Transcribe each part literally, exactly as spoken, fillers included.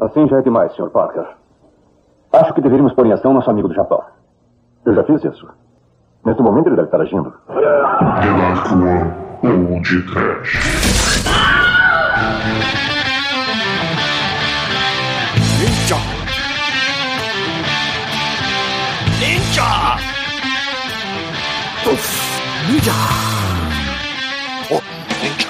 Assim já é demais, senhor Parker. Acho que deveríamos pôr em ação nosso amigo do Japão. Eu já fiz isso. Neste momento ele deve estar agindo. Delacroix ou de trash. Ninja! Ninja! Uf, ninja! Oh, ninja!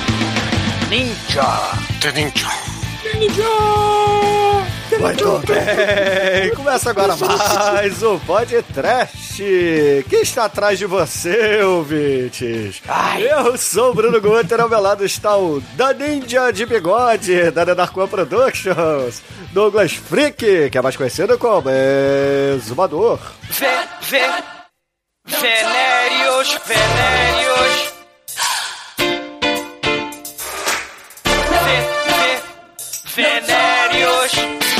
Ninja! The ninja! Ninja! Muito bem! Começa agora mais o podcast. Quem está atrás de você, ouvintes? Ai. Eu sou o Bruno Guter, ao meu lado está o Da Ninja de Bigode, da Delacroix Productions, Douglas Freak, que é mais conhecido como Exumador. Ve, ve, Venérios, Venérios. Ve, ve, Venérios.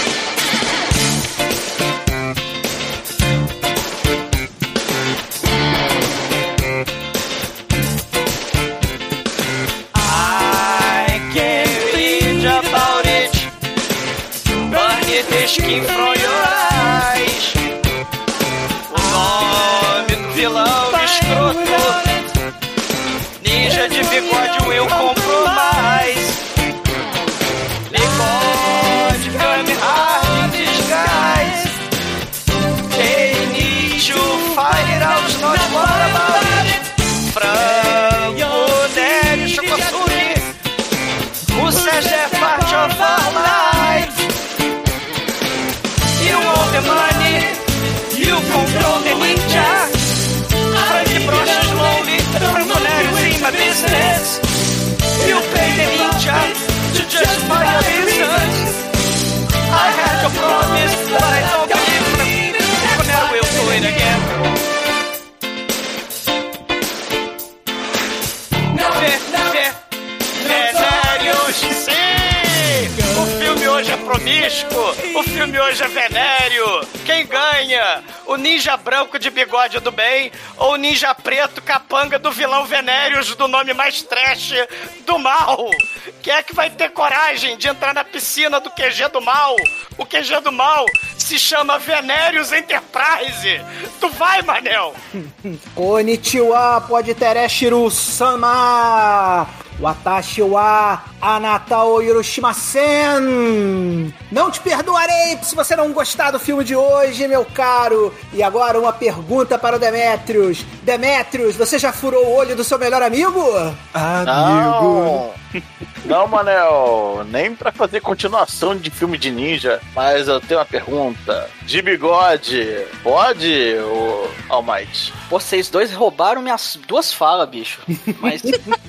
Skin from your eyes. O nome do vilão escroto, ninja de bigode, eu compro mais. Bigode, Kami Hard, disguise. They need to fight out, not what about it. Frango, Nélio, Chocosuke. O Sérgio é part of our life. You own the money, you control the ninja. Frank Brocha slowly, Frangonarius in my business. You pay the ninja to justify your reasons. I had a promise, but I don't believe it. Frangonarius will do it again. Vê, vê, Venérios, sim! O filme hoje é promíscuo, o filme hoje é venério. Quem ganha? O ninja branco de bigode do bem ou o ninja preto capanga do vilão Venérios do nome mais trash do mal? Quem é que vai ter coragem de entrar na piscina do Q G do mal? O Q G do mal se chama Venérios Enterprise. Tu vai, Manel? Konnichiwa, pode tereshiru-sama. Watashi wa anata o Hiroshima-sen. Não te perdoarei se você não gostar do filme de hoje, meu caro. E agora uma pergunta para o Demetrius. Demetrius, você já furou o olho do seu melhor amigo? Amigo. Não, não, Manel. Nem pra fazer continuação de filme de ninja. Mas eu tenho uma pergunta. De bigode, pode, ô Almighty? Vocês dois roubaram minhas duas falas, bicho. Mas...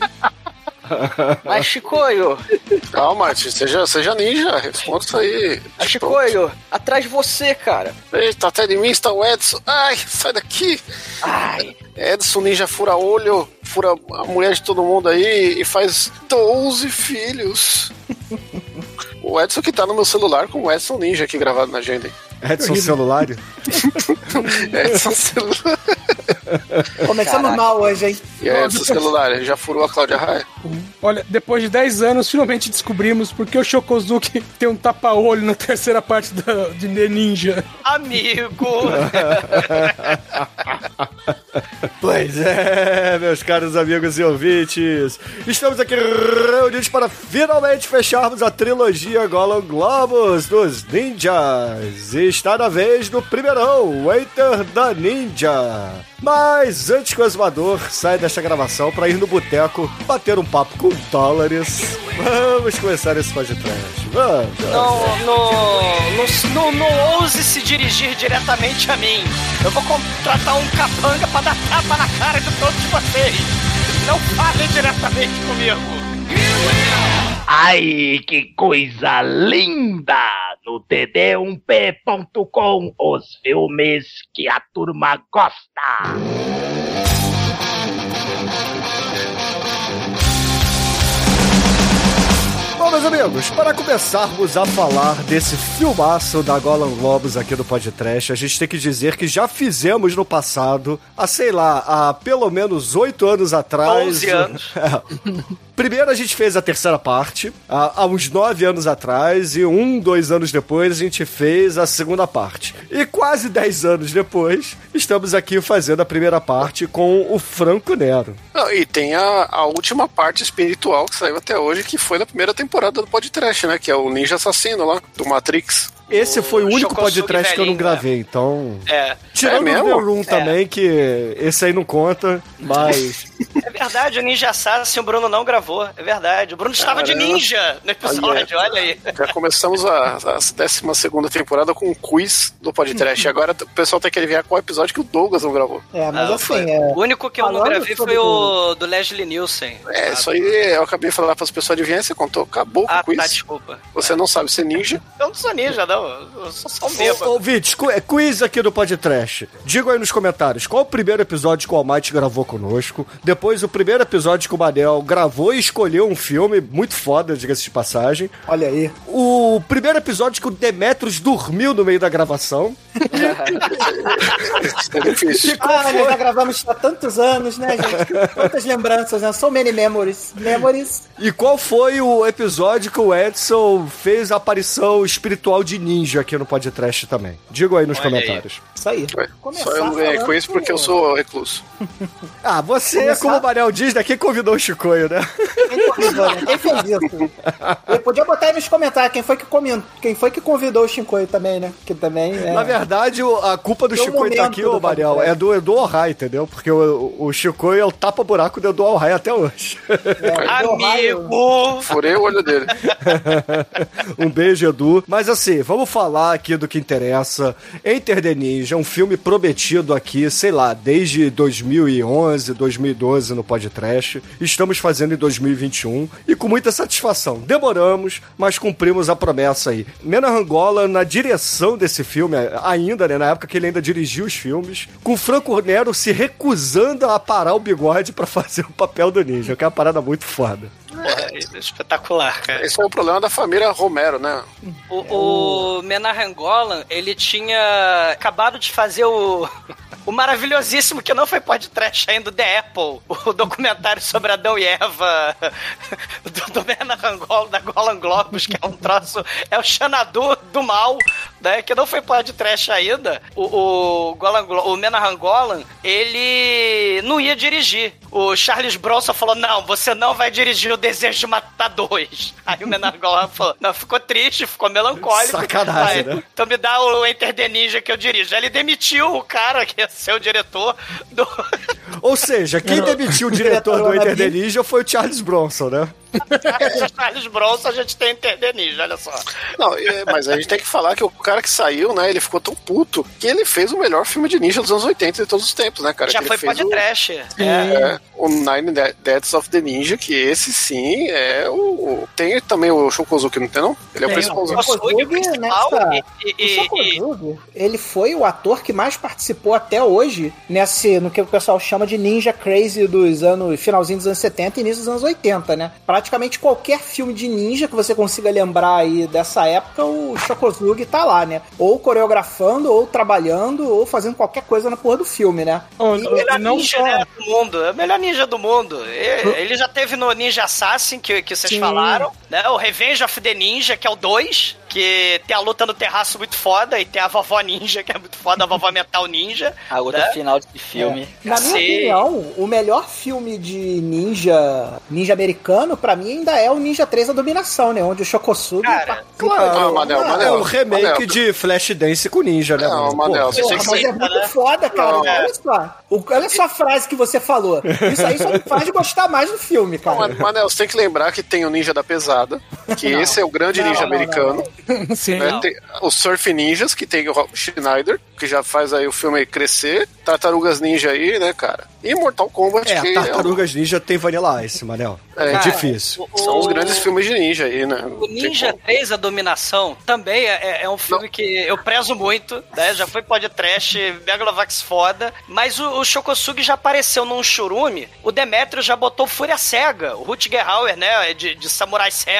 Mas, Chicoio... Calma, seja, seja ninja, responda isso aí. Mas, Chicoio, atrás de você, cara. Eita, atrás de mim está o Edson. Ai, sai daqui. Ai. Edson ninja fura olho, fura a mulher de todo mundo aí e faz doze filhos. O Edson que tá no meu celular com o Edson Ninja aqui gravado na agenda. Edson celular? Edson celular. Começamos Caraca. mal hoje, hein? E aí, Edson celular, ele já furou a Cláudia Raia? Olha, depois de dez anos, finalmente descobrimos porque o Shokozuki tem um tapa-olho na terceira parte da, de Ninja. Amigo! Pois é, meus caros amigos e ouvintes, estamos aqui reunidos para finalmente fecharmos a trilogia Golem Globus dos Ninjas. E está na vez do primeirão, o Enter the Ninja. Mas antes que o Exumador saia desta gravação para ir no boteco bater um papo com dólares, vamos começar esse podcast. Vamos! Não, não, não, não, não ouse se dirigir diretamente a mim. Eu vou contratar um capanga para dar tapa na cara de todos vocês. Não falem diretamente comigo. Ai, que coisa linda! No T D um P ponto com, os filmes que a turma gosta. Bom, meus amigos, para começarmos a falar desse filmaço da Golan Globus aqui do Podcast, a gente tem que dizer que já fizemos no passado, há, sei lá, há pelo menos oito anos atrás... onze anos. É. Primeiro a gente fez a terceira parte, há, há uns nove anos atrás, e um, dois anos depois a gente fez a segunda parte. E quase dez anos depois, estamos aqui fazendo a primeira parte com o Franco Nero. Não, e tem a, a última parte espiritual que saiu até hoje, que foi na primeira temporada do Podcast, né? Que é o Ninja Assassino lá, do Matrix. Esse O foi o único Chocosuke podcast que eu não velhinho, gravei, então... É. Tirando É o mesmo? The Room também, que esse aí não conta, mas... É verdade, o Ninja Assassin o Bruno não gravou. É verdade. O Bruno estava de Caramba. ninja no episódio, olha aí. Já começamos a, a décima segunda temporada com um quiz do Podcast. E agora o pessoal tem que adivinhar qual episódio que o Douglas não gravou. É, mas Não, assim, foi- é... O único que eu não Falando gravei sobre foi o do Leslie Nielsen. É, Ah, isso aí eu acabei de falar para as pessoas adivinharem, você contou, acabou com Ah, o quiz. tá, desculpa. Você não sabe ser ninja. Eu não sou ninja, não. Eu sou só um bêbado. Ô, ô Vitor, cu- é quiz aqui do Podcast. Diga aí nos comentários, qual o primeiro episódio que o Almighty gravou conosco? Depois, o primeiro episódio que o Manel gravou e escolheu um filme muito foda, diga-se de passagem. Olha aí. O primeiro episódio que o Demetrius dormiu no meio da gravação. É difícil. Ah, nós já gravamos há tantos anos, né, gente? Quantas lembranças, né? So many memories. Memories. E qual foi o episódio que o Edson fez a aparição espiritual de ninja aqui no Podcast também? Diga aí nos Olha aí. comentários. Isso aí. Ué, Começar Só eu não ganhei falando com isso porque eu sou recluso. Ah, você, Começar- como o Manel diz, né? Quem convidou o Chicoio, né? Quem convidou, né? Quem fez isso? Eu podia botar aí nos comentários quem foi que, comentou, quem foi que convidou o Shinkoio também, né? Que também é... Na verdade, o- a culpa do Tem um Chicoio tá momento aqui, do ô Manel, podcast. é do Edu Ohai, entendeu? Porque o, o Chicoio é o tapa-buraco do Edu Ohai até hoje. é, do raio. Amigo! Furei o olho dele. Um beijo, Edu. Mas assim, vamos falar aqui do que interessa. Enter the Ninja, um filme prometido aqui, sei lá, desde dois mil e onze, dois mil e doze no Podcast. Estamos fazendo em dois mil e vinte e um e com muita satisfação. Demoramos, mas cumprimos a promessa aí. Mena Rangola na direção desse filme, ainda, né, na época que ele ainda dirigia os filmes, com o Franco Nero se recusando a parar o bigode pra fazer o papel do ninja, que é uma parada muito foda. Porra, espetacular, cara. Esse é o problema da família Romero, né? O, o Menahem Golan, ele tinha acabado de fazer o... O maravilhosíssimo, que não foi podcast ainda, o The Apple, o documentário sobre Adão e Eva do, do Menahem Golan, da Golan Globus, que é um troço, é o Xanadu do mal, né, que não foi podcast ainda. O, o, Golan, o Menahem Golan, ele não ia dirigir. O Charles Bronson falou, não, você não vai dirigir o Desejo de Matar Dois. Aí o Menahem Golan falou, não, ficou triste, ficou melancólico. Sacanagem, Aí, né? Então me dá o Enter the Ninja que eu dirijo. Aí ele demitiu o cara que ia ser o diretor do... Ou seja, quem demitiu o diretor do Enter the Ninja foi o Charles Bronson, né? Charles Bronson, a gente tem Enter the Ninja, olha só. Não, é, mas a gente tem que falar que o cara que saiu, né, ele ficou tão puto que ele fez o melhor filme de ninja dos anos oitenta de todos os tempos, né, cara? Já Que foi ele fez podcast. o, é, o Nine De- Deaths of the Ninja, que esse sim é o... o- tem também o Shokozuki, não tem não? Ele é o Tem, principalzão. o Shokozuki, principal nessa- e- e- o e- Shokozuki, ele foi o ator que mais participou até hoje nesse, no que o pessoal chama de Ninja Crazy dos anos, finalzinho dos anos setenta e início dos anos oitenta, né? Praticamente qualquer filme de ninja que você consiga lembrar aí dessa época, o Shokozuki tá lá, né? Ou coreografando, ou trabalhando, ou fazendo qualquer coisa na porra do filme, né? Oh, E não- melhor não ninja, só- né, do mundo. É o melhor ninja do mundo. E- Ele já teve no Ninja Assassin, que, que vocês Sim. falaram, né? O Revenge of the Ninja, que é o dois, que tem a luta no terraço muito foda, e tem a vovó ninja, que é muito foda, a vovó metal ninja. A outra né? final desse filme. Na minha Cacete. opinião, o melhor filme de ninja ninja americano, pra mim, ainda é o Ninja três A Dominação, né? Onde o Shokosugi... Cara, participa- Claro, Ah, Manel, é Manel, um remake Manel. de Flashdance com ninja, né? Não, mano? Manel, Pô, você Porra, tem que mas ser... é muito foda, cara. Não, olha só. O- olha só a frase que você falou. Isso aí só me faz gostar mais do filme, cara. Não, Manel, você tem que lembrar que tem o Ninja da Pesada, que Não. esse é o grande Não, ninja não, não, americano. Sim. Né? Tem os Surf Ninjas, que tem o Rob Schneider, que já faz aí o filme crescer. Tartarugas Ninja aí, né, cara? E Mortal Kombat, É, que Tartarugas Ninja tem Vanilla Ice, Manel. É, Cara, difícil. é, são os grandes filmes de ninja aí, né? O Ninja três, A Dominação, também é, é um filme que eu prezo muito, né? Já foi podcast, Megalovax foda, mas o, o Shokosugi já apareceu num churume, o Demetrius já botou Fúria Cega, o Rutger Hauer, né, de, de samurai cego,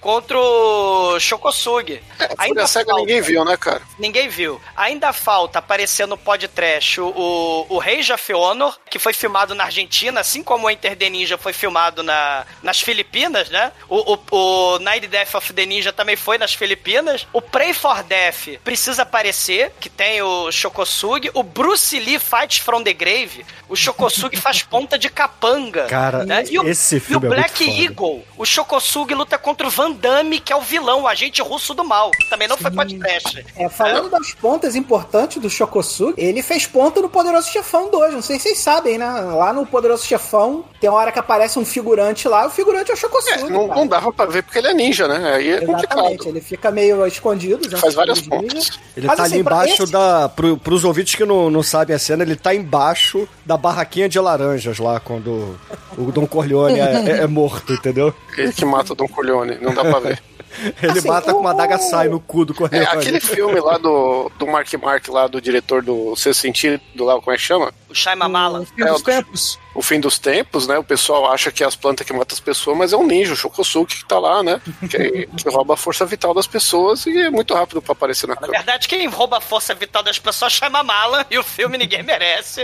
contra o Shokosugi. É, Ainda Cega falta... ninguém viu, né, cara? Ninguém viu. Ainda falta aparecer no podcast o, o, o Rage of Honor, que foi filmado na Argentina, assim como o Enter the Ninja foi filmado na, nas Filipinas, né? O, o, o Night Death of the Ninja também foi nas Filipinas. O Pray for Death precisa aparecer, que tem o Shokosugi. O Bruce Lee Fights from the Grave. O Shokosugi faz ponta de capanga. Cara, né? e o, esse filme e o é Black muito Eagle. O Shokosugi luta contra o Van Damme, que é o vilão, o agente russo do mal. Que também não Sim. foi podcast. É, falando é. das pontas importantes do Shokosugi, ele fez ponta no Poderoso Chefão dois. Não sei se vocês sabem, né? Lá no Poderoso Chefão, tem uma hora que aparece um figurante lá, o figurante é o Shokosugi. É, não, não dava pra ver porque ele é ninja, né? Aí é Exatamente, complicado. Ele fica meio escondido. Ele faz várias pontas. Ele Mas, tá assim, ali embaixo esse... da... Pro, pros ouvintes que não, não sabem a cena, ele tá embaixo da barraquinha de laranjas lá, quando o Don Corleone é, é, é morto, entendeu? Ele que mata o Don Corleone, não dá pra ver. Ele assim, mata o... com uma adaga sai no cu do Corleone. É, aquele filme lá do, do Mark Mark, lá do diretor do Sexto Sentido, lá, como é que chama? O Shyamalan. O Fim dos Tempos. O Fim dos Tempos, né? O pessoal acha que é as plantas que matam as pessoas, mas é um ninja, o Shokosugi que tá lá, né? Que, que rouba a força vital das pessoas e é muito rápido pra aparecer na, na câmera. Na verdade, quem rouba a força vital das pessoas é Shyamalan e o filme ninguém merece.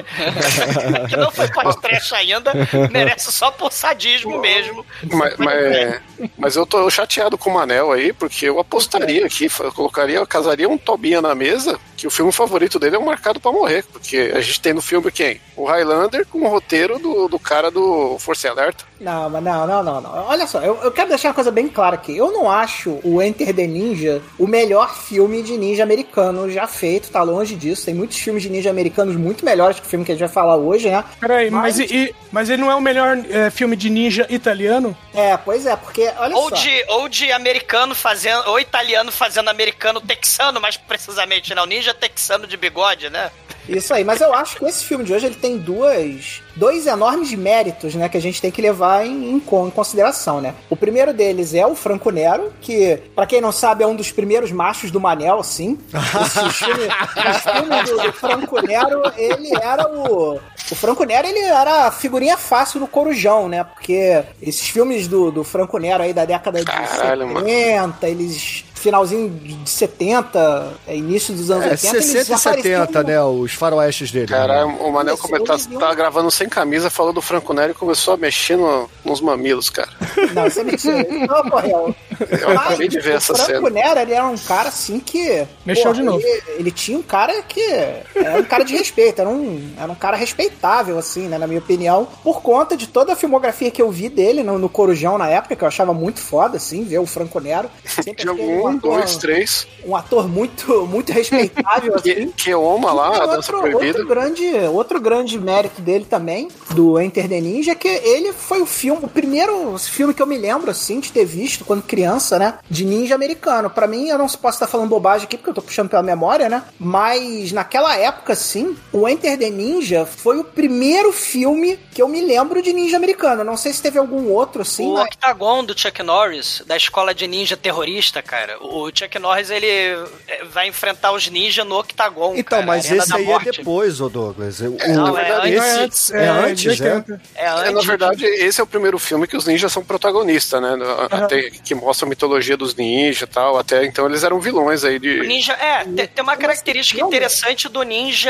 Que não foi pós-trash ainda, merece só por sadismo mesmo. Mas, mas, mas eu tô chateado com o Manel aí, porque eu apostaria aqui, eu colocaria, eu casaria um Tobinha na mesa, que o filme favorito dele é o Marcado pra Morrer, porque a gente tem no filme quem? O Highlander com o roteiro do, do cara do Força e Alerta. Não, mas não, não, não, não. Olha só, eu, eu quero deixar uma coisa bem clara aqui. Eu não acho o Enter the Ninja o melhor filme de ninja americano já feito, tá longe disso. Tem muitos filmes de ninja americanos muito melhores que o filme que a gente vai falar hoje, né? Peraí, mas, mas, e, mas ele não é o melhor é, filme de ninja italiano? É, pois é, porque, olha ou só. De, ou de americano fazendo, ou italiano fazendo americano texano, mais precisamente, não, ninja texano de bigode, né? Isso aí, mas eu acho que esse filme de hoje ele tem duas, dois enormes méritos, né, que a gente tem que levar em, em, em consideração, né? O primeiro deles é o Franco Nero, que, pra quem não sabe, é um dos primeiros machos do Manel, assim. Esse filme, esse filme do, do Franco Nero, ele era o... O Franco Nero, ele era figurinha fácil no Corujão, né? Porque esses filmes do, do Franco Nero aí da década de Caralho, setenta, mano. Eles... finalzinho de setenta, início dos anos é, oitenta, sessenta e setenta, né? Os faroestes dele. Cara, né? O Manel como tá, tá gravando sem camisa, falou do Franco Nero e começou a mexer no, nos mamilos, cara. Não, isso é mentira. Não, correu. Eu Mas, acabei de ver essa cena. O Franco Nero, ele era um cara assim que... Mexeu porra, de novo. Ele, ele tinha um cara que... Era um cara de respeito, era um, era um cara respeitável, assim, né? Na minha opinião, por conta de toda a filmografia que eu vi dele no, no Corujão na época, que eu achava muito foda, assim, ver o Franco Nero. Sempre um, um dois, três. Um ator muito, muito respeitável, assim. Que Oma lá, a Dança Proibida. Outro grande, outro grande mérito dele também, do Enter the Ninja, é que ele foi o filme, o primeiro filme que eu me lembro, assim, de ter visto quando criança, né, de ninja americano. Pra mim, eu não posso estar falando bobagem aqui, porque eu tô puxando pela memória, né, mas naquela época, sim, o Enter the Ninja foi o primeiro filme que eu me lembro de ninja americano. Eu não sei se teve algum outro, assim. O mas... Octagon do Chuck Norris, da escola de ninja terrorista, cara. O Chuck Norris, ele vai enfrentar os ninjas no Octagon, Então, cara, mas esse aí morte. É depois, ô Douglas. O, não, é antes. Esse, é antes, é, é antes, é. É antes. É, na verdade, esse é o primeiro filme que os ninjas são protagonistas, né? Uhum. Até, que mostra a mitologia dos ninjas e tal. Até então eles eram vilões aí de... O ninja, é, tem, tem uma característica interessante do ninja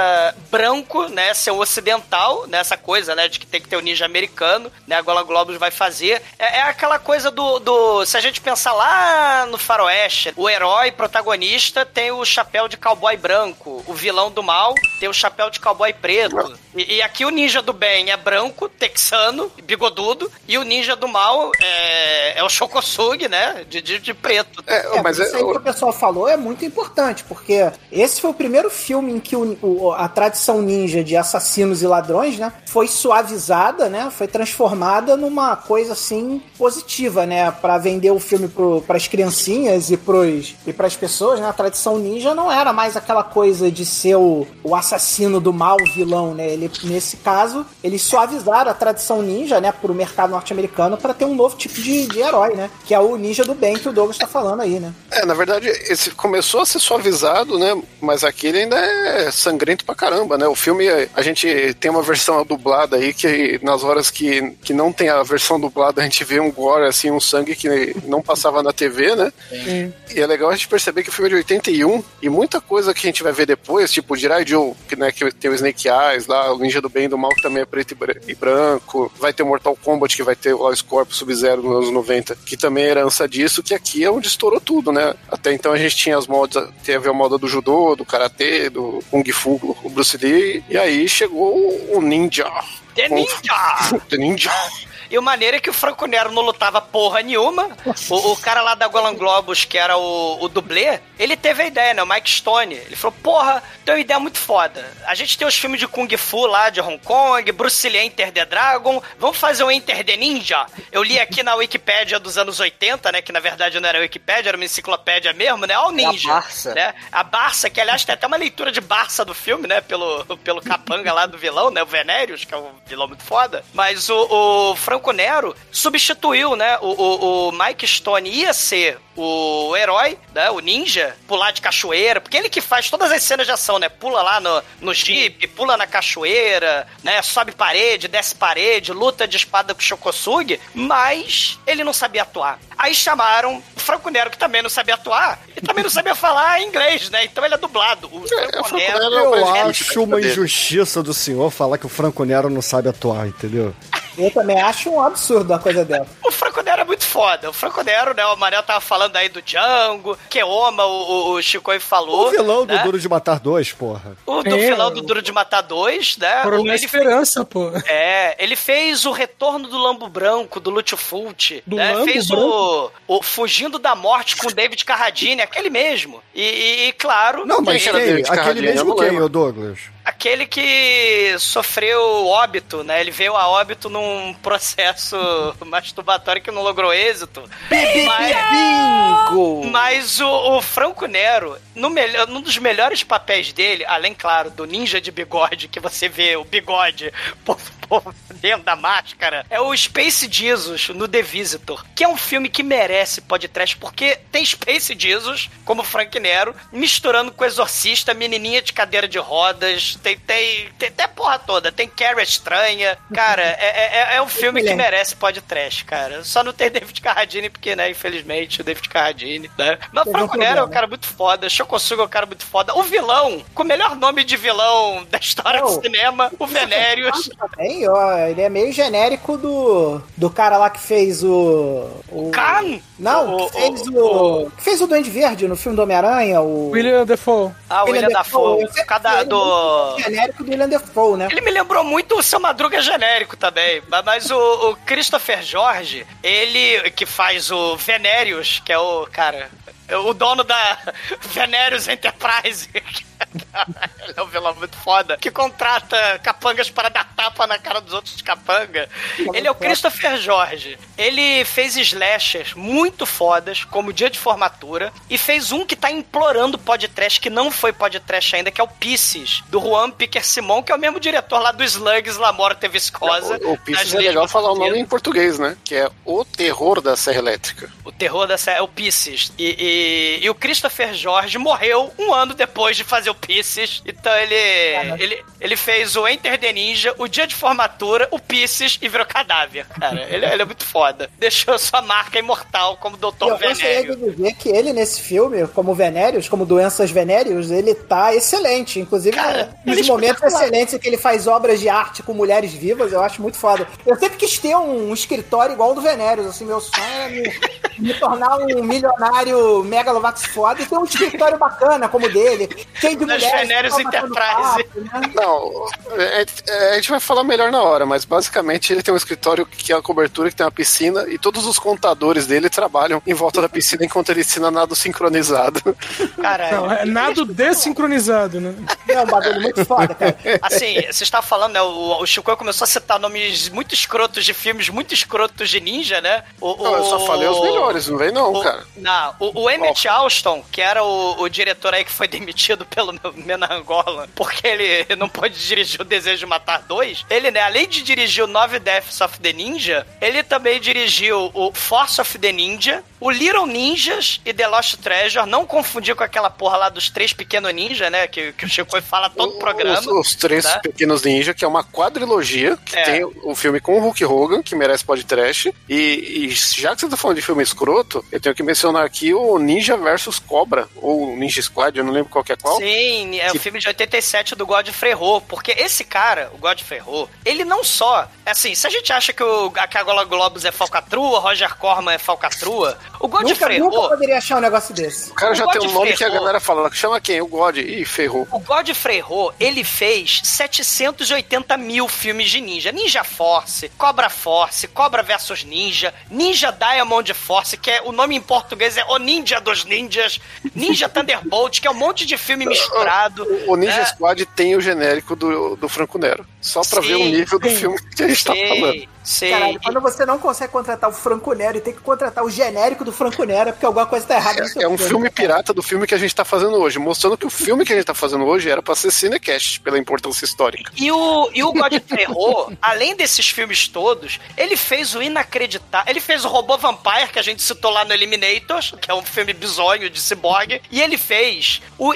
branco, né? Ser o ocidental, né? Essa coisa, né? De que tem que ter o ninja americano, né? A Gola Globus vai fazer. É, é aquela coisa do, do... Se a gente pensar lá no faroeste, o herói protagonista tem o chapéu de cowboy branco, o vilão do mal tem o chapéu de cowboy preto. E, e aqui o ninja do bem é branco, texano, bigodudo, e o ninja do mal é, é o Shokosugi, né? De, de, de preto. É, é, mas isso aí é, que o pessoal falou é muito importante, porque esse foi o primeiro filme em que o, o, a tradição ninja de assassinos e ladrões, né, foi suavizada, né? Foi transformada numa coisa assim positiva, né? Pra vender o filme pro, pras criancinhas e pros e para as pessoas, né? A tradição ninja não era mais aquela coisa de ser o, o assassino do mal, o vilão, né? Ele, nesse caso, eles suavizaram a tradição ninja, né, pro mercado norte-americano para ter um novo tipo de, de herói, né? Que é é o Ninja do Bem que o Douglas tá falando aí, né? É, na verdade, esse começou a ser suavizado, né? Mas aqui ele ainda é sangrento pra caramba, né? O filme, a gente tem uma versão dublada aí que nas horas que, que não tem a versão dublada, a gente vê um gore, assim, um sangue que não passava na T V, né? Sim. E é legal a gente perceber que o filme é de oitenta e um e muita coisa que a gente vai ver depois, tipo o Jirai Joe, que, né, que tem o Snake Eyes lá, o Ninja do Bem e do Mal, que também é preto e branco, vai ter Mortal Kombat, que vai ter o Scorpio Sub-Zero nos anos noventa, que também é herança disso, que aqui é onde estourou tudo, né? Até então a gente tinha as modas, teve a moda do judô, do karatê, do kung fu, o Bruce Lee, e aí chegou o ninja. The Ninja! The Ninja! E o maneiro é que o Franco Nero não lutava porra nenhuma. O, o cara lá da Golan Globus, que era o, o dublê, ele teve a ideia, né? O Mike Stone. Ele falou, porra, tem uma ideia muito foda. A gente tem os filmes de Kung Fu lá de Hong Kong, Bruce Lee Enter the Dragon. Vamos fazer um Enter the Ninja? Eu li aqui na Wikipédia dos anos oitenta, né? Que na verdade não era Wikipédia, era uma enciclopédia mesmo, né? Ó o Ninja. É a Barça. Né? A Barça, que aliás tem até uma leitura de Barça do filme, né? Pelo, pelo capanga lá do vilão, né? O Venérios, que é um vilão muito foda. Mas o, o Franco Nero substituiu, né? O, o, o Mike Stone ia ser o herói, né? O ninja, pular de cachoeira, porque ele que faz todas as cenas de ação, né? Pula lá no, no jeep, pula na cachoeira, né? Sobe parede, desce parede, luta de espada com o Shokosugi, mas ele não sabia atuar. Aí chamaram o Franco Nero, que também não sabia atuar, e também não sabia falar inglês, né? Então ele é dublado. O é, Franco Nero, Nero, eu acho uma injustiça do senhor falar que o Franco Nero não sabe atuar, entendeu? Eu também acho um absurdo uma coisa dessa. O Franco Nero é muito foda. O Franco Nero, né? O Manel tava falando aí do Django, Keoma, o, o Chico falou. O vilão né? do Duro de Matar dois, porra. O do é, vilão do Duro de Matar dois, né? Coronel ele Esperança, fez... pô. É, ele fez o Retorno do Lambo Branco, do Lúcio Fulci. Do né? Lambo Fez Branco? O, o Fugindo da Morte com o David Carradine, aquele mesmo. E, e, e claro... Não, mas quem? Quem? Aquele mesmo quem, o Douglas? Aquele que sofreu óbito, né? Ele veio a óbito num processo masturbatório que não logrou êxito. Mas, Bingo! mas o, o Franco Nero, no melhor, num dos melhores papéis dele, além, claro, do ninja de bigode, que você vê o bigode por, por dentro da máscara, é o Space Jesus no The Visitor, que é um filme que merece podcast, porque tem Space Jesus, como Frank Nero, misturando com Exorcista, menininha de cadeira de rodas, tem, tem, tem, tem a porra toda, tem Carrie Estranha, cara, é, é, é um filme que merece podcast, cara. Só não tem David Carradine, porque, né, infelizmente, o David Carradine, né? Mas o Franco Nero é um cara muito foda, Shokosugi é um cara muito foda. O vilão, com o melhor nome de vilão da história do cinema, o Venérios. Também, ó, ele é meio genérico do, do cara lá que fez o... o Khan? Não, o, que fez o, o, o... que fez o Duende Verde no filme do Homem-Aranha, o... William Dafoe. Ah, o William Dafoe. Cada do... genérico do William Dafoe, né? Ele me lembrou muito o Seu Madruga genérico também. Mas o, o Christopher Jorge, ele que faz o Venérios, que é o, cara... o dono da Venérios Enterprise. Ele é um vilão muito foda, que contrata capangas para dar tapa na cara dos outros capanga. Ele é o Christopher Jorge. Ele fez slashers muito fodas, como Dia de Formatura, e fez um que tá implorando podcast, que não foi podcast ainda, que é o Pisces, do Juan Piquer Simon, que é o mesmo diretor lá do Slugs, La Morte Viscosa. O, o Pisces é legal falar o nome em português, né? Que é O Terror da Serra Elétrica. O Terror da Serra, é o Pisces. E, e, e o Christopher Jorge morreu um ano depois de fazer o Pisces. Então ele, ele, ele fez o Enter the Ninja, o Dia de Formatura, o Pisces e virou cadáver, cara. Ele, ele é muito foda. Deixou sua marca imortal como doutor Venério. Eu gostaria de dizer que ele nesse filme, como Venérios, como Doenças Venéreos, ele tá excelente. Inclusive, cara, nos momentos excelentes em que ele faz obras de arte com mulheres vivas, eu acho muito foda. Eu sempre quis ter um, um escritório igual ao do Venérios, assim, meu sonho era me, me tornar um milionário megalovax foda e ter um escritório bacana como o dele, cheio de Nas mulheres. Venérios Enterprise. Papo, né? Não, é, é, a gente vai falar melhor na hora, mas basicamente ele tem um escritório que é a cobertura, que tem uma piscina, e todos os contadores dele trabalham em volta da piscina enquanto ele ensina nado sincronizado. Caralho. Não, é nado desincronizado, né? É um bagulho muito foda, cara. Assim, você está falando, né? O, o Chico começou a citar nomes muito escrotos de filmes, muito escrotos de ninja, né? O, não, eu só falei os melhores, não vem não, o, cara. Não, o, o Emmett Alston, que era o, o diretor aí que foi demitido pelo no Menangola, porque ele não pôde dirigir o Desejo de Matar dois, ele, né, além de dirigir o Nove Deaths of the Ninja, ele também dirigiu o Force of the Ninja, o Little Ninjas e The Lost Treasure, não confundir com aquela porra lá dos Três Pequenos Ninja, né, que, que o Chico fala todo o programa. Os, os Três né? Pequenos Ninja, que é uma quadrilogia, que é. tem o filme com o Hulk Hogan, que merece podcast, e, e já que você tá falando de filme escroto, eu tenho que mencionar aqui o Ninja versus Cobra, ou Ninja Squad, eu não lembro qual que é qual. Sim, é que... o filme de oitenta e sete do Godfrey Ho, porque esse cara, o Godfrey Ho, ele não só, assim, se a gente acha que, o, que a Gola Globus é falcatrua, Roger Corman é falcatrua, o Godfrey Ho... Nunca, nunca poderia achar um negócio desse. O cara o já Godfrey tem um nome Ho, que a galera fala, chama quem? O God, ih, ferrou. O Godfrey Ho, ele fez setecentos e oitenta mil filmes de ninja, Ninja Force, Cobra Force, Cobra versus Ninja, Ninja Diamond Force, que é, o nome em português é O Ninja dos Ninjas, Ninja Thunderbolt, que é um monte de filme misturado. O, o Ninja né? Squad tem o genérico do, do Franco Nero, só pra sim, ver o nível do sim. filme que a gente tá sim, falando. Sim. Caralho, quando você não consegue contratar o Franco Nero e tem que contratar o genérico do Franco Nero, é porque alguma coisa tá errada no seu É, é um filme, filme pirata do filme que a gente tá fazendo hoje, mostrando que o filme que a gente tá fazendo hoje era pra ser cinecast, pela importância histórica. E o, e o Godfrey Ho, além desses filmes todos, ele fez o inacreditável. Ele fez o Robô Vampire, que a gente citou lá no Eliminators, que é um filme bizonho de ciborgue, e ele fez o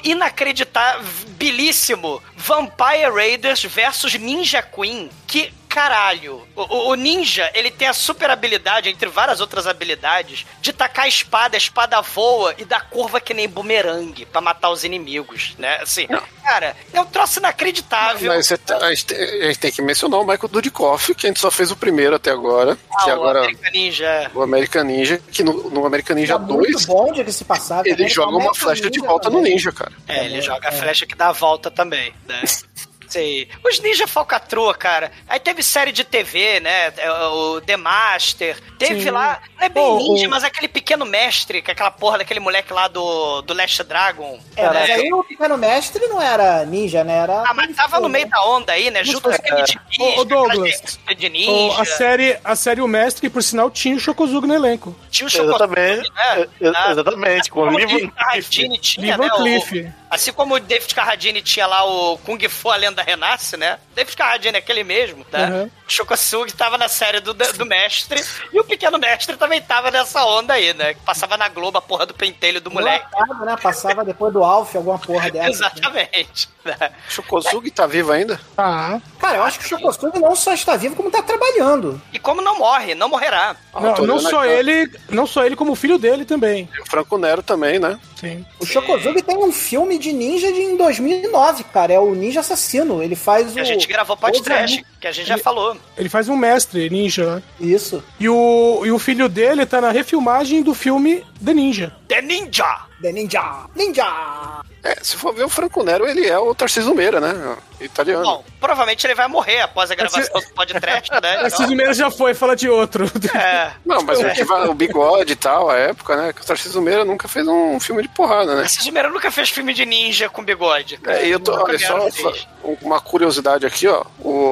inacreditabilíssimo Vampire Raiders versus Ninja Queen, que... Caralho, o, o ninja, ele tem a super habilidade, entre várias outras habilidades, de tacar a espada, a espada voa e dá curva que nem bumerangue pra matar os inimigos, né? Assim, não. Cara, é um troço inacreditável. Mas você, a, gente, a gente tem que mencionar o Michael Dudikoff, que a gente só fez o primeiro até agora. Ah, que o agora, American Ninja. O American Ninja, que no, no American Ninja é dois... muito bom de que se passava. Ele joga uma flecha de volta também. no ninja, cara. É, ele é, joga a flecha que dá a volta também, né? Sei. Os Ninja Falcatrua, cara. Aí teve série de T V, né? O The Master. Teve Sim. lá, não é bem oh, ninja, oh. mas aquele pequeno mestre, que é aquela porra daquele moleque lá do, do Last Dragon. É, mas né? aí o pequeno mestre não era ninja, né? Era ah, mas tava no meio da onda aí, né? Junto com aquele de bicho, ô, Douglas, de ninja. a, série, a série O Mestre, que por sinal tinha o Shokozugi no elenco. Tinha o Shokozugi, exatamente, né? Exatamente, com o Livro Carradine tinha, né? Cliff. O, assim como o David Carradine tinha lá o Kung Fu, a Lenda Renasce, né? David Carradine é aquele mesmo, né? Uhum. O Shokosugi tava na série do, do mestre e o pequeno mestre também tava nessa onda aí, né? Que passava na Globo a porra do pentelho do moleque. Passava, né? Passava depois do Alf, alguma porra dessa. Exatamente. Né? Shokosugi tá vivo ainda? Ah. Cara, eu acho que o Shokosugi não só está vivo, como tá trabalhando. E como não morre, não morrerá. Não, não só ele, não só ele, como o filho dele também. E o Franco Nero também, né? Sim. O Shokozugi tem um filme de ninja de em dois mil e nove, cara. É o Ninja Assassino. Ele faz o... A gente gravou podcast, que a gente já ele, falou. Ele faz um mestre ninja, né? Isso. E o, e o filho dele tá na refilmagem do filme The Ninja. The Ninja! The Ninja! Ninja! É, se for ver o Franco Nero, ele é o Tarcísio Meira, né? Italiano. Bom, provavelmente ele vai morrer após a gravação do podcast, né? Tarcísio Meira já foi, fala de outro. É. Não, mas o, o Bigode e tal, a época, né? Que o Tarcísio Meira nunca fez um filme de porrada, né? Tarcísio Meira nunca fez filme de ninja com bigode. É, e eu tô, olha só, uma curiosidade aqui, ó.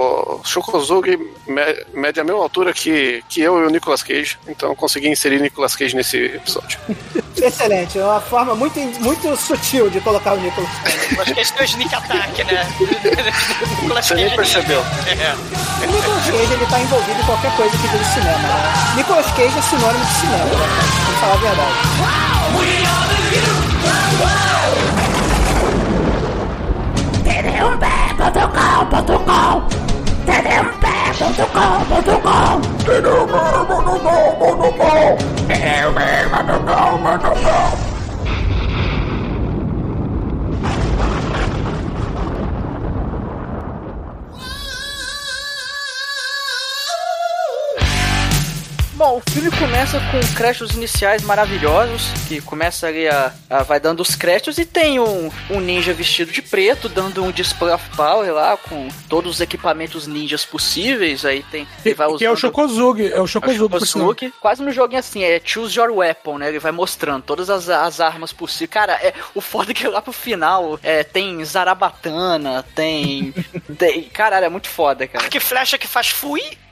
O Shokozugi mede a mesma altura que, que eu e o Nicolas Cage, então eu consegui inserir Nicolas Cage nesse episódio. Excelente, é uma forma muito, muito sutil de colocar o Nicolas Cage. Acho que esse é o sneak attack, né? Você nem percebeu. É. O Nicolas Cage, ele tá envolvido em qualquer coisa que vira cinema, né? Nicolas Cage é sinônimo de cinema, né? Pra falar a verdade. T D um P ponto com ponto com T D um P ponto com ponto com T D um P ponto com ponto com T D um P ponto com ponto com. Bom, o filme começa com créditos iniciais maravilhosos, que começa ali a, a vai dando os créditos e tem um, um ninja vestido de preto dando um display of power lá com todos os equipamentos ninjas possíveis. Aí tem ele vai usando, que é o Shokozugi, é o Shokozugi, é o Shokozugi quase no joguinho assim, é choose your weapon, né? Ele vai mostrando todas as, as armas possíveis. Cara, é o foda que lá pro final é, tem Zarabatana, tem, tem caralho, é muito foda, cara. Que flecha que faz fui.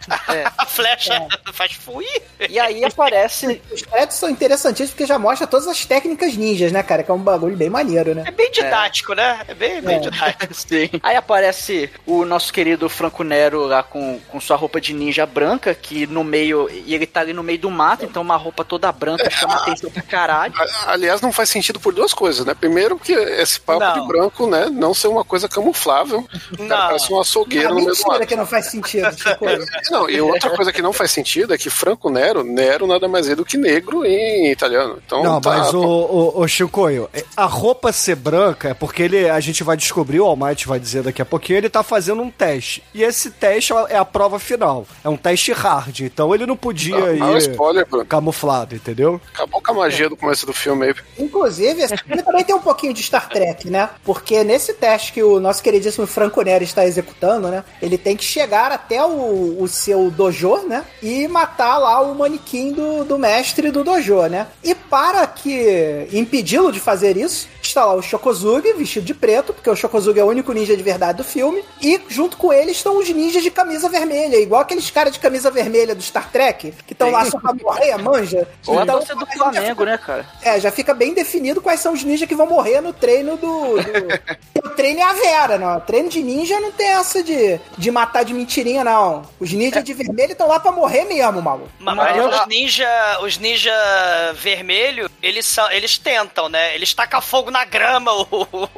É. A flecha É. faz fui. E aí aparece... Os créditos são interessantíssimos porque já mostra todas as técnicas ninjas, né, cara? Que é um bagulho bem maneiro, né? É bem didático, é. né? É bem, bem É. didático. Sim. Aí aparece o nosso querido Franco Nero lá com, com sua roupa de ninja branca, que no meio... E ele tá ali no meio do mato, então uma roupa toda branca chama atenção pra caralho. Aliás, não faz sentido por duas coisas, né? Primeiro que esse papo Não. de branco, né? Não ser uma coisa camuflável. O cara parece um açougueiro Ah, no meio do mentira mato. que não faz sentido, Chico. Não, e outra coisa que não faz sentido é que Franco Nero, Nero nada mais é do que negro em italiano. Então, Não, tá, mas o, o, o Chicoio, a roupa ser branca é porque ele, a gente vai descobrir, o Almighty vai dizer daqui a pouquinho, ele tá fazendo um teste. E esse teste é a prova final. É um teste hard, então ele não podia Não, ir não é spoiler, Bruno. camuflado, entendeu? Acabou com a magia do começo do filme aí. Inclusive, esse filme também tem um pouquinho de Star Trek, né? Porque nesse teste que o nosso queridíssimo Franco Nero está executando, né? Ele tem que chegar até o, o seu dojo, né? E matar lá o manequim do, do mestre do dojo, né? E para que impedi-lo de fazer isso, está lá o Shokozugi, vestido de preto, porque o Shokozugi é o único ninja de verdade do filme, e junto com ele estão os ninjas de camisa vermelha, igual aqueles caras de camisa vermelha do Star Trek, que estão lá só pra morrer, manja. Ou a Então, torcida do Flamengo, né, cara? É, já fica bem definido quais são os ninjas que vão morrer no treino do... do... o treino é a Vera, não. O treino de ninja não tem essa de, de matar de mentirinha, não. Os ninjas de vermelho estão lá pra morrer mesmo, maluco. Mas, mas os ninja, os ninja vermelho, eles são, eles tentam, né? Eles tacam fogo na grama, o, o, o,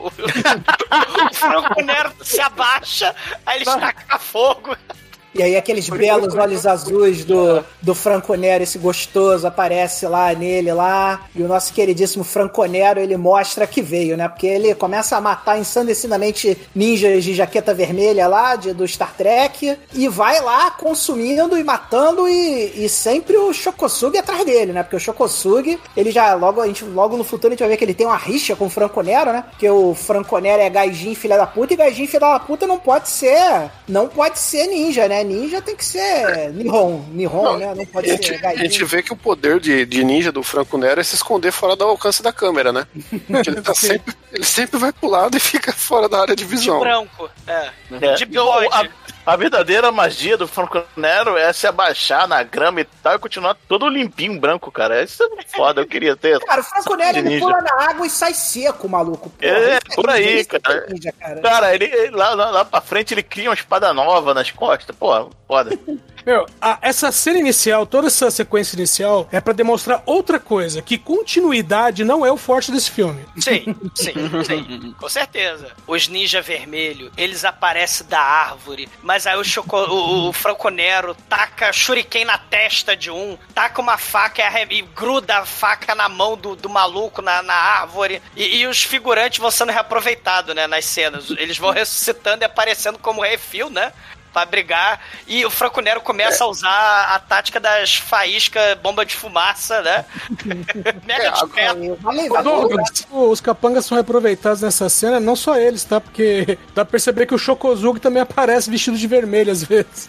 o Franco Nero se abaixa, aí eles tacam fogo. E aí aqueles belos olhos azuis do, do Franco Nero, esse gostoso, aparece lá nele lá. E o nosso queridíssimo Franco Nero, ele mostra que veio, né? Porque ele começa a matar ensandecidamente ninjas de jaqueta vermelha lá, de, do Star Trek. E vai lá consumindo e matando e, e sempre o Shokosugi atrás dele, né? Porque o Shokosugi, ele já, logo, a gente, logo no futuro a gente vai ver que ele tem uma rixa com o Franco Nero, né? Porque o Franco Nero é gaijin filha da puta e gaijin filha da puta não pode ser, não pode ser ninja, né? Ninja tem que ser Nihon, Nihon, não, né? Não pode a ser gente, gaijin. A gente vê que o poder de, de ninja do Franco Nero é se esconder fora do alcance da câmera, né? Porque ele tá sempre, ele sempre vai pro lado e fica fora da área de visão. De branco, é. É. De bigode. A, a verdadeira magia do Franco Nero é se abaixar na grama e tal e continuar todo limpinho, branco, cara. Isso é foda, eu queria ter. Cara, o Franco Nero, ele pula na água e sai seco, maluco. Porra, é, é por aí, ninja, cara. é ninja, cara. Cara, ele, ele lá, lá, lá pra frente ele cria uma espada nova nas costas. Pô, foda. Meu, a, essa cena inicial, toda essa sequência inicial é pra demonstrar outra coisa, que continuidade não é o forte desse filme. Sim, sim, sim, com certeza. Os ninja vermelho, eles aparecem da árvore, mas aí o, Choco, o, o Franco Nero taca shuriken na testa de um, taca uma faca e, arre, e gruda a faca na mão do, do maluco na, na árvore, e, e os figurantes vão sendo reaproveitados, né, nas cenas. Eles vão ressuscitando e aparecendo como refil, né? Pra brigar, e o Franco Nero começa é. a usar a tática das faíscas, bomba de fumaça, né? Mega É, desperto. Os capangas são reaproveitados nessa cena, não só eles, tá? Porque dá pra perceber que o Shokozugi também aparece vestido de vermelho às vezes.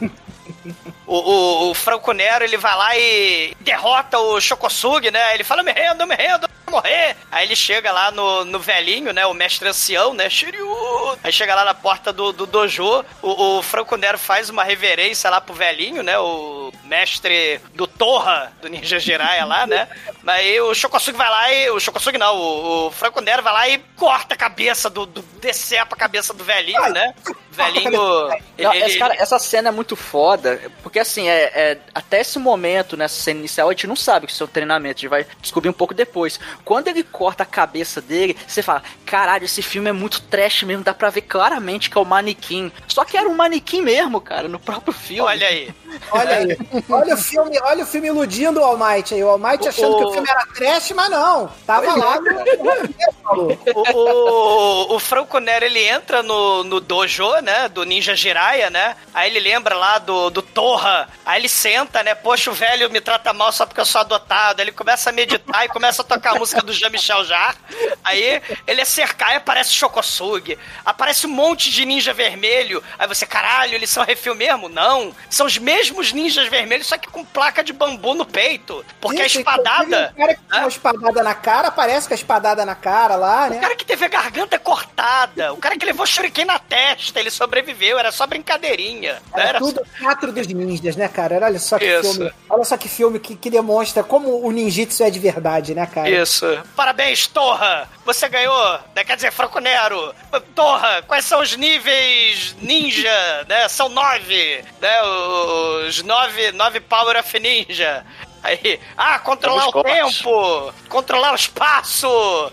O, o, o Franco Nero, ele vai lá e derrota o Shokosugi, né? Ele fala, me rendo, me rendo, vou morrer. Aí ele chega lá no, no velhinho, né? O mestre ancião, né? Shiryu. Aí chega lá na porta do, do dojo, o, o Franco Nero faz uma reverência lá pro velhinho, né? O mestre do Torra, do Ninja Jiraiya lá, né? Aí o Shokosugi vai lá e... O Shokosugi não, o, o Franco Nero vai lá e corta a cabeça do... do decepa a cabeça do velhinho, né? O velhinho... Não, ele, esse, cara, ele... essa cena é muito foda, porque assim, é, é, até esse momento, nessa cena inicial, a gente não sabe que isso é um treinamento, a gente vai descobrir um pouco depois. Quando ele corta a cabeça dele, você fala, caralho, esse filme é muito trash mesmo, dá pra ver claramente que é o manequim. Só que era um manequim mesmo, cara, no próprio filme. Olha aí. Olha aí. Olha o filme, olha o filme iludindo o Almighty aí. O Almighty achando o... que o filme era trash, mas não. Tava lá no... o, o, o Franco Nero, ele entra no, no dojo, né, do Ninja Jiraiya, né, aí ele lembra lá do, do Torra, aí ele senta, né, poxa, o velho me trata mal só porque eu sou adotado, aí ele começa a meditar e começa a tocar a música do Jean-Michel Jarre, aí ele é cercar e aparece Shokosugi, aparece um monte de ninja vermelho, aí você, caralho, eles são refil mesmo? Não, são os mesmos ninjas vermelhos, só que com placa de bambu no peito, porque Isso, a espadada... O cara que tem uma espadada na cara, aparece com a espadada na cara lá, né? O cara que teve a garganta cortada cortada. O cara que levou shuriken na testa, ele sobreviveu, era só brincadeirinha. Era, era tudo só... teatro dos ninjas, né, cara? Olha só que Isso. filme. Olha só que filme que, que demonstra como o ninjitsu é de verdade, né, cara? Isso. Parabéns, Torra! Você ganhou, né? Quer dizer, Franco Nero. Torra, quais são os níveis ninja, né? São nove, né? Os nove, nove Power of Ninja. Aí, ah, controlar o tempo, controlar o espaço,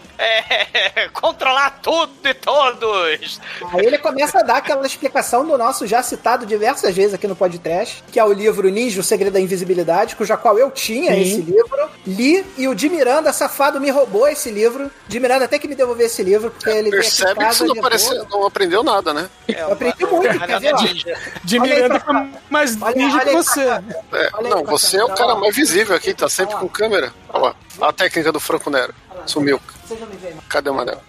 é, controlar tudo e todos. Aí ele começa a dar aquela explicação do nosso já citado diversas vezes aqui no podcast, que é o livro Ninja, o Segredo da Invisibilidade, cuja qual eu tinha Sim. esse livro, li, e o de Miranda, safado, me roubou esse livro. De Miranda até que me devolver esse livro, porque ele percebe que você não, parece, não aprendeu nada, né? É, eu aprendi muito, quer ver? De Miranda foi mais ninja que você. É, não, você é o cara mais visível aqui, tá sempre com câmera. Olha lá, a técnica do Franco Nero. Sumiu. Cadê o Manel?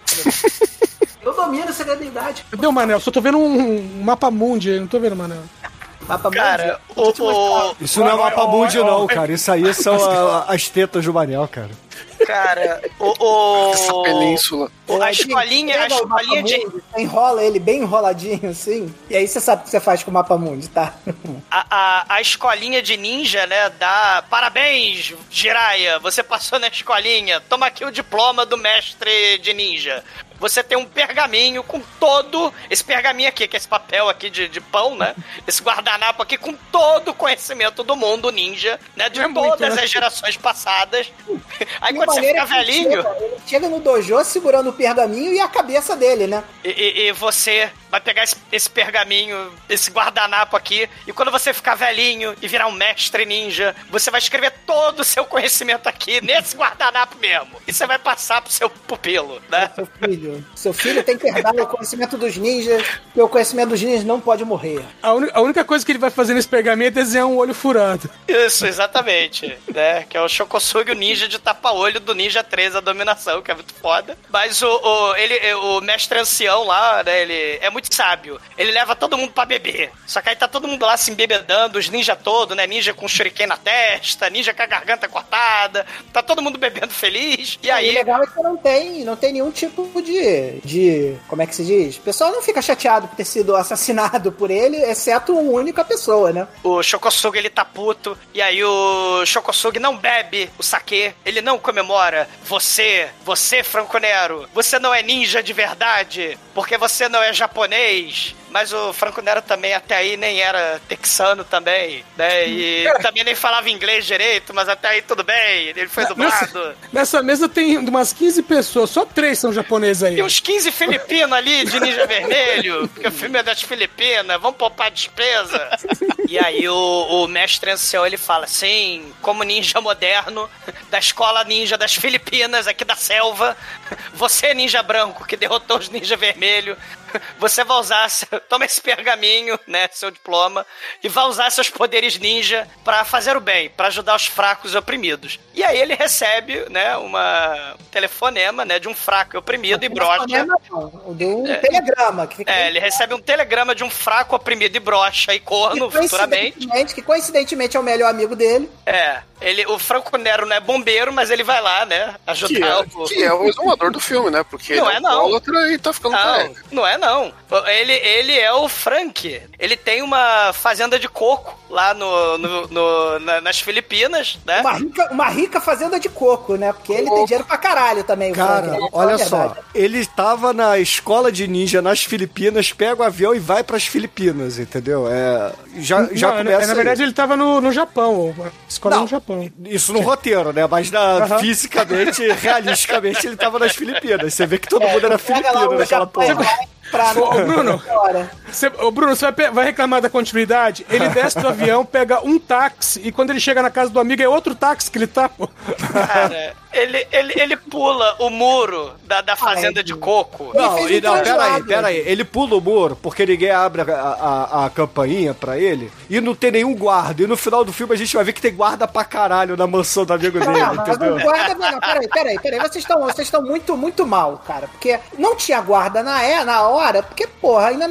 Eu domino a segredo da idade. Cadê o Manel? Só tô vendo um, um mapa mundi aí, não tô vendo o Manel. Mapa cara, o, o... Isso não é mapa mundi, não, cara. Isso aí são a, as tetas do Manel, cara. Cara, o... o... Essa península. O, a escolinha, a escolinha de... Enrola ele bem enroladinho, assim. E aí você sabe o que você faz com o mapa mundi, tá? A, a, a escolinha de ninja, né, dá... Parabéns, Jiraiya, você passou na escolinha. Toma aqui o diploma do mestre de ninja. Você tem um pergaminho com todo... Esse pergaminho aqui, que é esse papel aqui de, de pão, né? Esse guardanapo aqui com todo o conhecimento do mundo ninja, né? De é todas muito, né? as gerações passadas. Aí quando você fica velhinho... Chega, ele chega no dojo segurando o pergaminho e a cabeça dele, né? E, e, e você vai pegar esse, esse pergaminho, esse guardanapo aqui, e quando você ficar velhinho e virar um mestre ninja, você vai escrever todo o seu conhecimento aqui, nesse guardanapo mesmo. E você vai passar pro seu pupilo, né? Seu filho. Seu filho tem que herdar o conhecimento dos ninjas, porque o conhecimento dos ninjas não pode morrer. A, un... a única coisa que ele vai fazer nesse pergaminho é desenhar um olho furado. Isso, exatamente. Né? Que é o Shokosugi, o ninja de tapa-olho do Ninja três, a dominação, que é muito foda. Mas o, o, ele, o mestre ancião lá, né, ele é muito sábio. Ele leva todo mundo pra beber. Só que aí tá todo mundo lá se embebedando, os ninja todos, né? Ninja com shuriken na testa, ninja com a garganta cortada. Tá todo mundo bebendo feliz. E aí... O legal é que não tem, não tem nenhum tipo de, de... Como é que se diz? O pessoal não fica chateado por ter sido assassinado por ele, exceto uma única pessoa, né? O Shokosugi, ele tá puto. E aí o Shokosugi não bebe o sake. Ele não comemora. Você, você, Franco Nero, você não é ninja de verdade, porque você não é japonês. Mas o Franco Nero também até aí nem era texano também, né? E Cara, também nem falava inglês direito, mas até aí tudo bem, ele foi dublado. Nessa, nessa mesa tem umas quinze pessoas, só três são japoneses aí. Tem uns quinze filipinos ali de Ninja Vermelho, porque o filme é das Filipinas, vamos poupar despesa. E aí o, o mestre ancião, ele fala assim, como ninja moderno, da escola ninja das Filipinas, aqui da selva, você é ninja branco que derrotou os ninja vermelho, você vai usar, toma esse pergaminho, né, seu diploma, e vai usar seus poderes ninja pra fazer o bem, pra ajudar os fracos e oprimidos. E aí ele recebe, né, uma um telefonema, né, de um fraco e oprimido, e brocha. Não, de um é, telegrama. Que fica é, ele recebe um telegrama de um fraco, oprimido e brocha, e corno, que futuramente. Que coincidentemente é o melhor amigo dele. É, ele, o Franco Nero não é bombeiro, mas ele vai lá, né, ajudar que é, o... Que é o exumador do filme, né, porque não ele é, não. e tá ficando não, careca. Não é, não. Ele, ele é o Frank. Ele tem uma fazenda de coco lá no, no, no na, nas Filipinas, né? Uma rica, uma rica fazenda de coco, né? Porque ele oh. tem dinheiro pra caralho também. Cara, Frank, né? olha só. Ele tava na escola de ninja nas Filipinas, pega o avião e vai pras Filipinas, entendeu? É, já, não, já começa. É, na verdade, aí. Ele tava no, no Japão. A escola não, no Japão. Isso no roteiro, né? Mas na, uh-huh. fisicamente, realisticamente, ele tava nas Filipinas. Você vê que todo é, mundo era filipino naquela porra. Pra ô, ô, Bruno, você, ô, Bruno, você vai, vai reclamar da continuidade? Ele desce do avião, pega um táxi e quando ele chega na casa do amigo é outro táxi que ele tá, pô. Cara, ele, ele, ele pula o muro da, da fazenda Ai, de coco. Não, e, não peraí, peraí. Ele pula o muro porque ninguém abre a, a, a campainha pra ele e não tem nenhum guarda. E no final do filme a gente vai ver que tem guarda pra caralho na mansão do amigo dele, não, entendeu? Mas guarda, não, peraí, peraí, peraí. Vocês estão vocês estão muito, muito mal, cara. Porque não tinha guarda na, é, na hora, porque, porra, ainda não tinha chegado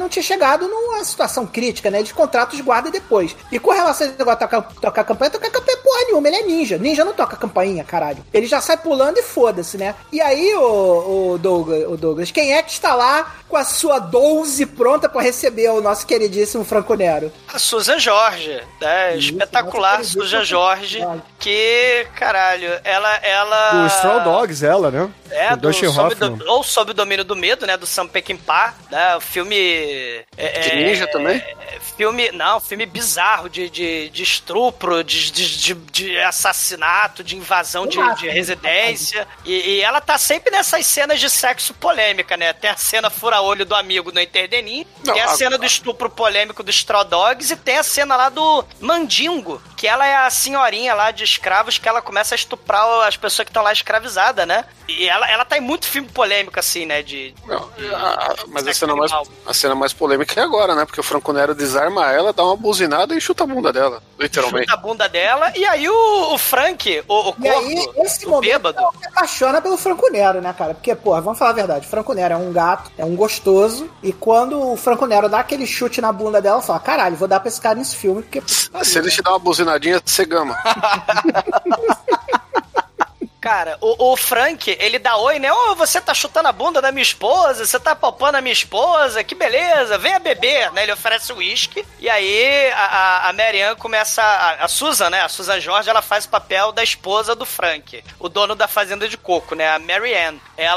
entrado numa situação crítica, né? Eles contratam os guardas depois. E com relação a esse negócio de tocar, tocar campanha, tocar campanha porra nenhuma, ele é ninja. Ninja não toca campainha, caralho. Ele já sai pulando e foda-se, né? E aí, o, o, Douglas, o Douglas, quem é que está lá com a sua doze pronta pra receber o nosso queridíssimo Franco Nero? A Susan Jorge, né? Isso, espetacular Susan Jorge, que, caralho, ela... ela... O Straw Dogs, ela, né? É, do, sob do, ou Sob o Domínio do Medo, né? Do Sam Peckinpah, né? O filme... É, de ninja é, também? É, filme... Não, filme bizarro de, de, de estupro, de, de, de, de assassinato, de invasão de, de residência. E, e ela tá sempre nessas cenas de sexo polêmica, né? Tem a cena fura-olho do amigo no Interdenim, tem a, a cena do estupro polêmico do Straw Dogs e tem a cena lá do Mandingo, que ela é a senhorinha lá de escravos que ela começa a estuprar as pessoas que estão lá escravizadas, né? E ela, ela tá em muito filme polêmico, assim, né? De, Não, de, a, mas a cena, mais, a cena mais polêmica é agora, né? Porque o Franco Nero desarma ela, dá uma buzinada e chuta a bunda dela, literalmente. Chuta a bunda dela, e aí o, o Frank, o, o corpo, e aí, esse o momento bêbado... se apaixona pelo Franco Nero, né, cara? Porque, porra, vamos falar a verdade, o Franco Nero é um gato, é um gostoso, e quando o Franco Nero dá aquele chute na bunda dela, ela fala, caralho, vou dar pra esse cara nesse filme, porque... Se ele te dá uma buzinadinha, você gama. Cara, o, o Frank, ele dá oi, né? Ô, oh, você tá chutando a bunda da minha esposa, você tá palpando a minha esposa, que beleza, venha beber, né? Ele oferece uísque, e aí a, a Marianne começa, a, a Susan, né? A Susan Jorge, ela faz o papel da esposa do Frank, o dono da fazenda de coco, né? A Marianne.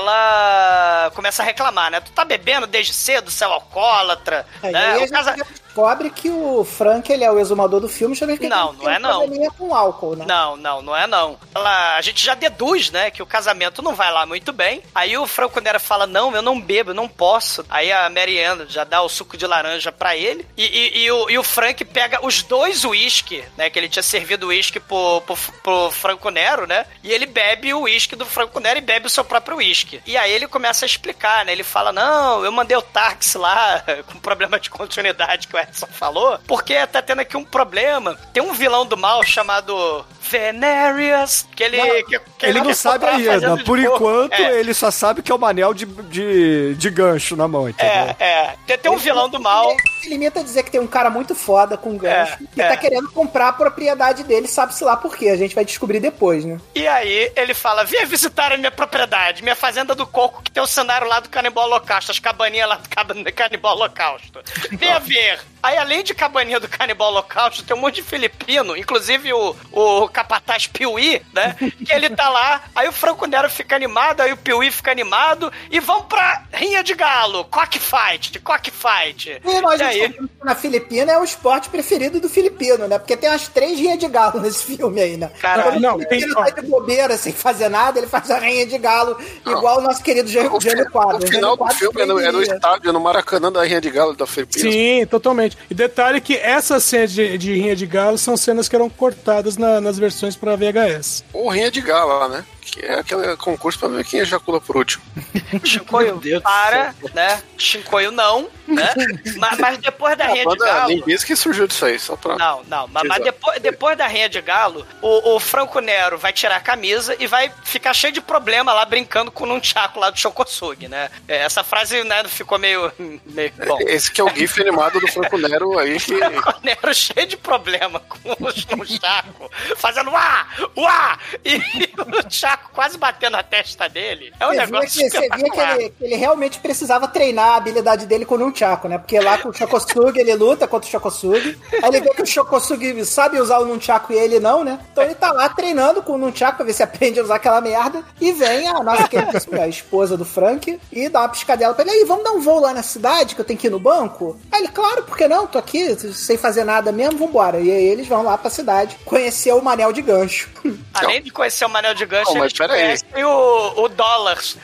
Ela começa a reclamar, né? Tu tá bebendo desde cedo, seu alcoólatra, é, né? E o casa... descobre que o Frank, ele é o exumador do filme, já vê que não, ele não é não. com álcool, né? Não, não, não é não. Ela, a gente já deduz, né, que o casamento não vai lá muito bem. Aí o Franco Nero fala, não, eu não bebo, eu não posso. Aí a Marianne já dá o suco de laranja pra ele. E, e, e, o, e o Frank pega os dois uísque, né, que ele tinha servido uísque pro, pro, pro Franco Nero, né, e ele bebe o uísque do Franco Nero e bebe o seu próprio uísque. E aí ele começa a explicar, né, ele fala, não, eu mandei o táxi lá com problema de continuidade que o Edson falou, porque tá tendo aqui um problema. Tem um vilão do mal chamado Venerius, que ele... Não, que, que ele não sabe ainda. Por enquanto, é. ele só sabe que é um anel de, de, de gancho na mão, entendeu? É, é. Tem, tem um ele, vilão do mal. Ele, ele limita a dizer que tem um cara muito foda com gancho, é, que é. tá querendo comprar a propriedade dele, sabe-se lá por quê. A gente vai descobrir depois, né? E aí, ele fala, venha visitar a minha propriedade, minha fazenda do coco, que tem o cenário lá do Canibal Holocausto, as cabaninhas lá do Canibal Holocausto. Venha ver. Aí, além de cabaninha do Canibal Holocausto, tem um monte de filipino, inclusive o, o capataz Piuí, né? Que ele tá lá, aí o Franco Nero fica animado, aí o Piuí fica animado, e vão pra rinha de galo, cockfight, cockfight. E nós e aí... na Filipina é o esporte preferido do filipino, né? Porque tem umas três rinhas de galo nesse filme aí, né? Cara, quando não, o filipino tá de bobeira, sem fazer nada, ele faz a rinha de galo, não. igual o nosso querido Jânio Quadro. O final do filme é no, é no estádio, no Maracanã da rinha de galo da Filipina. Sim, totalmente. E detalhe que essas cenas de, de rinha de galo são cenas que eram cortadas na, nas versões pra V H S. Ou rinha de galo, né? Que é aquele concurso pra ver quem ejacula por último. Shinkoio para, né? Shinkoio não, né? Mas, mas depois da rinha de galo... Nem disse que surgiu disso aí, só pra... Não, não. Mas, mas depois, depois da rinha de galo, o, o Franco Nero vai tirar a camisa e vai ficar cheio de problema lá, brincando com um tchaco lá do Shokosugi, né? Essa frase, né, ficou meio... meio bom. Esse que é o gif animado do Franco Nero aí que... Franco Nero cheio de problema com o Chaco, fazendo uá, uá, e o Chaco quase batendo a testa dele. É um você negócio via que, Você via que ele, que ele realmente precisava treinar a habilidade dele com o Nunchaku, né? Porque lá com o Shokosugi ele luta contra o Shokosugi, aí ele vê que o Shokosugi sabe usar o Nunchaku e ele não, né? Então ele tá lá treinando com o Nunchaku pra ver se aprende a usar aquela merda, e vem a nossa querida a esposa do Frank e dá uma piscadela pra ele, aí, vamos dar um voo lá na cidade que eu tenho que ir no banco? Aí ele, claro, por que não? Tô aqui sem fazer nada mesmo, vambora. E aí eles vão lá pra cidade conhecer o Manel de Gancho. Além de conhecer o Manel de Gancho, oh, eles conhecem o, o Dollars,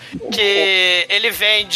que ele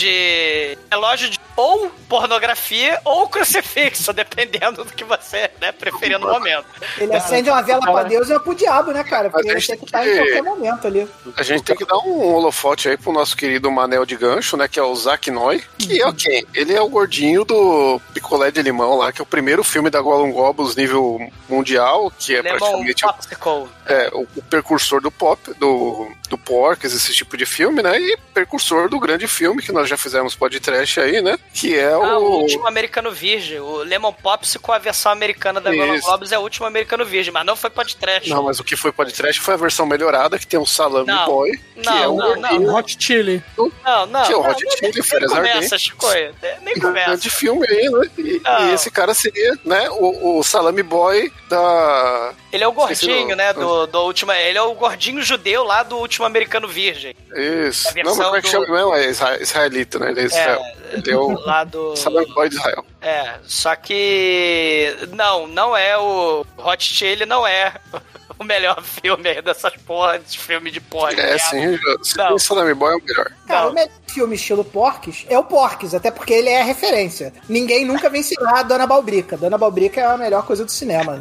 vende relógio de ou pornografia ou crucifixo, dependendo do que você, né, preferir no momento. Ele acende uma vela pra Deus e uma pro diabo, né, cara? Porque ele tem que estar em qualquer momento ali. A gente tem que dar um holofote aí pro nosso querido Manel de Gancho, né, que é o Zack Noy, que é o quem? Ele é o gordinho do Picolé de Limão lá, que é o primeiro filme da Gollum Goblins nível mundial, que é Lemon praticamente Popsicle. O, é, o, o precursor do pop, do, do Porques, esse tipo de filme, né? E precursor do grande filme que nós já fizemos podcast aí, né? Que é ah, o... o Último Americano Virgem. O Lemon Pops com a versão americana da Golden Globes é o Último Americano Virgem, mas não foi podcast. Não, mas o que foi podcast foi a versão melhorada, que tem um Salami não, Boy, que não, é um não, não, não. Hot Chili. Não, não. Que é o não, Hot não, Chili, nem, Férias nem Ardentes. começa, Chicoio. Nem começa. De filme aí, né? E, e esse cara seria, né, o, o Salami Boy da... Ele é o gordinho, né, do, do último... Ele é o gordinho judeu lá do Último Americano Virgem. Isso. Não, mas como é que do... chama mesmo? É isra- israelita, né? Ele é Israel. É, ele é o lá do... Salami Boy de Israel. É, só que... Não, não é o... Hot Chili não é... o melhor filme aí dessas porra, desse filme de porra. É, sim, o Salami Boy é o melhor. Cara, o melhor filme estilo Porques é o Porques, até porque ele é a referência. Ninguém nunca vencerá a Dona Balbrica. Dona Balbrica é a melhor coisa do cinema.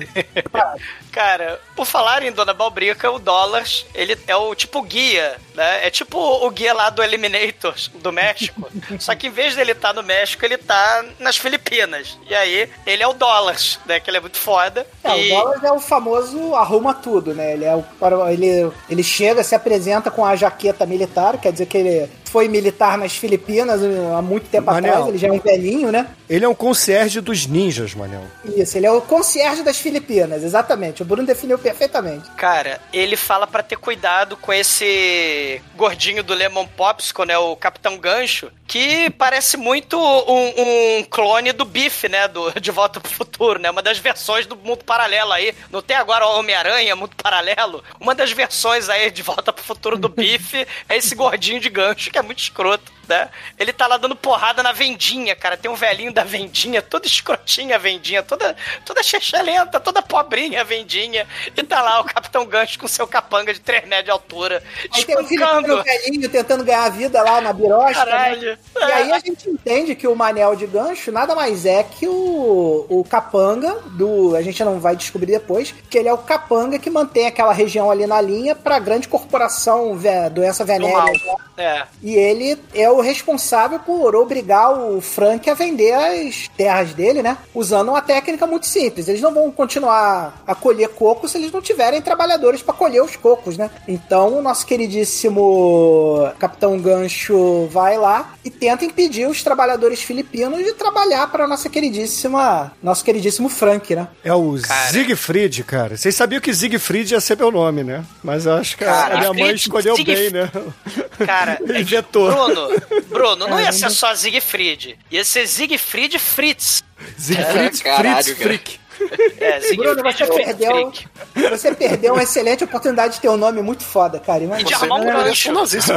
Cara, por falar em Dona Balbrica, o Dollars, ele é o tipo guia, né? É tipo o guia lá do Eliminator do México. Só que em vez dele estar tá no México, ele tá nas Filipinas. E aí, ele é o Dollars, né? Que ele é muito foda. É, e... o Dollars é o famoso arruma tudo, né? Ele, é o, ele, ele chega, se apresenta com a jaqueta militar, quer dizer que ele foi militar nas Filipinas há muito tempo Manel, atrás, ele já é um velhinho, né? Ele é um concierge dos ninjas, Manel. Isso, ele é o concierge das Filipinas, exatamente. O Bruno definiu perfeitamente. Cara, ele fala pra ter cuidado com esse gordinho do Lemon Popsicle, né? O Capitão Gancho, que parece muito um, um clone do Biff, né? Do De Volta pro Futuro, né? Uma das versões do mundo paralelo aí. Não tem agora o Homem-Aranha, mundo paralelo? Uma das versões aí de Volta pro Futuro do Biff é esse gordinho de gancho, que é muito escroto, né? Ele tá lá dando porrada na vendinha, cara. Tem um velhinho da vendinha, toda escrotinha a vendinha, toda, toda chechelenta, toda pobrinha a vendinha. E tá lá o Capitão Gancho com seu capanga de três metros de altura. Aí tem o filho velhinho tentando ganhar a vida lá na birosca. Caralho. Né? E é. aí a gente entende que o Manel de Gancho nada mais é que o, o capanga do... A gente não vai descobrir depois, que ele é o capanga que mantém aquela região ali na linha pra grande corporação, vé, doença venérea. É. E ele é o responsável por obrigar o Frank a vender as terras dele, né? Usando uma técnica muito simples. Eles não vão continuar a colher coco se eles não tiverem trabalhadores para colher os cocos, né? Então o nosso queridíssimo Capitão Gancho vai lá e tenta impedir os trabalhadores filipinos de trabalhar para nossa queridíssima, nosso queridíssimo Frank, né? É o cara. Siegfried, cara. Vocês sabiam que Siegfried ia ser meu nome, né? Mas eu acho que cara, a minha mãe escolheu Siegfried. bem, né? Cara, inventou. Bruno, Bruno, não ia ser só Siegfried. Ia ser Siegfried Fritz. Siegfried é, Fritz Frick. É, Bruno, você perdeu, você perdeu uma excelente oportunidade de ter um nome muito foda, cara. Imagina. De arrumar um gancho.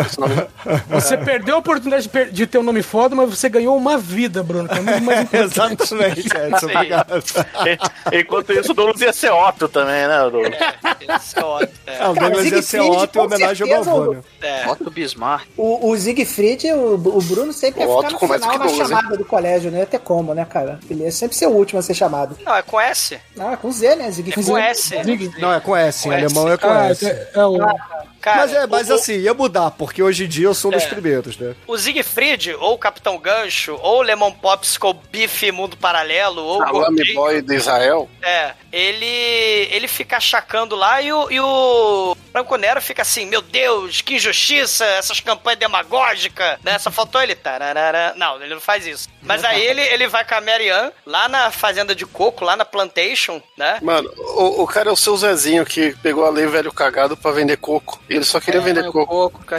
Você perdeu a oportunidade de ter um nome foda, mas você ganhou uma vida, Bruno. Que é muito mais importante. Exatamente, Edson. Obrigado. Enquanto isso, o Douglas ia ser Otto também, né, Douglas? É, ia ser Otto. É. Ah, o Douglas ia ser Otto em homenagem ao Malvônio. É. Otto Bismarck. O, o Siegfried, o, o Bruno sempre ia ficar no final na chamada do colégio, não ia ter como, né, cara? Ele ia sempre ser o último a ser chamado. Não, é com S. Não, é com Z, né? Zig. É com S. Zig. Não, é com S. Em alemão é com ah, S. É, é o... Cara, mas é, mas o, assim, ia mudar, porque hoje em dia eu sou um é, dos primeiros, né? O Siegfried, ou o Capitão Gancho, ou o Lemon Popsicle, Bife Mundo Paralelo, ou o Salami Boy de Israel. É, ele ele fica achacando lá e o, e o Franco Nero fica assim, meu Deus, que injustiça, essas campanhas demagógicas, né? Só faltou ele, tararara. Não, ele não faz isso. Mas aí ele, ele vai com a Mary Ann lá na fazenda de coco, lá na plantation, né? Mano, o, o cara é o seu Zezinho que pegou a lei velho cagado pra vender coco. Ele só queria é, vender coco. Coco, cara.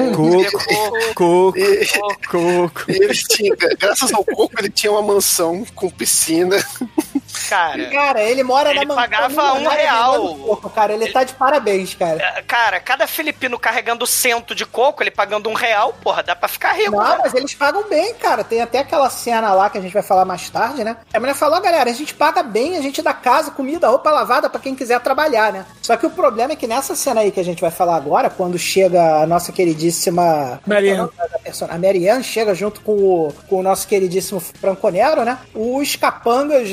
Coco, coco, e, coco. E ele tinha, graças ao coco, ele tinha uma mansão com piscina. Cara, cara, ele mora ele na mansão. pagava um real. Coco, cara, ele, ele tá de parabéns, cara. Cara, cada filipino carregando cento de coco, ele pagando um real, porra, dá pra ficar rico. Não, cara. mas eles pagam bem, cara. Tem até aquela cena lá que a gente vai falar mais tarde, né? A mulher falou, galera, a gente paga bem, a gente dá casa, comida, roupa lavada pra quem quiser trabalhar, né? Só que o problema é que nessa cena aí que a gente vai falar agora, quando chega a nossa queridíssima Marianne, a Marianne chega junto com o, com o nosso queridíssimo Franco Nero, né? Os capangas da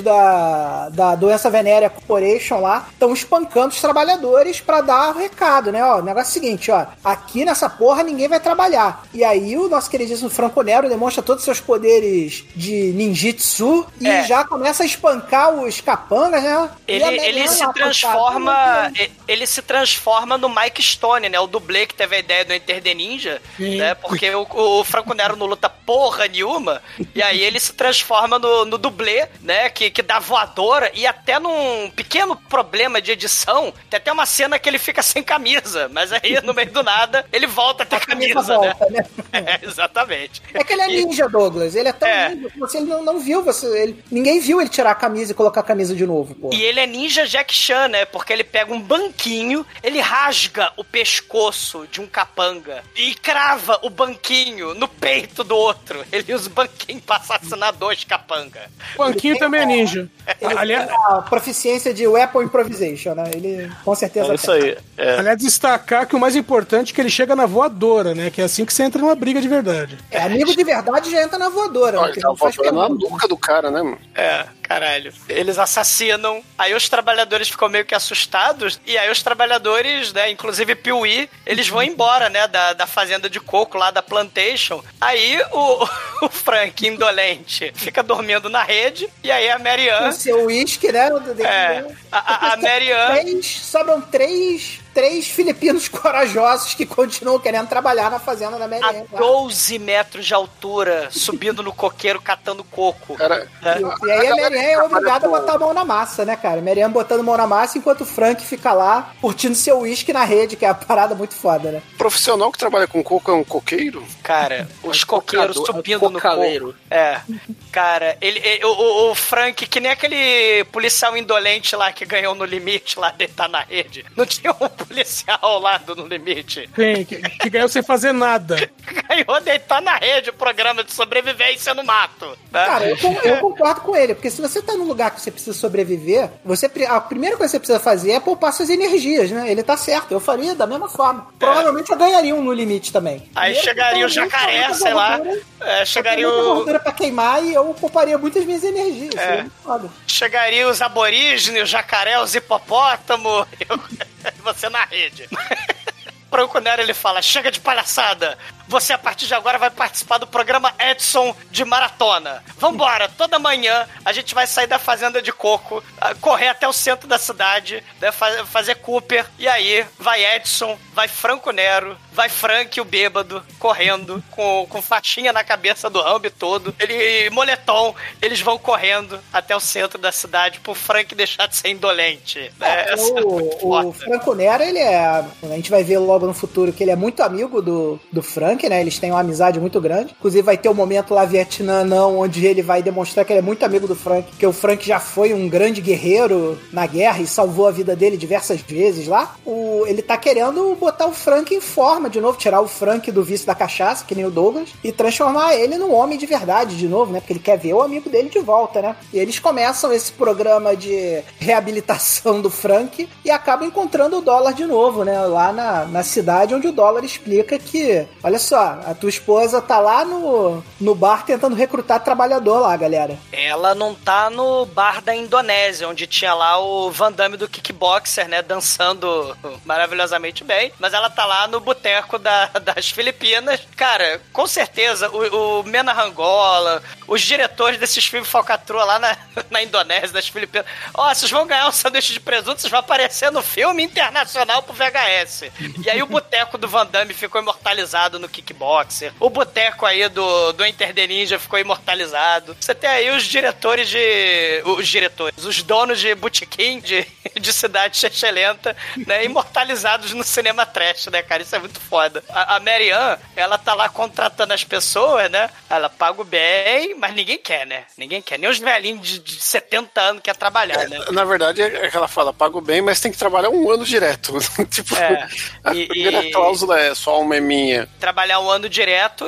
da, da Doença Venérea Corporation lá estão espancando os trabalhadores pra dar o recado, né? Ó, o negócio é o seguinte, ó, aqui nessa porra ninguém vai trabalhar. E aí o nosso queridíssimo Franco Nero demonstra todos os seus poderes de ninjitsu e É. já começa a espancar os capangas, né? Ele, ele se lá, transforma. coitado, e- Ele se transforma no Mike Stone, né? O dublê que teve a ideia do Enter the Ninja, Sim. né? Porque o, o Franco Nero não luta porra nenhuma. E aí ele se transforma no, no dublê, né? Que, que dá voadora. E até num pequeno problema de edição, tem até uma cena que ele fica sem camisa. Mas aí, no meio do nada, ele volta a ter A camisa camisa, volta, né? né? É, exatamente. É que ele é ninja, Douglas. Ele é tão É. ninja que você não, não viu. Você, ele, ninguém viu ele tirar a camisa e colocar a camisa de novo, pô. E ele é ninja Jack Chan, né? Porque ele pega um banquinho, ele rasga o pescoço de um capanga e crava o banquinho no peito do outro. Ele usa o banquinho pra assassinar dois capanga. O Banquinho também é ninja. Ele Aliás, tem a proficiência de weapon improvisation, né? Ele com certeza É isso aí. É. aliás, destacar que o mais importante é que ele chega na voadora, né? Que é assim que você entra numa briga de verdade. É, amigo de verdade já entra na voadora. Olha, né? Que tá não faz voando na pergunta. nuca do cara, né, mano? É, caralho. Eles assassinam, aí os trabalhadores ficam meio que assustados, e aí os trabalhadores, né, inclusive Piuí, eles vão embora, né, da, da fazenda de coco lá, da plantation. Aí o, o Frank, indolente, fica dormindo na rede, e aí a Mary Ann... O seu uísque, né? É, a, a, a Mary Ann... Três, sobram três, três filipinos corajosos que continuam querendo trabalhar na fazenda da Mary A Ann. doze metros de altura, subindo no coqueiro, catando coco. Cara, E, e aí a Mary Ann é obrigada a botar a mão na massa, né, cara? Mary Ann botando a mão na massa enquanto o Frank fica lá curtindo seu uísque na rede, que é a parada muito foda, né? o profissional que trabalha com coco é um coqueiro? Cara, os coqueiros cocador- subindo no cocaleiro. coco. É. Cara, ele, ele- o- o, o Frank, que nem aquele policial indolente lá que ganhou no limite lá, deitar na rede. Não tinha um policial lá do No Limite? Tem, que, que ganhou sem fazer nada. Ganhou deitar na rede o programa de sobrevivência no mato. Né? Cara, eu, con- eu concordo com ele, porque se você tá num lugar que você precisa sobreviver, você, pre- a primeira coisa que você precisa fazer é poupar suas energias, né? Ele tá certo, eu faria da mesma forma. Provavelmente eu ganharia um no limite também. Aí Eu chegaria o botaria jacaré, muita sei lá. gordura, É, eu chegaria botaria muita o. gordura pra queimar e eu pouparia muitas minhas energias. É. Seria muito foda. Chegaria os aborígenes, os jacaré, os hipopótamos. Eu... Você na rede. Franco Nero, ele fala, chega de palhaçada. Você, a partir de agora, vai participar do programa Edson de Maratona. Vambora, toda manhã a gente vai sair da fazenda de coco, ah, correr até o centro da cidade, né, fa- fazer Cooper, e aí vai Edson, vai Franco Nero, vai Frank, o bêbado, correndo, com, com faixinha na cabeça do Rambi todo, ele moletom, eles vão correndo até o centro da cidade pro Frank deixar de ser indolente. né? É, Essa é muito o, o foda. Franco Nero, ele é. A gente vai ver logo no futuro que ele é muito amigo do, do Frank, né? Eles têm uma amizade muito grande. Inclusive, vai ter um momento lá, Vietnã, não, onde ele vai demonstrar que ele é muito amigo do Frank, porque o Frank já foi um grande guerreiro na guerra e salvou a vida dele diversas vezes lá. O, ele tá querendo botar o Frank em forma de novo, tirar o Frank do vício da cachaça, que nem o Douglas, e transformar ele num homem de verdade de novo, né? Porque ele quer ver o amigo dele de volta, né? E eles começam esse programa de reabilitação do Frank e acabam encontrando o dólar de novo, né? Lá na, na cidade onde o dólar explica que, olha só, a tua esposa tá lá no, no bar tentando recrutar trabalhador lá, galera. Ela não tá no bar da Indonésia, onde tinha lá o Van Damme do kickboxer, né, dançando maravilhosamente bem, mas ela tá lá no boteco da, das Filipinas. Cara, com certeza, o, o Mena Rangola, os diretores desses filmes falcatrua lá na, na Indonésia, das Filipinas, ó, oh, vocês vão ganhar um sanduíche de presunto, vocês vão aparecer no filme internacional pro V H S. E aí o boteco do Van Damme ficou imortalizado no kickboxer. O boteco aí do, do Enter the Ninja ficou imortalizado. Você tem aí os diretores de... Os diretores, os donos de botequim de, de cidade excelenta, né? Imortalizados no cinema trash, né, cara? Isso é muito foda. A, a Mary Ann, ela tá lá contratando as pessoas, né? Ela paga o bem, mas ninguém quer, né? Ninguém quer. Nem os velhinhos de, de setenta anos quer trabalhar, né? Na verdade, é que ela fala, pago bem, mas tem que trabalhar um ano direto. Tipo, É, a e- primeira e- cláusula é só uma é minha. Trabalhar um ano direto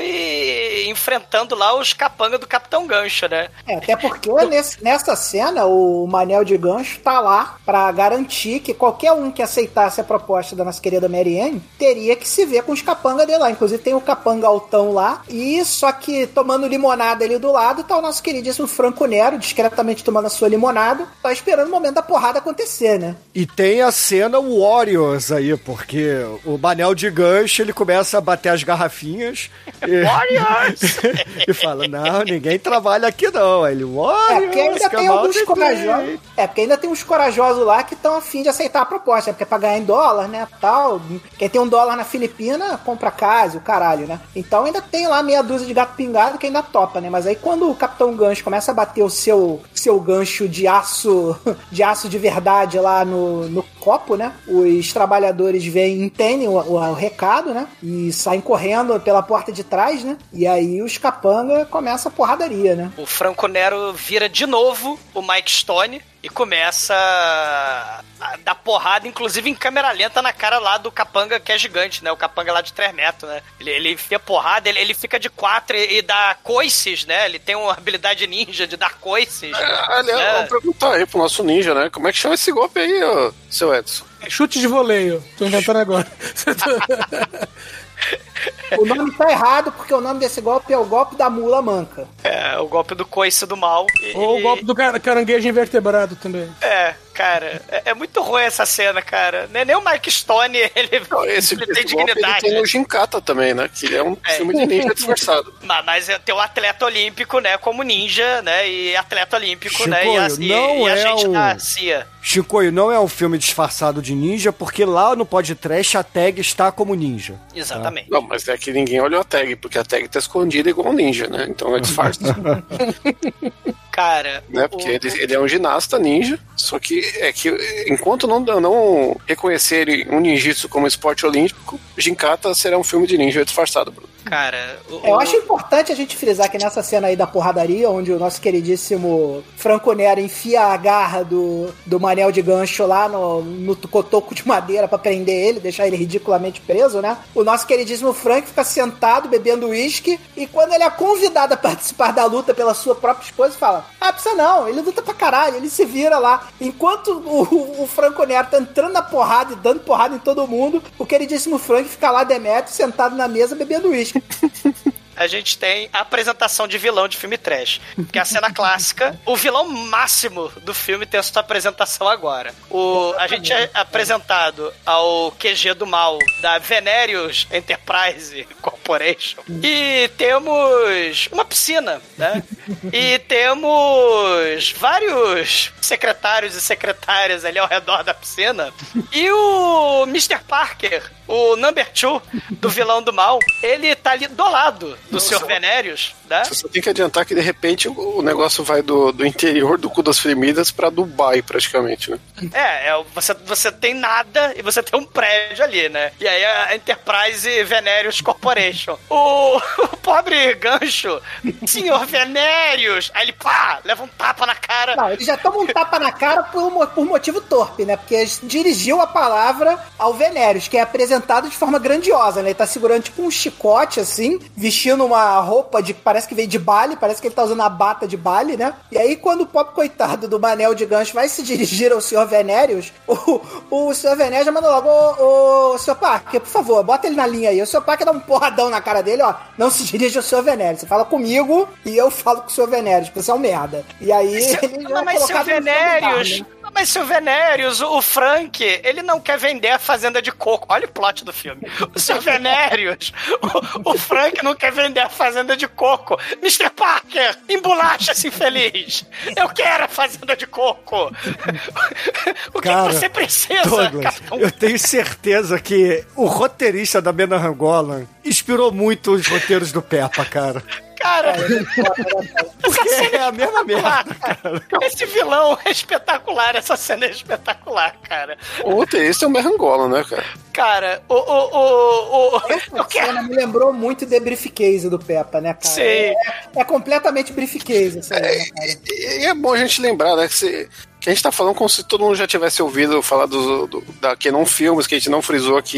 e enfrentando lá os capangas do Capitão Gancho, né? É, até porque nesse, nessa cena o, o Manel de Gancho tá lá pra garantir que qualquer um que aceitasse a proposta da nossa querida Mary Ann teria que se ver com os capanga dele lá. Inclusive tem o capanga altão lá, e só que tomando limonada ali do lado tá o nosso queridíssimo Franco Nero, discretamente tomando a sua limonada, tá esperando o momento da porrada acontecer, né? E tem a cena Warriors aí, porque o Manel de Gancho, ele começa a bater as garrafinhas e... Warriors! E fala, não, ninguém trabalha aqui não. Aí ele, Warriors! É, porque ainda tem alguns corajosos. É, porque ainda tem uns corajosos lá que estão a fim de aceitar a proposta, é porque é pra ganhar em dólar, né, tal. Quem tem um dólar na Filipina, compra casa, o caralho, né? Então ainda tem lá meia dúzia de gato pingado que ainda topa, né? Mas aí quando o Capitão Gancho começa a bater o seu, seu gancho de aço, de aço de verdade lá no, no copo, né? Os trabalhadores vêm, entendem o, o, o recado, né? E saem correndo pela porta de trás, né? E aí os capanga começam a porradaria, né? O Franco Nero vira de novo o Mike Stone e começa a dar porrada, inclusive em câmera lenta, na cara lá do capanga que é gigante, né? O capanga lá de três metros, né? Ele, ele enfia porrada, ele, ele fica de quatro e, e dá coices, né? Ele tem uma habilidade ninja de dar coices. É, aliás, né? Vamos perguntar aí pro nosso ninja, né? Como é que chama esse golpe aí, ô, seu Edson? Chute de voleio. Tô inventando agora. O nome tá errado, porque o nome desse golpe é o golpe da mula manca. É, o golpe do coice do mal. E... Ou o golpe do car- caranguejo invertebrado também. É, cara, é, é muito ruim essa cena, cara. Nem, nem o Mike Stone, ele, Não, esse, ele esse tem dignidade. Ele tem o Ginkata também, né? Que é um é. filme de ninja disfarçado. Mas, mas tem o atleta olímpico, né? Como ninja, né? E atleta olímpico, Chicoio, né? E a, não e, e a é gente um... da C I A. Chicoio, não é um filme disfarçado de ninja, porque lá no podcast a tag está como ninja. Exatamente. Tá? Não, mas é que ninguém olhou a tag, porque a tag tá escondida igual um ninja, né? Então é disfarce. Cara... Né? Porque o... ele, ele é um ginasta ninja, só que é que enquanto não, não reconhecerem um ninjitsu como esporte olímpico, Ginkata será um filme de ninja disfarçado, Bruno. Cara... O, Eu acho importante a gente frisar que nessa cena aí da porradaria, onde o nosso queridíssimo Franco Nero enfia a garra do, do Manel de Gancho lá no, no cotoco de madeira pra prender ele, deixar ele ridiculamente preso, né? O nosso queridíssimo Frank fica sentado, bebendo uísque, e quando ele é convidado a participar da luta pela sua própria esposa, fala, ah, precisa não, ele luta pra caralho, ele se vira lá. Enquanto o, o Franco Nero tá entrando na porrada e dando porrada em todo mundo, o queridíssimo Frank fica lá demetrio, sentado na mesa, bebendo uísque. A gente tem a apresentação de vilão de filme trash, que é a cena clássica. O vilão máximo do filme tem a sua apresentação agora. O, a gente é apresentado ao Q G do mal da Venerius Enterprise Corporation. E temos uma piscina, né? E temos vários secretários e secretárias ali ao redor da piscina. E o mister Parker, o number two do vilão do mal, ele tá ali do lado do senhor Venerius, né? Você tem que adiantar que de repente o negócio vai do, do interior do cu das Femidas pra Dubai, praticamente, né? É, é você, você tem nada e você tem um prédio ali, né? E aí a Enterprise Venerius Corporation. O, o pobre gancho, senhor Venerius, aí ele, pá, leva um tapa na cara. Não, ele já toma um tapa na cara por, por motivo torpe, né? Porque dirigiu a palavra ao Venerius, que é apresentado de forma grandiosa, né? Ele tá segurando tipo um chicote, assim, vestindo uma roupa de parece que veio de Bali, parece que ele tá usando a bata de Bali, né? E aí, quando o pobre coitado do Manel de Gancho vai se dirigir ao senhor Venerius, o, o senhor Venerius já manda logo, ô, ô, senhor Parker, por favor, bota ele na linha aí. O senhor Parker dá um porradão na cara dele, ó, não se dirige ao senhor Venerius. Você fala comigo e eu falo com o senhor Venerius, porque você é um merda. E aí, mas, ele já mas, é seu Venerius... né? Mas, seu Venerius, o Frank, ele não quer vender a fazenda de coco. Olha o plot do filme. O seu Venerius, o, o Frank não quer vender a fazenda de coco. mister Parker, embolacha-se infeliz. Eu quero a fazenda de coco. O que, Cara, que você precisa, Douglas, Capitão? Eu tenho certeza que o roteirista da Bena Rangolan inspirou muito os roteiros do Peppa, cara. Cara, porque é a mesma merda, cara. Esse vilão é espetacular, essa cena é espetacular, cara. O roteirista é o Merrangola, né, cara? Cara, o... o, o, o Essa cena me lembrou muito de Briefcase do Peppa, né, cara? Sim. É, é completamente Briefcase essa é, cena, cara. E é bom a gente lembrar, né, que, se, que a gente tá falando como se todo mundo já tivesse ouvido falar do, do, da Canon Filmes, que a gente não frisou aqui.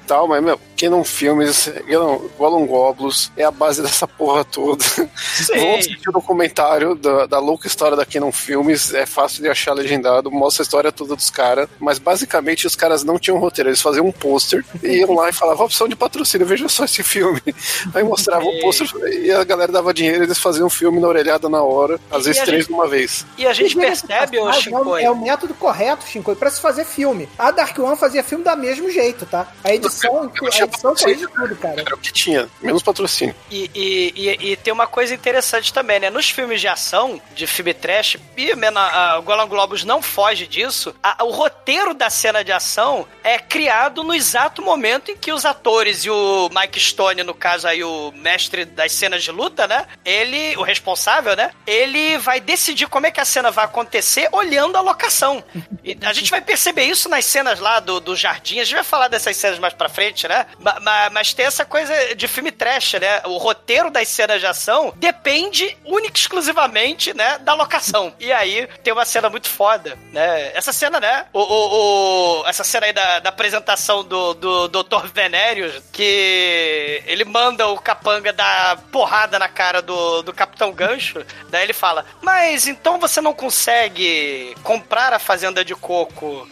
tal, mas, meu, Canon Filmes, Golan Globulus, é a base dessa porra toda. Vou assistir o documentário da, da louca história da Canon Filmes, é fácil de achar legendado, mostra a história toda dos caras, mas basicamente os caras não tinham roteiro, eles faziam um pôster e iam lá e falavam, opção de patrocínio, veja só esse filme. Aí mostravam o pôster e a galera dava dinheiro, eles faziam um filme na orelhada na hora, às vezes três gente, de uma vez. E a gente e percebe, ô Shinkoi. É o método correto, Shinkoi, pra se fazer filme. A Dark One fazia filme do mesmo jeito, tá? A edição, a edição corrige tudo, cara. Era o que tinha, menos patrocínio. E, e, e, e tem uma coisa interessante também, né? Nos filmes de ação, de filme trash, e a, a Golan Globus não foge disso, a, o roteiro da cena de ação é criado no exato momento em que os atores e o Mike Stone, no caso aí o mestre das cenas de luta, né? Ele, o responsável, né? Ele vai decidir como é que a cena vai acontecer olhando a locação. E a gente vai perceber isso nas cenas lá do, do jardim, a gente vai falar dessas cenas mais pra frente, né? Mas, mas tem essa coisa de filme trash, né? O roteiro das cenas de ação depende única e exclusivamente, né, da locação. E aí tem uma cena muito foda, né? Essa cena, né? O, o, o, essa cena aí da, da apresentação do, do doutor Venérios, que ele manda o capanga dar porrada na cara do, do Capitão Gancho, daí ele fala, mas então você não consegue comprar a fazenda de coco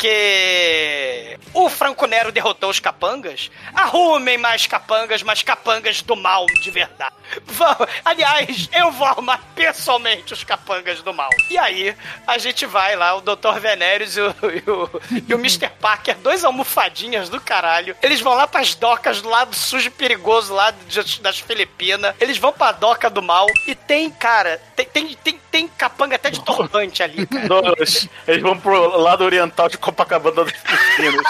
porque o Franco Nero derrotou os capangas? Arrumem mais capangas, mas capangas do mal de verdade. Vamos. Aliás, eu vou arrumar pessoalmente os capangas do mal. E aí, a gente vai lá, o doutor Venérios e o, e o, e o mister Parker, dois almofadinhas do caralho, eles vão lá pras docas do lado sujo e perigoso lá de, das Filipinas, eles vão pra doca do mal e tem, cara, tem, tem, tem, tem capanga até de turbante ali, cara. Dois. Eles vão pro lado oriental de Copacabana das Filipinas.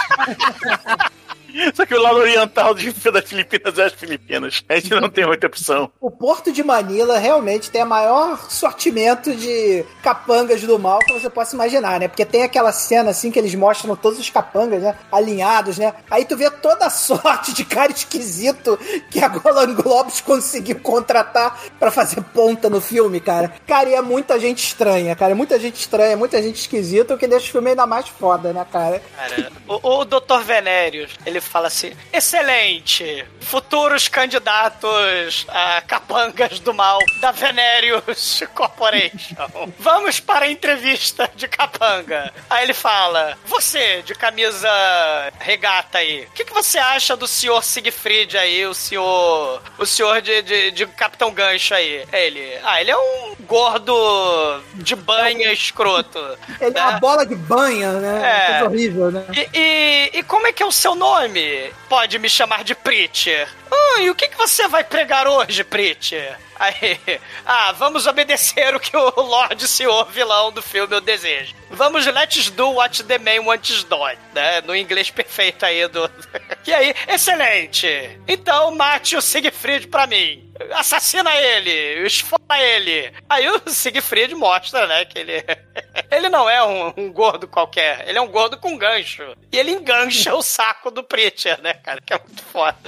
Só que o lado oriental de, das Filipinas é as Filipinas. A gente não tem muita opção. O Porto de Manila realmente tem o maior sortimento de capangas do mal que você possa imaginar, né? Porque tem aquela cena, assim, que eles mostram todos os capangas, né? Alinhados, né? Aí tu vê toda a sorte de cara esquisito que a Golan Globus conseguiu contratar pra fazer ponta no filme, cara. Cara, e é muita gente estranha, cara. Muita gente estranha, muita gente esquisita, o que deixa o filme ainda mais foda, né, cara? Cara, o, o doutor Venérios, ele fala assim, excelente, futuros candidatos a capangas do mal da Venérios Corporation. Vamos para a entrevista de capanga. Aí ele fala, você, de camisa regata aí, o que, que você acha do senhor Siegfried aí, o senhor, o senhor de, de, de Capitão Gancho aí? Ele, ah, ele é um gordo de banha escroto. Ele né? É uma bola de banha, né? É. Coisa horrível, né? E, e, e como é que é o seu nome? Pode me chamar de Preacher. Ah, e o que, que você vai pregar hoje, Preacher? Aí, ah, vamos obedecer o que o Lorde Senhor vilão do filme eu desejo. Vamos let's do what the man wants done, né? No inglês perfeito aí do... E aí, excelente! Então mate o Siegfried pra mim. Assassina ele, esfola ele. Aí o Siegfried mostra, né, que ele... Ele não é um, um gordo qualquer, ele é um gordo com gancho. E ele engancha o saco do Preacher, né, cara? Que é muito foda.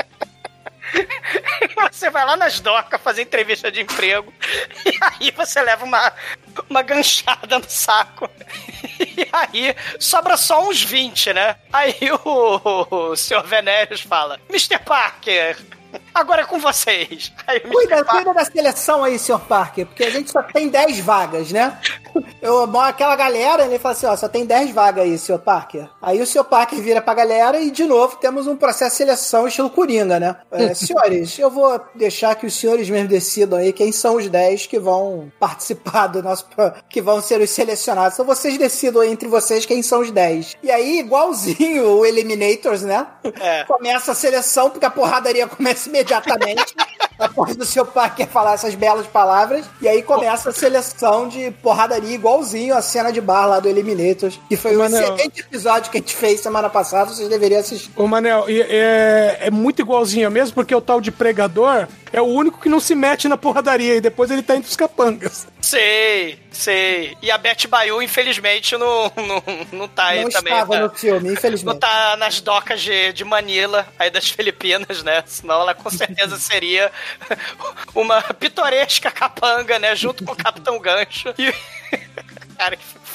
Você vai lá nas docas fazer entrevista de emprego e aí você leva uma, uma ganchada no saco e aí sobra só uns vinte, né? Aí o, o senhor Venérios fala, mister Parker, agora é com vocês. Aí, cuida, Parker... cuida da seleção aí, senhor Parker, porque a gente só tem dez vagas, né? Eu, aquela galera, ele fala assim, ó, só tem dez vagas aí, senhor Parker. Aí o senhor Parker vira pra galera e, de novo, temos um processo de seleção estilo Coringa, né? É, senhores, eu vou deixar que os senhores mesmo decidam aí quem são os dez que vão participar do nosso... que vão ser os selecionados. Então vocês decidam aí entre vocês quem são os dez. E aí, igualzinho o Eliminators, né? É. Começa a seleção, porque a porradaria começa imediatamente. Após o seu Parker falar essas belas palavras. E aí começa a seleção de porradaria igualzinho a cena de bar lá do Eliminators, que foi um excelente episódio que a gente fez semana passada, vocês deveriam assistir. Ô, Manel, é, é muito igualzinho mesmo, porque o tal de pregador é o único que não se mete na porradaria e depois ele tá entre os capangas. Sei, sei. E a Beth Bayu, infelizmente, não, não, não tá aí não também. Não estava tá, no filme, infelizmente. Não tá nas docas de, de Manila, aí das Filipinas, né? Senão ela com certeza seria uma pitoresca capanga, né? Junto com o Capitão Gancho. E... Cara, que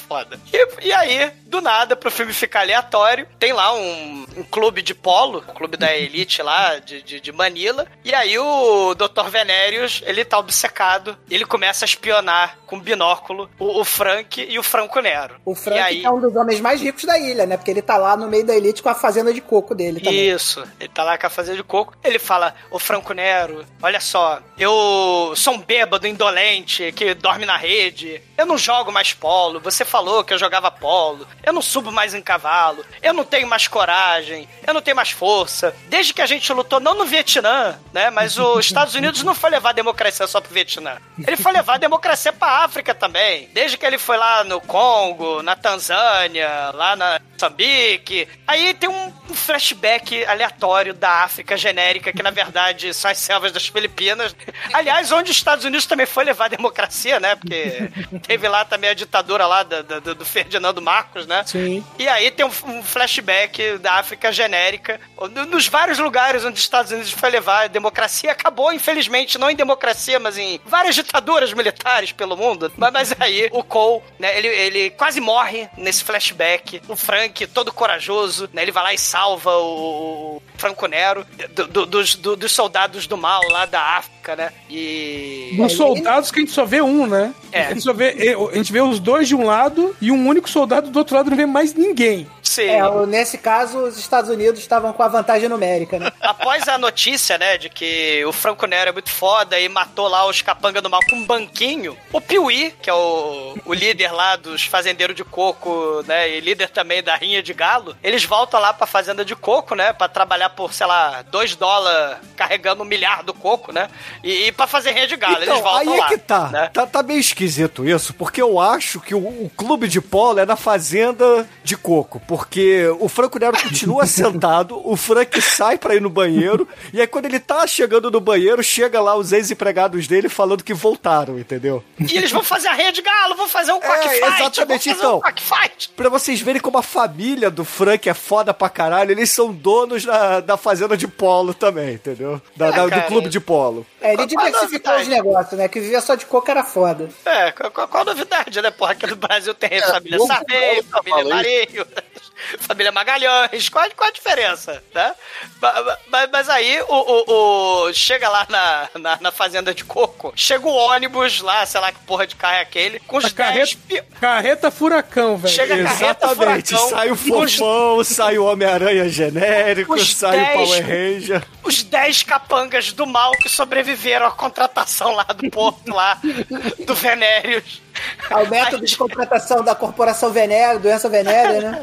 foda. E, e aí, do nada, pro filme ficar aleatório, tem lá um, um clube de polo, um clube da elite lá de, de, de Manila, e aí o doutor Venérios, ele tá obcecado, ele começa a espionar com binóculo o, o Frank e o Franco Nero. O Frank aí... é um dos homens mais ricos da ilha, né? Porque ele tá lá no meio da elite com a fazenda de coco dele também. Isso, ele tá lá com a fazenda de coco. Ele fala, ô Franco Nero, olha só, eu sou um bêbado indolente que dorme na rede, eu não jogo mais polo, você falou que eu jogava polo, eu não subo mais em cavalo, eu não tenho mais coragem, eu não tenho mais força. Desde que a gente lutou, não no Vietnã, né, mas os Estados Unidos não foi levar a democracia só pro Vietnã. Ele foi levar a democracia pra África também. Desde que ele foi lá no Congo, na Tanzânia, lá na Moçambique. Aí tem um flashback aleatório da África genérica, que na verdade são as selvas das Filipinas. Aliás, onde os Estados Unidos também foi levar a democracia, né? Porque teve lá também a ditadura lá do, do, do Ferdinando Marcos, né? Sim. E aí tem um, um flashback da África genérica, nos vários lugares onde os Estados Unidos foi levar a democracia. Acabou, infelizmente, não em democracia, mas em várias ditaduras militares pelo mundo. Mas, mas aí o Cole, né? Ele, ele quase morre nesse flashback. O Frank, todo corajoso, né? Ele vai lá e salva o, o Franco Nero do, do, dos, do, dos soldados do mal lá da África, né? E... Dos soldados que a gente só vê um, né? É. A gente só vê, a gente vê os dois de um lado e um único soldado do outro lado, não vê mais ninguém. Sim. É, nesse caso, os Estados Unidos estavam com a vantagem numérica, né? Após a notícia, né, de que o Franco Nero é muito foda e matou lá os capanga do mal com um banquinho, o Piuí, que é o, o líder lá dos fazendeiros de coco, né, e líder também da rinha de galo, eles voltam lá pra fazenda de coco, né, pra trabalhar por, sei lá, dois dólares carregando um milhar do coco, né, e, e pra fazer rinha de galo, então, eles voltam aí lá. é que tá. Né? tá. Tá meio esquisito isso, porque eu acho que o, o clube de polo é na fazenda de coco, porque o Franco Nero continua sentado, o Frank sai pra ir no banheiro, e aí quando ele tá chegando no banheiro, chega lá os ex-empregados dele falando que voltaram, entendeu? E eles vão fazer a rinha de galo, vão fazer um É, cockfight, exatamente, vão fazer então. um cockfight. Pra vocês verem como a família do Frank é foda pra caralho, eles são donos da, da fazenda de polo também, entendeu? Da, É, da- do cara. clube de polo. É, ele Qual a diversificou novidade? os negócios, né? Que vivia só de coco era foda. É, qual, qual, qual a novidade, né, porra? Aqui no Brasil tem É, família como Sarney, que eu família falei? Marinho, família Magalhães, qual, qual a diferença, né? Mas, mas, mas aí, o, o, o- chega lá na, na, na fazenda de coco, chega o ônibus lá, sei lá que porra de carro é aquele, com os A carreta, dez pi- carreta furacão, velho. Chega a carreta Exatamente, furacão, sai o com os- Fofão, sai o Homem-Aranha genérico, Os sai o dez- Power Ranger. os dez capangas do mal que sobreviveram à contratação lá do porto, lá, do Venérios. Ah, o método de contratação da corporação venérea, doença venérea, né?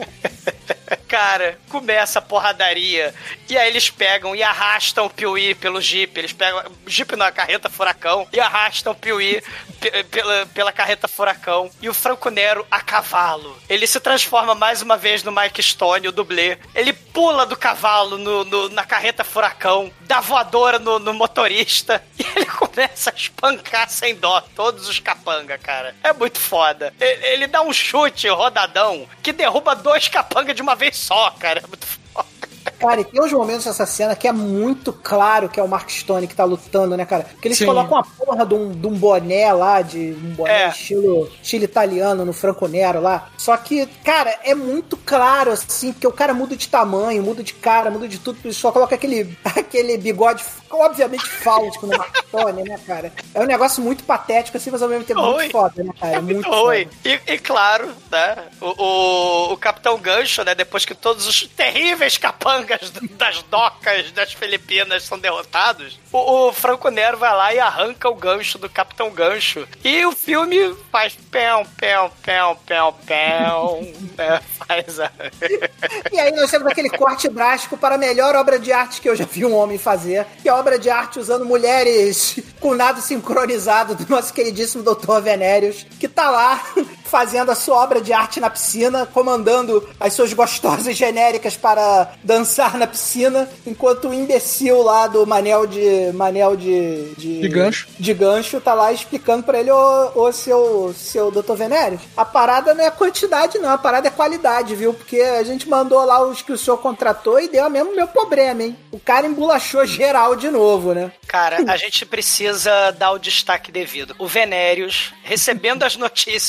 Cara, começa a porradaria. E aí eles pegam e arrastam o Piuí pelo Jeep. Eles pegam o Jeep na carreta furacão e arrastam o Piuí pe- pela, pela carreta furacão. E o Franco Nero a cavalo. Ele se transforma mais uma vez no Mike Stone, o dublê. Ele pula do cavalo no, no- na carreta furacão, dá voadora no, no motorista. E ele começa a espancar sem dó todos os capanga, cara. É muito foda. Ele, ele dá um chute rodadão que derruba dois capanga de uma vez só, cara. É muito foda. Cara, e tem uns momentos nessa cena que é muito claro que é o Mark Stone que tá lutando, né, cara? Porque eles Sim. colocam a porra de um, de um boné lá, de um boné É. estilo, estilo italiano no Franco Nero lá. Só que, cara, é muito claro, assim, porque o cara muda de tamanho, muda de cara, muda de tudo, só coloca aquele, aquele bigode, obviamente falso no Mark Stone, né, cara? É um negócio muito patético, assim, mas ao mesmo tempo Oi. muito foda, né, cara? É muito foda. ruim. E, e claro, né? O, o, o Capitão Gancho, né? Depois que todos os terríveis capangas das docas das Filipinas são derrotados, o, o Franco Nero vai lá e arranca o gancho do Capitão Gancho. E o filme faz pão, pão, pão, pão, pão. né? Faz a... E aí nós temos aquele corte drástico para a melhor obra de arte que eu já vi um homem fazer, que é a obra de arte usando mulheres com nado sincronizado do nosso queridíssimo doutor Venérios, que tá lá fazendo a sua obra de arte na piscina, comandando as suas gostosas genéricas para dançar na piscina, enquanto o imbecil lá do Manel de... Manel de... De, De gancho. de gancho tá lá explicando pra ele, ô, ô seu, seu doutor Venérios, a parada não é quantidade não, a parada é qualidade, viu? Porque a gente mandou lá os que o senhor contratou e deu mesmo meu problema, hein? O cara embolachou geral de novo, né? Cara, a gente precisa dar o destaque devido. O Venérios, recebendo as notícias da derrota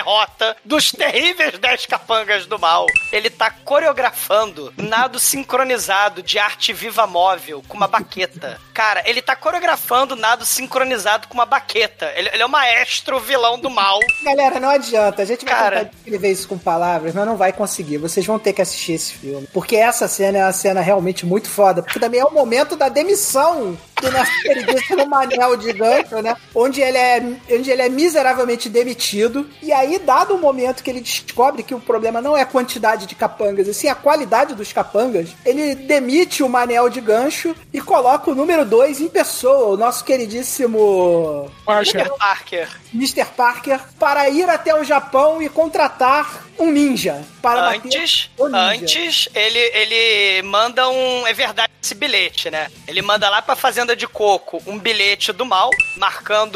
derrota dos terríveis dez capangas do mal. Ele tá coreografando nado sincronizado de arte viva móvel com uma baqueta. Cara, ele tá coreografando nado sincronizado com uma baqueta. Ele, ele é o maestro vilão do mal. Galera, não adianta. A gente vai Cara... tentar descrever isso com palavras, mas não vai conseguir. Vocês vão ter que assistir esse filme. Porque essa cena é uma cena realmente muito foda. Porque também é o momento da demissão do nosso queridíssimo Manel de Gancho, né? Onde ele, é, onde ele é miseravelmente demitido. E aí, dado o momento que ele descobre que o problema não é a quantidade de capangas, e sim a qualidade dos capangas, ele demite o Manel de Gancho e coloca o número dois em pessoa, o nosso queridíssimo... mister Parker. mister Parker, para ir até o Japão e contratar um ninja. Para antes, o ninja. Antes, ele, ele manda um... É verdade esse bilhete, né? Ele manda lá pra Fazenda de Coco um bilhete do mal, marcando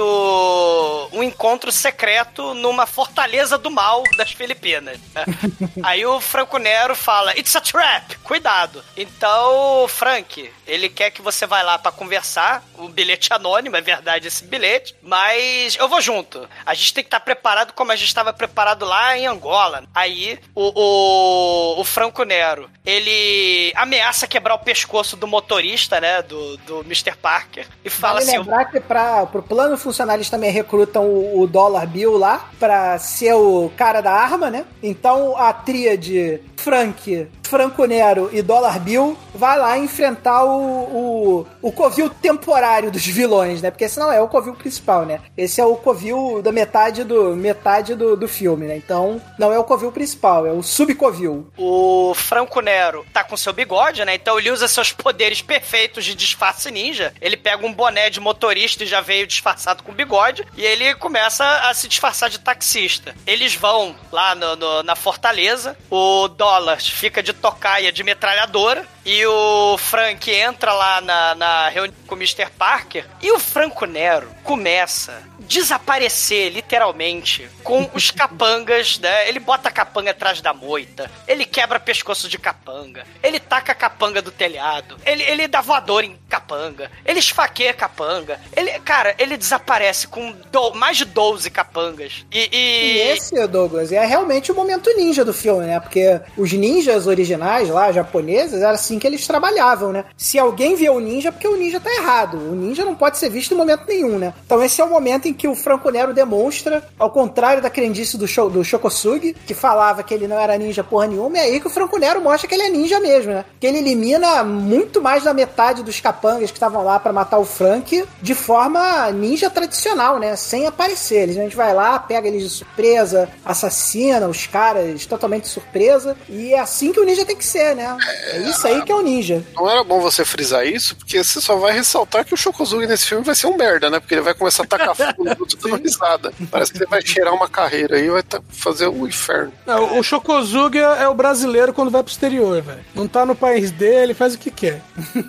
um encontro secreto numa fortaleza do mal das Filipinas. Né? Aí o Franco Nero fala, it's a trap, cuidado. Então, Frank, ele quer que você vá lá pra conversar, o bilhete anônimo, é verdade esse bilhete, mas eu vou junto. A gente tem que estar preparado como a gente estava preparado lá em Angola. Aí, o, o, o Franco Nero, ele ameaça quebrar o pescoço do motorista, né, do, do mister Parker, e fala vale assim... lembrar que para pro plano funcionar, eles também recrutam o, o Dollar Bill lá pra ser o cara da arma, né? Então, a tríade Frank, Franco Nero e Dollar Bill vai lá enfrentar o, o, o covil temporário dos vilões, né? Porque esse não é o covil principal, né? Esse é o covil da metade do, metade do, do filme, né? Então, não é o covil principal, é o subcovil. O Franco Nero tá com seu bigode, né? Então ele usa seus poderes perfeitos de disfarce ninja. Ele pega um boné de motorista e já veio disfarçado com bigode, e ele começa a se disfarçar de taxista. Eles vão lá no, no, na fortaleza, o Dollar fica de tocaia de metralhadora, e o Frank entra lá na, na reunião com o mister Parker, e o Franco Nero começa a desaparecer, literalmente, com os capangas, né? Ele bota a capanga atrás da moita, ele quebra pescoço de capanga, ele taca a capanga do telhado, ele, ele dá voador em capanga, ele esfaqueia capanga, ele, cara, ele desaparece com do, mais de doze capangas. E, e... e esse, Douglas, é realmente o momento ninja do filme, né? Porque os ninjas originais lá, japoneses, era assim que eles trabalhavam, né? Se alguém vê o ninja, porque o ninja tá errado. O ninja não pode ser visto em momento nenhum, né? Então esse é o momento em que o Franco Nero demonstra, ao contrário da crendice do, Sho- do Shokosugi, que falava que ele não era ninja porra nenhuma, é aí que o Franco Nero mostra que ele é ninja mesmo, né? Que ele elimina muito mais da metade dos capangas que estavam lá pra matar o Frank de forma ninja tradicional, né? Sem aparecer. Eles, a gente vai lá, pega eles de surpresa, assassina os caras totalmente de surpresa, e é assim que o ninja tem que ser, né? É isso aí que é o ninja. Não era bom você frisar isso, porque você só vai ressaltar que o Shokosugi nesse filme vai ser um merda, né? Porque ele vai começar a tacar fogo no outro dando risada. Parece que ele vai cheirar uma carreira aí e vai tá, fazer o inferno. Não, o Shokosugi é o brasileiro quando vai pro exterior, velho. Não tá no país dele, faz o que quer.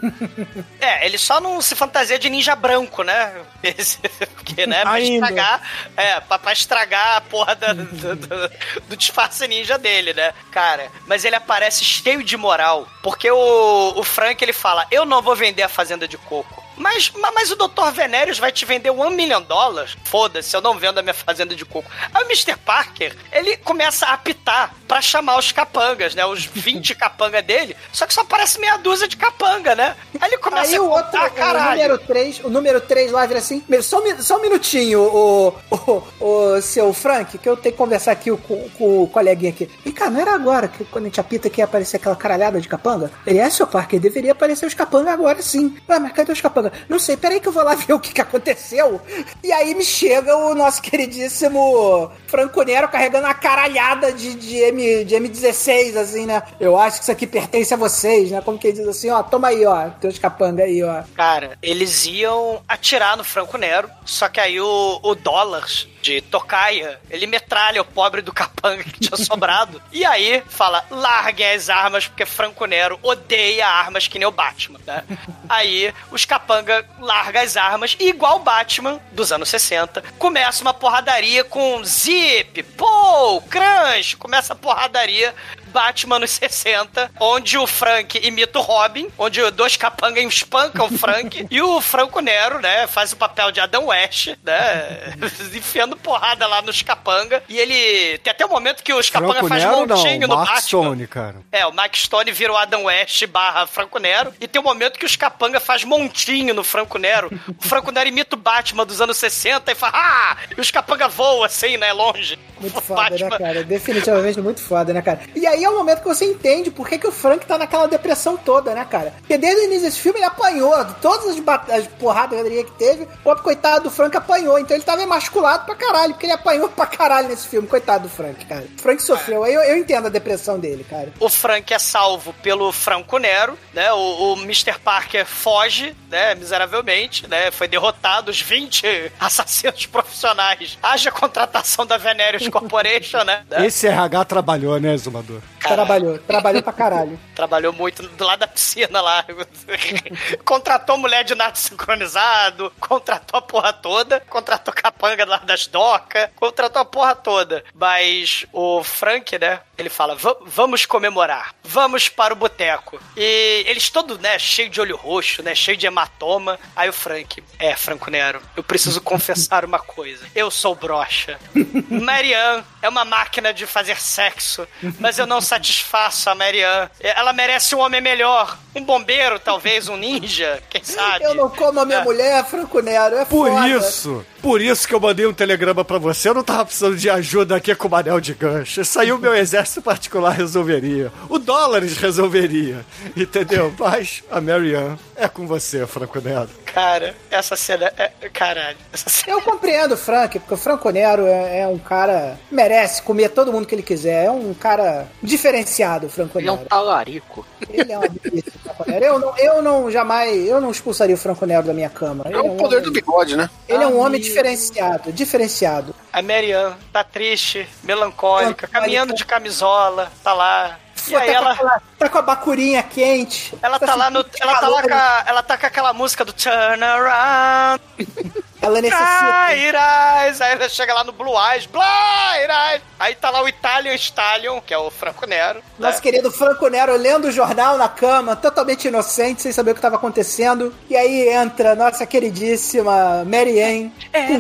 É, ele só não se fantasia de ninja branco, né? Porque, né, pra Ainda. estragar, é, pra, pra estragar a porra da, do, do, do disfarce ninja dele, né? Cara, mas ele aparece cheio de moral, porque o, o Frank, ele fala, eu não vou vender a fazenda de coco. Mas, mas o doutor Venérios vai te vender um milhão de dólares? Foda-se, eu não vendo a minha fazenda de coco. Aí o mister Parker, ele começa a apitar pra chamar os capangas, né? Os vinte capanga dele, só que só aparece meia dúzia de capanga, né? Aí ele começa Aí a o contar, outro, caralho. o número três, o número três lá vira assim, só um, só um minutinho, o, o, o seu Frank, que eu tenho que conversar aqui com, com o coleguinha aqui. E cara, não era agora que quando a gente apita que ia aparecer aquela caralhada de capanga? Ele é, seu Parker, deveria aparecer os capanga agora sim. Ah, mas cadê os capanga? Não sei, peraí que eu vou lá ver o que, que aconteceu. E aí me chega o nosso queridíssimo Franco Nero carregando uma caralhada de, de, M, de M dezesseis, assim, né? Eu acho que isso aqui pertence a vocês, né? Como que ele diz assim, ó, toma aí, ó, teus capanga aí, ó. Cara, eles iam atirar no Franco Nero, só que aí o, o Dollars de tocaia, ele metralha o pobre do capanga que tinha sobrado. E aí fala, larguem as armas, porque Franco Nero odeia armas que nem o Batman, né? Aí os capanga largam as armas e, igual o Batman dos anos sessenta, começa uma porradaria com Zip, Paul, Crunch, começa a porradaria Batman nos sessenta, onde o Frank imita o Robin, onde dois capangas espancam o Frank, e o Franco Nero, né, faz o papel de Adam West, né, enfiando porrada lá nos capanga, e ele... Tem até o momento que os capanga Franco faz Nero, montinho não, no Mark Batman. Stone, cara. É, o Mike Stone vira o Adam West barra Franco Nero, e tem um momento que os capanga faz montinho no Franco Nero. O Franco Nero imita o Batman dos anos sessenta e fala, ah! E os capanga voam assim, né, longe. Muito O foda, Batman... né, cara? Definitivamente muito foda, né, cara? E aí é o momento que você entende por que, que o Frank tá naquela depressão toda, né, cara? Porque desde o início desse filme ele apanhou. Todas as, bat- as porradas que teve, o próprio coitado do Frank apanhou. Então ele tava emasculado pra caralho, porque ele apanhou pra caralho nesse filme. Coitado do Frank, cara. O Frank sofreu. Aí eu, eu entendo a depressão dele, cara. O Frank é salvo pelo Franco Nero, né? O, o mister Parker foge, né? Miseravelmente, né? Foi derrotado, os vinte assassinos profissionais. Haja contratação da Venerius Corporation, né? Esse R H trabalhou, né, Zumador? Caralho. Trabalhou. Trabalhou pra caralho. Trabalhou muito do lado da piscina lá. Contratou mulher de nado sincronizado, contratou a porra toda, contratou capanga lá das docas, contratou a porra toda. Mas o Frank, né, ele fala, vamos comemorar, vamos para o boteco. E eles todos, né, cheio de olho roxo, né, cheio de hematoma. Aí o Frank, é, Franco Nero, eu preciso confessar uma coisa. Eu sou broxa. Marianne é uma máquina de fazer sexo, mas eu não satisfaço a Marianne. Ela merece um homem melhor. Um bombeiro, talvez, um ninja, quem sabe? Eu não como a minha É. mulher, Franco Nero, é Por foda. isso, por isso que eu mandei um telegrama pra você. Eu não tava precisando de ajuda aqui com o anel de gancho. Isso aí o meu exército particular resolveria. O Dólares resolveria. Entendeu? Mas a Marianne é com você, Franco Nero. Cara, essa cena é... Caralho. Essa cena... Eu compreendo o Frank, porque o Franco Nero é, é um cara... Merece comer todo mundo que ele quiser. É um cara diferenciado, o Franco Ele é Nero. um talarico. Ele é uma delícia, o Franco Nero. Eu não, eu não jamais... Eu não expulsaria o Franco Nero da minha cama. Ele É o poder do bigode, né? Ele é um Amigo. homem diferenciado, diferenciado. A Marianne tá triste, melancólica, Melancólica. caminhando de camisola, tá lá. E Pô, aí tá, ela... com aquela- tá com a bacurinha quente. Ela tá lá no... Ela tá lá com a, ela tá com aquela música do Turn Around. Ela necessita... Bright Eyes. Aí ela chega lá no Blue Eyes. Bright Eyes. Aí tá lá o Italian Stallion, que é o Franco Nero. Nosso né? querido Franco Nero lendo o jornal na cama, totalmente inocente, sem saber o que estava acontecendo. E aí entra nossa queridíssima Mary Ann,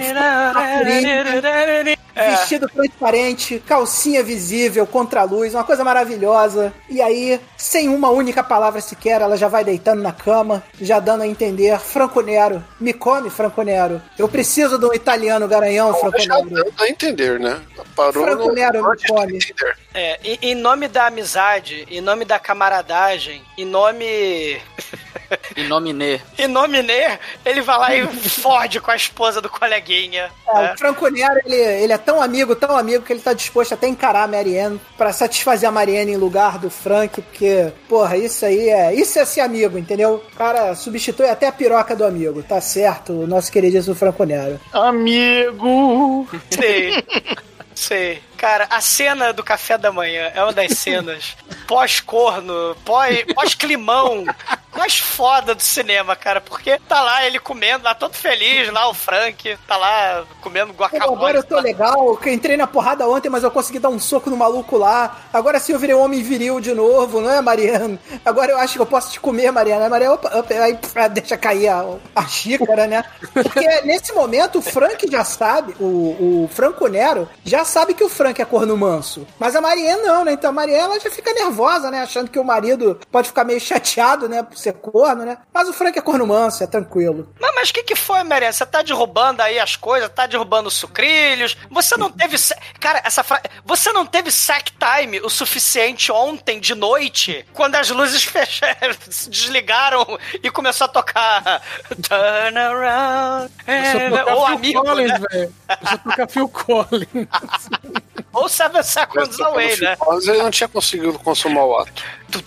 É. vestido transparente, calcinha visível contra a luz, uma coisa maravilhosa. E aí, sem uma única palavra sequer, ela já vai deitando na cama, já dando a entender: Franco Nero, me come, Franco Nero. Eu preciso de um italiano garanhão, Franco Já Nero. dando a entender, né? Parou Franco no... Nero, me come. É, em, em nome da amizade, em nome da camaradagem, em nome... Em nome Nê. em nome Nê, ele vai lá e fode com a esposa do coleguinha. É, né? O Franco Nero, ele, ele é tão amigo, tão amigo, que ele tá disposto até a encarar a Marianne pra satisfazer a Marianne em lugar do Frank, porque, porra, isso aí é... Isso é ser amigo, entendeu? O cara substitui até a piroca do amigo, tá certo? O nosso queridíssimo Franco Nero. Amigo! Sei. Sei. Cara, a cena do café da manhã é uma das cenas pós-corno, pós- pós-climão mais foda do cinema, cara, porque tá lá ele comendo, lá todo feliz, lá o Frank, tá lá comendo Pô, guacamole. agora eu tô legal, eu entrei na porrada ontem, mas eu consegui dar um soco no maluco lá. Agora sim eu virei um homem viril de novo, não é, Mariana? Agora eu acho que eu posso te comer, Mariana. Aí, Mariana, opa, opa, aí pff, deixa cair a, a xícara, né? Porque nesse momento o Frank já sabe, o, o Franco Nero já sabe que o Frank é corno manso. Mas a Mariana não, né? Então a Mariana ela já fica nervosa, né? Achando que o marido pode ficar meio chateado, né? Por ser corno, né? Mas o Frank é corno manso, é tranquilo. Mas, mas o que que foi, Mariana? Você tá derrubando aí as coisas, tá derrubando os sucrilhos. Você não teve... se- Cara, essa frase... Você não teve sack time o suficiente ontem de noite, quando as luzes fecharam, se desligaram e começou a tocar Turn Around. É, Tocar ou Phil amigo, Collins, né? velho. Deixa tocar Phil Collins. Ou Seven Seconds Away, né? Mas ele não tinha conseguido consumar o ato.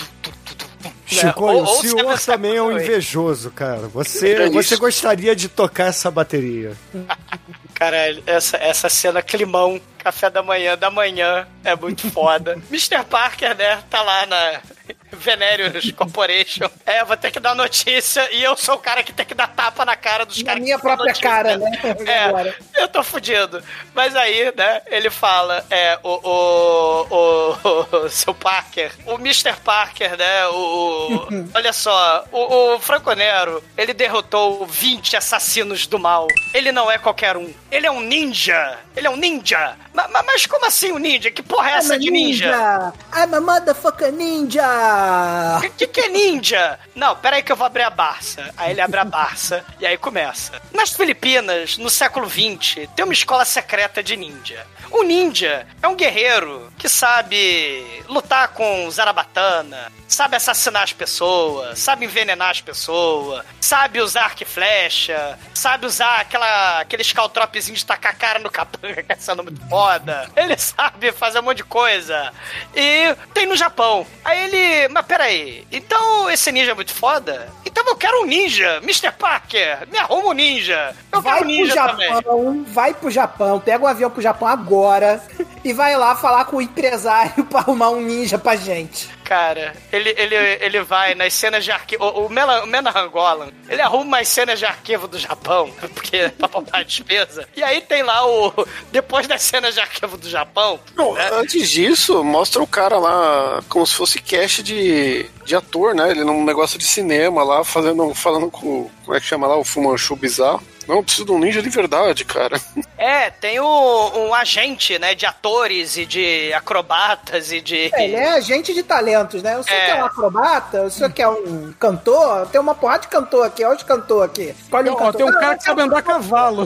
Chico, Ou- o ou você senhor vai também é um saber. invejoso, cara. Você, É você isso. gostaria de tocar essa bateria. Caralho, essa, essa cena climão, café da manhã, da manhã, é muito foda. mister Parker, né, tá lá na... Venérios Corporation. É, eu vou ter que dar notícia e eu sou o cara que tem que dar tapa na cara dos caras. Na minha própria cara, né? É, agora. Eu tô fudido. Mas aí, né, ele fala, é, o, o, o, o seu Parker, o mister Parker, né, o, o olha só, o, o Franco Nero, ele derrotou vinte assassinos do mal. Ele não é qualquer um. Ele é um ninja. Ele é um ninja. Mas, mas como assim um ninja? Que porra é essa de ninja? ninja? I'm a motherfucker ninja! O que, que é ninja? Não, peraí que eu vou abrir a Barça. Aí ele abre a Barça e aí começa. Nas Filipinas, no século vinte, tem uma escola secreta de ninja. O ninja é um guerreiro que sabe lutar com zarabatana, sabe assassinar as pessoas, sabe envenenar as pessoas, sabe usar arco e flecha, sabe usar aquela, aqueles caltropezinhos de tacar a cara no capanga, que é muito foda. Ele sabe fazer um monte de coisa. E tem no Japão. Aí ele... Mas peraí, então esse ninja é muito foda? Então eu quero um ninja, mister Parker, me arruma um ninja. Eu vai quero um ninja pro também. Japão, vai pro Japão, pega o avião pro Japão agora e vai lá falar com o empresário pra arrumar um ninja pra gente. Cara, ele, ele, ele vai nas cenas de arquivo. O, o Mena, o Mena Rangolan, ele arruma umas cenas de arquivo do Japão, porque é pra poupar despesa. E aí tem lá o. Depois das cenas de arquivo do Japão. Não, né? Antes disso, mostra o cara lá como se fosse cast de, de ator, né? Ele num negócio de cinema lá, fazendo, falando com. Como é que chama lá? O Fumanchu bizarro. Não, eu preciso de um ninja de verdade, cara. É, tem um, um agente, né, de atores e de acrobatas e de... É, ele é agente de talentos, né? O senhor É. quer um acrobata? O senhor quer um cantor? Tem uma porrada de cantor aqui. Olha os cantor aqui. Escolhe um Ó, cantor. tem um Não, cara eu que sabe andar a cavalo.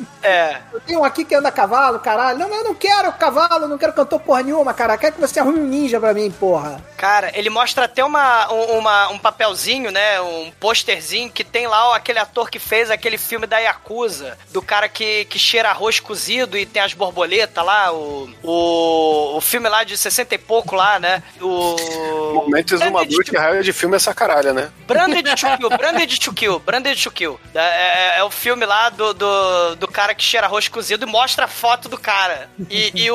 É. Eu tenho um aqui que anda a cavalo, caralho. Não, mas eu não quero cavalo, não quero cantor porra nenhuma, cara. Quero que você arrume um ninja pra mim, porra. Cara, ele mostra até uma, um- uma, um papelzinho, né, um posterzinho que tem lá ó, aquele ator que fez aquele filme da Yakuza, do cara que, que cheira arroz cozido e tem as borboletas lá, o, o, o filme lá de sessenta e pouco lá, né, o... Momentos do Maduro, que raio de filme é essa caralho, né? Branded to Kill, Branded to Kill, Branded to Kill. É, é, é o filme lá do, do, do cara que cheira arroz cozido e mostra a foto do cara. E, e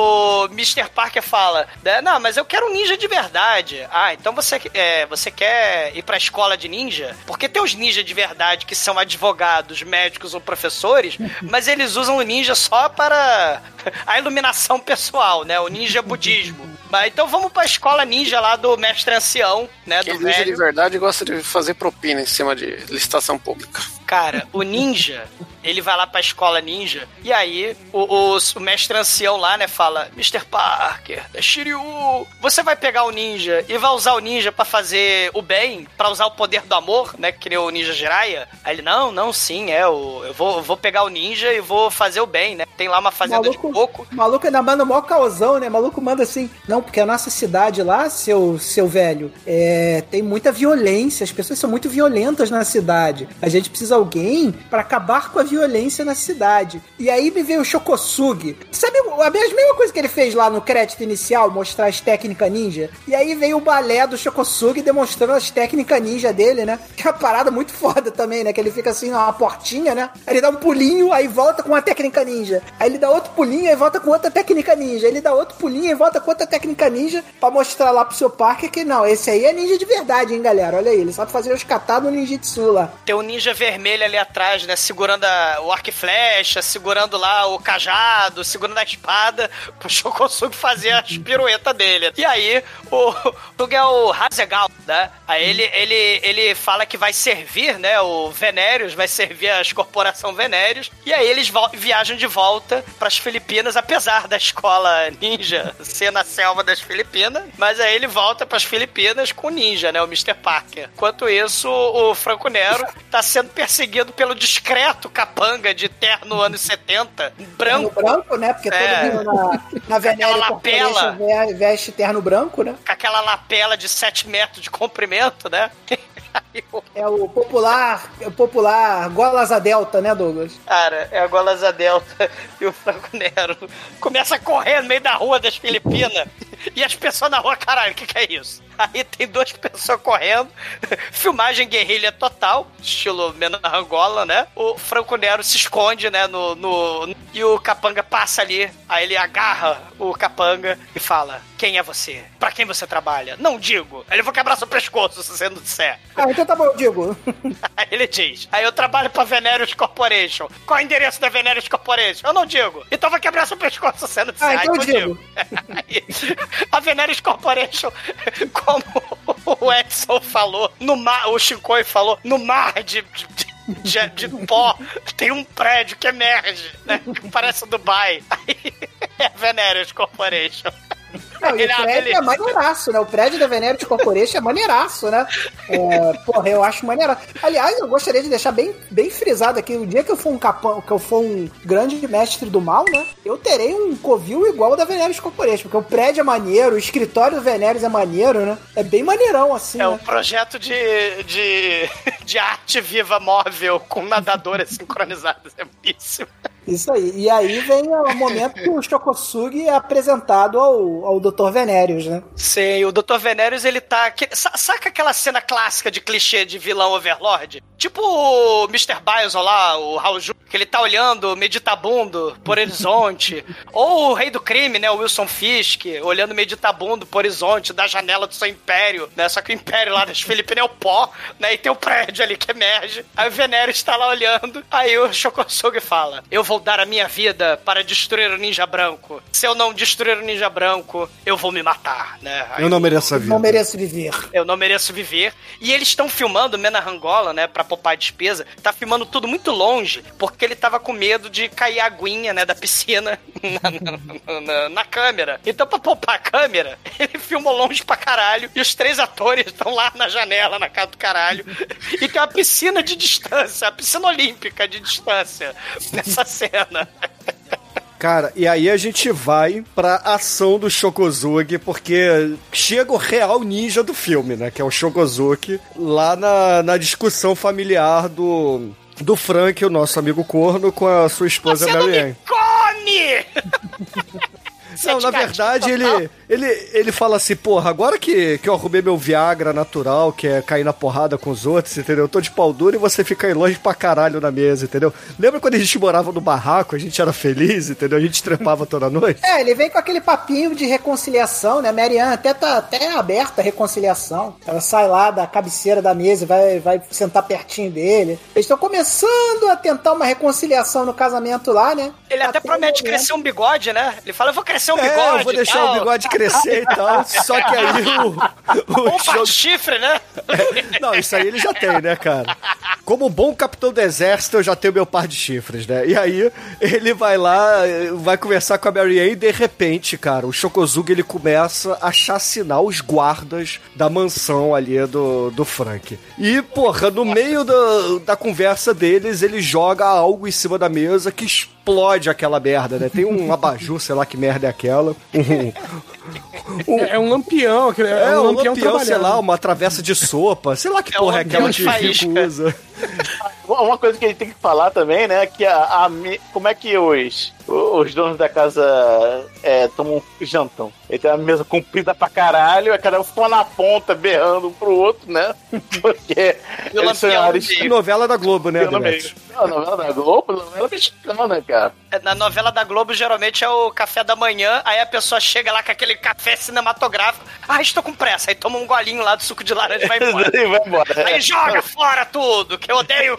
o mister Parker fala, né, não, mas eu quero um ninja de verdade. Ah, então você, é, você quer ir pra escola de ninja? Porque tem os ninjas de verdade que são advogados, médicos ou professores, mas eles usam o ninja só para a iluminação pessoal, né? O ninja budismo. Mas então vamos pra escola ninja lá do mestre ancião, né? Quem do ninja velho. de verdade gosta de fazer propina em cima de licitação pública. Cara, o ninja, ele vai lá pra escola ninja, e aí o, o, o mestre ancião lá, né, fala, mister Parker, da Shiryu, você vai pegar o ninja e vai usar o ninja pra fazer o bem, pra usar o poder do amor, né, que nem o ninja Jiraiya? Aí ele, não, não, sim, é, eu, eu, vou, eu vou pegar o ninja e vou fazer o bem, né, tem lá uma fazenda de coco. O maluco ainda manda o maior causão, né? O maluco manda assim, não, porque a nossa cidade lá, seu, seu velho, é, tem muita violência, as pessoas são muito violentas na cidade. A gente precisa de alguém pra acabar com a violência na cidade. E aí me veio o Shokosugi. Sabe a mesma coisa que ele fez lá no crédito inicial, mostrar as técnicas ninja? E aí veio o balé do Shokosugi demonstrando as técnicas ninja dele, né? Que é uma parada muito foda também, né? Que ele fica assim, numa portinha, né? Aí ele dá um pulinho, aí volta com uma técnica ninja. Aí ele dá outro pulinho, aí volta com outra técnica ninja. Aí ele dá outro pulinho e volta com outra técnica ninja pra mostrar lá pro seu Parker que não, esse aí é ninja de verdade, hein, galera? Olha aí, ele sabe fazer os katanos no ninjitsu lá. Tem um ninja vermelho ali atrás, né, segurando a, o arco e flecha, segurando lá o cajado, segurando a espada, pro Shokosugi fazer as piruetas dele. E aí, o Tuga é o Hasegal, né? Aí ele, ele, ele fala que vai servir, né, o Venérios, vai servir as corporação Venérios, e aí eles vo- viajam de volta pras Filipinas, apesar da escola ninja ser na selva das Filipinas, mas aí ele volta pras Filipinas com o ninja, né, o mister Parker. Enquanto isso, o Franco Nero tá sendo perseguido pelo discreto capanga de terno anos setenta, branco. Terno branco, né? Porque É. todo mundo na, na Venéria Aquela lapela. Corporation ve- veste terno branco, né? Com aquela lapela de sete metros de comprimento, né? É o popular, é o popular Golaza Delta, né, Douglas? Cara, é a Golaza Delta e o Franco Nero começa a correr no meio da rua das Filipinas e as pessoas na rua, caralho, o que, que é isso? Aí tem duas pessoas correndo, filmagem guerrilha total, estilo Menangola, né? O Franco Nero se esconde, né, no, no... E o Capanga passa ali, aí ele agarra o Capanga e fala: quem é você? Pra quem você trabalha? Não digo. Aí ele vai quebrar seu pescoço se você não disser. Ah, então tá bom, eu digo. Aí ele diz: aí eu trabalho pra Venerius Corporation. Qual é o endereço da Venerius Corporation? Eu não digo. Então vai quebrar seu pescoço se você não disser. Ah, então aí eu digo. Aí, a Venerius Corporation, como o Edson falou, no mar, o Shinkoi falou, no mar de... de De, de pó, tem um prédio que emerge, né? Que parece Dubai. Aí é a Venerius Corporation. Não, e o prédio é maneiraço, né? O prédio da Venerius Corporation é maneiraço, né? É, porra, eu acho maneiraço. Aliás, eu gostaria de deixar bem, bem frisado aqui, o dia que eu for um capão, que eu for um grande mestre do mal, né? Eu terei um covil igual ao da Venerius Corporation, porque o prédio é maneiro, o escritório do Venerius é maneiro, né? É bem maneirão, assim, É né? um projeto de, de, de arte viva móvel com nadadoras sincronizadas. É isso. Isso aí. E aí vem o momento que o Shokotsugi é apresentado ao, ao doutor Venerius, né? Sim, o doutor Venerius, ele tá... Que, saca aquela cena clássica de clichê de vilão Overlord? Tipo o mister Bison lá, o Raul Ju, que ele tá olhando meditabundo por horizonte. Ou o rei do crime, né, o Wilson Fisk, olhando meditabundo por horizonte da janela do seu império, né? Só que o império lá das Filipinas é o pó, né? E tem o prédio ali que emerge. Aí o Venerius tá lá olhando. Aí o Shokotsugi fala: eu vou dar a minha vida para destruir o Ninja Branco. Se eu não destruir o Ninja Branco, eu vou me matar, né? Aí eu não mereço a vida. Não mereço viver. Eu não mereço viver. E eles estão filmando Menangola, né, pra poupar a despesa. Tá filmando tudo muito longe, porque ele tava com medo de cair a aguinha, né, da piscina na, na, na, na câmera. Então, pra poupar a câmera, ele filmou longe pra caralho. E os três atores estão lá na janela, na casa do caralho. E tem uma piscina de distância, uma piscina olímpica de distância nessa cena. Cara, e aí a gente vai pra ação do Shokozuki, porque chega o real ninja do filme, né? Que é o Shokozuki, lá na, na discussão familiar do, do Frank, o nosso amigo corno, com a sua esposa Mary Ann. Come! Não, na verdade, ele, ele, ele fala assim, porra, agora que, que eu arrumei meu Viagra natural, que é cair na porrada com os outros, entendeu? Eu tô de pau duro e você fica aí longe pra caralho na mesa, entendeu? Lembra quando a gente morava no barraco, a gente era feliz, entendeu? A gente trepava toda noite? É, ele vem com aquele papinho de reconciliação, né? Mary Ann até tá até aberta a reconciliação. Ela sai lá da cabeceira da mesa e vai, vai sentar pertinho dele. Eles estão começando a tentar uma reconciliação no casamento lá, né? Ele até, até promete crescer um bigode, né? Ele fala, eu vou crescer um bigode. É, eu vou deixar tal. o bigode crescer e tal. Só que aí o. o um show... chifre, né? É, não, isso aí ele já tem, né, cara? Como bom capitão do exército, eu já tenho meu par de chifres, né? E aí ele vai lá, vai conversar com a Mary Ann e de repente, cara, o Shokozuki ele começa a chacinar os guardas da mansão ali do, do Frank. E, porra, no meio da, da conversa deles, ele joga algo em cima da mesa que explode aquela merda, né? Tem um abajur, sei lá que merda é aquela. Um, um, é um lampião. É, é um, um lampião, lampião sei lá, uma travessa de sopa. Sei lá que é porra um é aquela que faísca. Rico usa. Uma coisa que a gente tem que falar também, né, que a, a como é que os, os donos da casa é, tomam jantam. Ele tem uma mesa comprida pra caralho, a cada um fica na ponta, berrando um pro outro, né? Porque eles são é novela da Globo, né, Adelaide? A novela da Globo, novela mexicana, cara. Na novela da Globo, geralmente é o café da manhã, aí a pessoa chega lá com aquele café cinematográfico. Ah, estou com pressa. Aí toma um golinho lá do suco de laranja e vai embora. E vai embora. Aí joga fora tudo, que eu odeio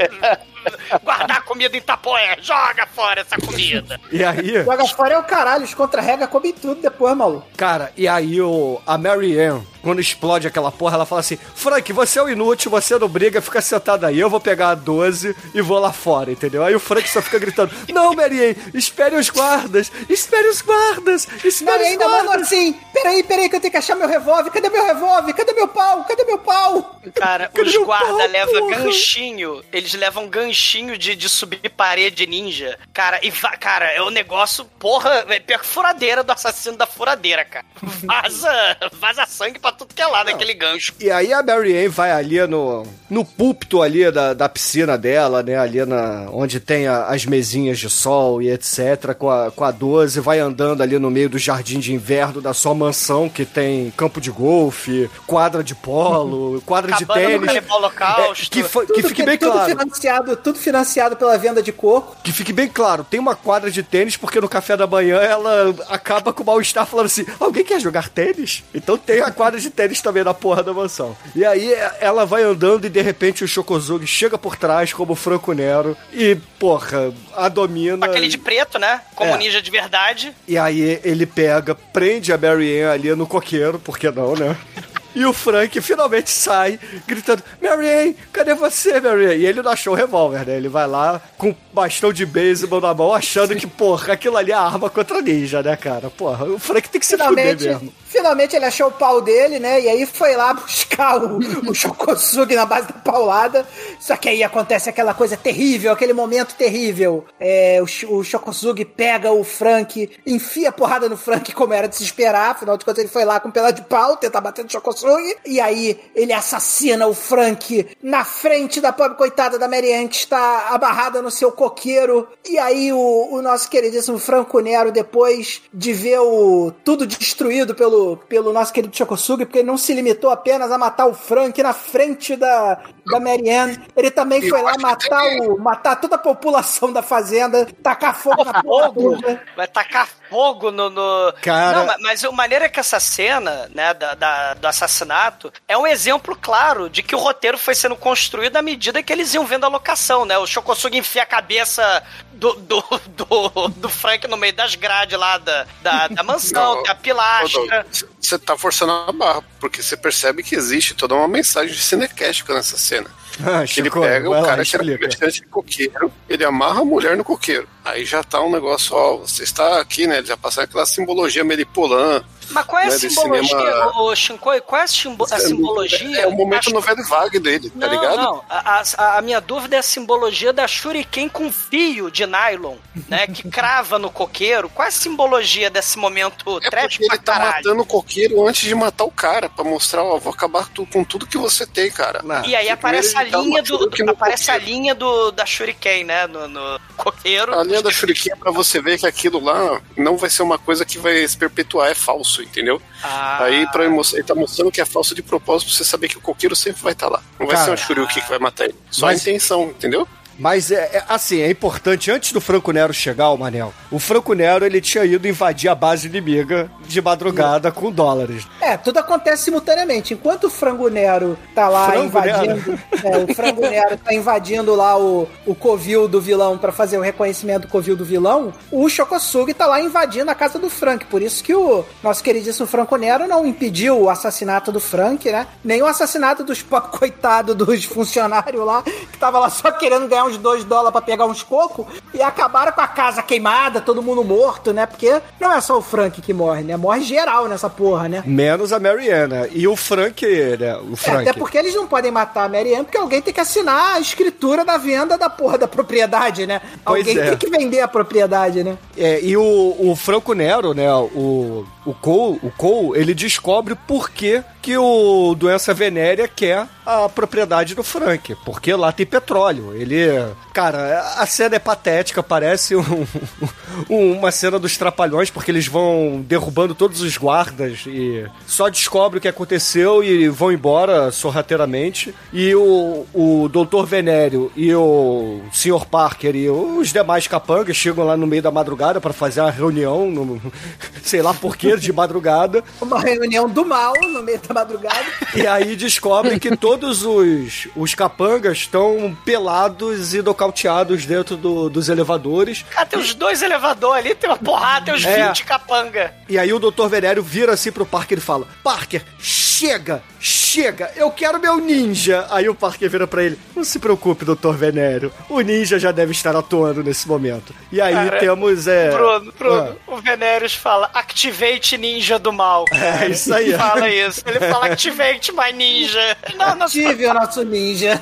guardar comida em Tapoé. Joga fora essa comida. E aí... Joga fora é o caralho, os contra-rega comem tudo depois, maluco. Cara, e aí o, a Mary Ann, quando explode aquela porra, ela fala assim, Frank, você é o inútil, você não briga, fica sentado aí, eu vou pegar a doze e vou lá fora, entendeu? Aí o Frank só fica gritando, não, Mary Ann, espere os guardas, espere os guardas, espere não, os ainda guardas. Mano, assim, peraí, peraí que eu tenho que achar meu revólver, cadê meu revólver, cadê meu pau, cadê meu pau? Cara, cadê os guardas levam ganchinho, eles levam ganchinho de, de subir parede ninja, cara, e va- cara, é o um negócio, porra, é pior que furadeira do assassino da furadeira, cara. Vaza, vaza sangue pra tudo que é lá naquele gancho. E aí a Mary Ann vai ali no, no púlpito ali da, da piscina dela, né? Ali na, onde tem a, as mesinhas de sol e etcétera. Com a, com a doze, vai andando ali no meio do jardim de inverno da sua mansão, que tem campo de golfe, quadra de polo, quadra de tênis. É, que, foi, que fique bem tudo claro. Financiado, tudo financiado pela venda de coco. Que fique bem claro, tem uma quadra de tênis, porque no café da manhã ela acaba com o mal-estar falando assim, alguém quer jogar tênis? Então tem a quadra de tênis também na porra da mansão. E aí ela vai andando e de repente o Shokozugi chega por trás como o Franco Nero e, porra, a domina. Aquele de preto, né? Como É. ninja de verdade. E aí ele pega, prende a Mary Ann ali no coqueiro, por que não, né? E o Frank finalmente sai gritando, Mary Ann, cadê você, Mary Ann? E ele não achou o revólver, né? Ele vai lá com bastão de beisebol na mão, achando que, porra, aquilo ali é arma contra ninja, né, cara? Porra, o Frank tem que se fuder mesmo. Finalmente ele achou o pau dele, né? E aí foi lá buscar o, o Shokosugi na base da paulada. Só que aí acontece aquela coisa terrível, aquele momento terrível. É, o, o Shokosugi pega o Frank, enfia a porrada no Frank, como era de se esperar. Afinal de contas, ele foi lá com um pedaço de pau, tentar bater no Shokosugi. E aí ele assassina o Frank na frente da pobre coitada da Mary Ann, que está abarrada no seu coqueiro. E aí o, o nosso queridíssimo Franco Nero, depois de ver o, tudo destruído pelo pelo nosso querido Shokosugi, porque ele não se limitou apenas a matar o Frank na frente da, da Mary Ann, ele também foi lá matar, o, matar toda a população da fazenda, tacar fogo na fogo, vai tacar fogo no... no... Cara... Não, mas, mas a maneira que essa cena, né, da, da, do assassinato, é um exemplo claro de que o roteiro foi sendo construído à medida que eles iam vendo a locação, né? O Shokosugi enfia a cabeça do, do, do, do Frank no meio das grades lá da, da, da mansão, Não, da pilastra. Você tá forçando a barra, porque você percebe que existe toda uma mensagem cinecástica nessa cena. Ah, que ele pega o cara que era comerciante de coqueiro, ele amarra a mulher no coqueiro. Aí já tá um negócio, ó, você está aqui, né? Ele já passa aquela simbologia Melipolan. Mas qual é a né, simbologia, cinema... ô Shinkoi? Qual é a, simbo... a simbologia? É o momento Acho... novela vague dele, tá não, ligado? Não, a, a, a minha dúvida é a simbologia da Shuriken com fio de nylon, né? Que crava no coqueiro. Qual é a simbologia desse momento é trash porque pra ele tá caralho? matando o coqueiro antes de matar o cara, pra mostrar, ó, vou acabar tu, com tudo que você tem, cara. Não. E aí aparece a linha do, do aparece a linha do da Shuriken, né, no, no coqueiro. A linha da Shuriken é pra você ver que aquilo lá não vai ser uma coisa que vai se perpetuar, é falso, entendeu? Ah. Aí pra ele, ele tá mostrando que é falso de propósito pra você saber que o coqueiro sempre vai estar tá lá. Não vai cara, ser um Shuriken que vai matar ele. Só mas... a intenção, entendeu? Mas, é, é, assim, é importante, antes do Franco Nero chegar, o Manel, o Franco Nero, ele tinha ido invadir a base inimiga de madrugada com dólares. É, tudo acontece simultaneamente. Enquanto o Frango Nero tá lá Frango invadindo... É, o Frango Nero tá invadindo lá o, o covil do vilão pra fazer o reconhecimento do covil do vilão, o Shokosugi tá lá invadindo a casa do Frank. Por isso que o nosso queridíssimo Franco Nero não impediu o assassinato do Frank, né? Nem o assassinato dos pobres coitados dos funcionários lá, que tava lá só querendo ganhar uns dois dólares pra pegar uns cocos e acabaram com a casa queimada, todo mundo morto, né? Porque não é só o Frank que morre, né? Morre geral nessa porra, né? Menos a Mary Ann, né? E o Frank, né? O Frank. É, até porque eles não podem matar a Mary Ann porque alguém tem que assinar a escritura da venda da porra da propriedade, né? Pois alguém é. tem que vender a propriedade, né? É, e o, o Franco Nero, né? O, o Cole, o Cole, ele descobre por que que o Doença Venérea quer a propriedade do Frank, porque lá tem petróleo. Ele, cara, a cena é patética, parece um, um, uma cena dos Trapalhões, porque eles vão derrubando todos os guardas e só descobre o que aconteceu e vão embora sorrateiramente. E o, o doutor Venério e o senhor Parker e os demais capangas chegam lá no meio da madrugada para fazer uma reunião, no, sei lá por que, de madrugada. Uma reunião do mal no meio da madrugada. E aí descobrem que todos os, os capangas estão pelados e nocauteados dentro do, dos elevadores. Ah, tem os dois elevadores ali, tem uma porrada, tem uns é. vinte capanga. E aí o doutor Venério vira assim pro Parker e fala: Parker, chega, chega, eu quero meu ninja. Aí o Parker vira pra ele: não se preocupe, doutor Venério, o ninja já deve estar atuando nesse momento. E aí Cara, temos... É... Bruno, Bruno, ah. o Venérios fala, activate ninja do mal. É, isso aí. Ele fala isso. Ele fala, activate my ninja. Não, não, Ative o nosso ninja.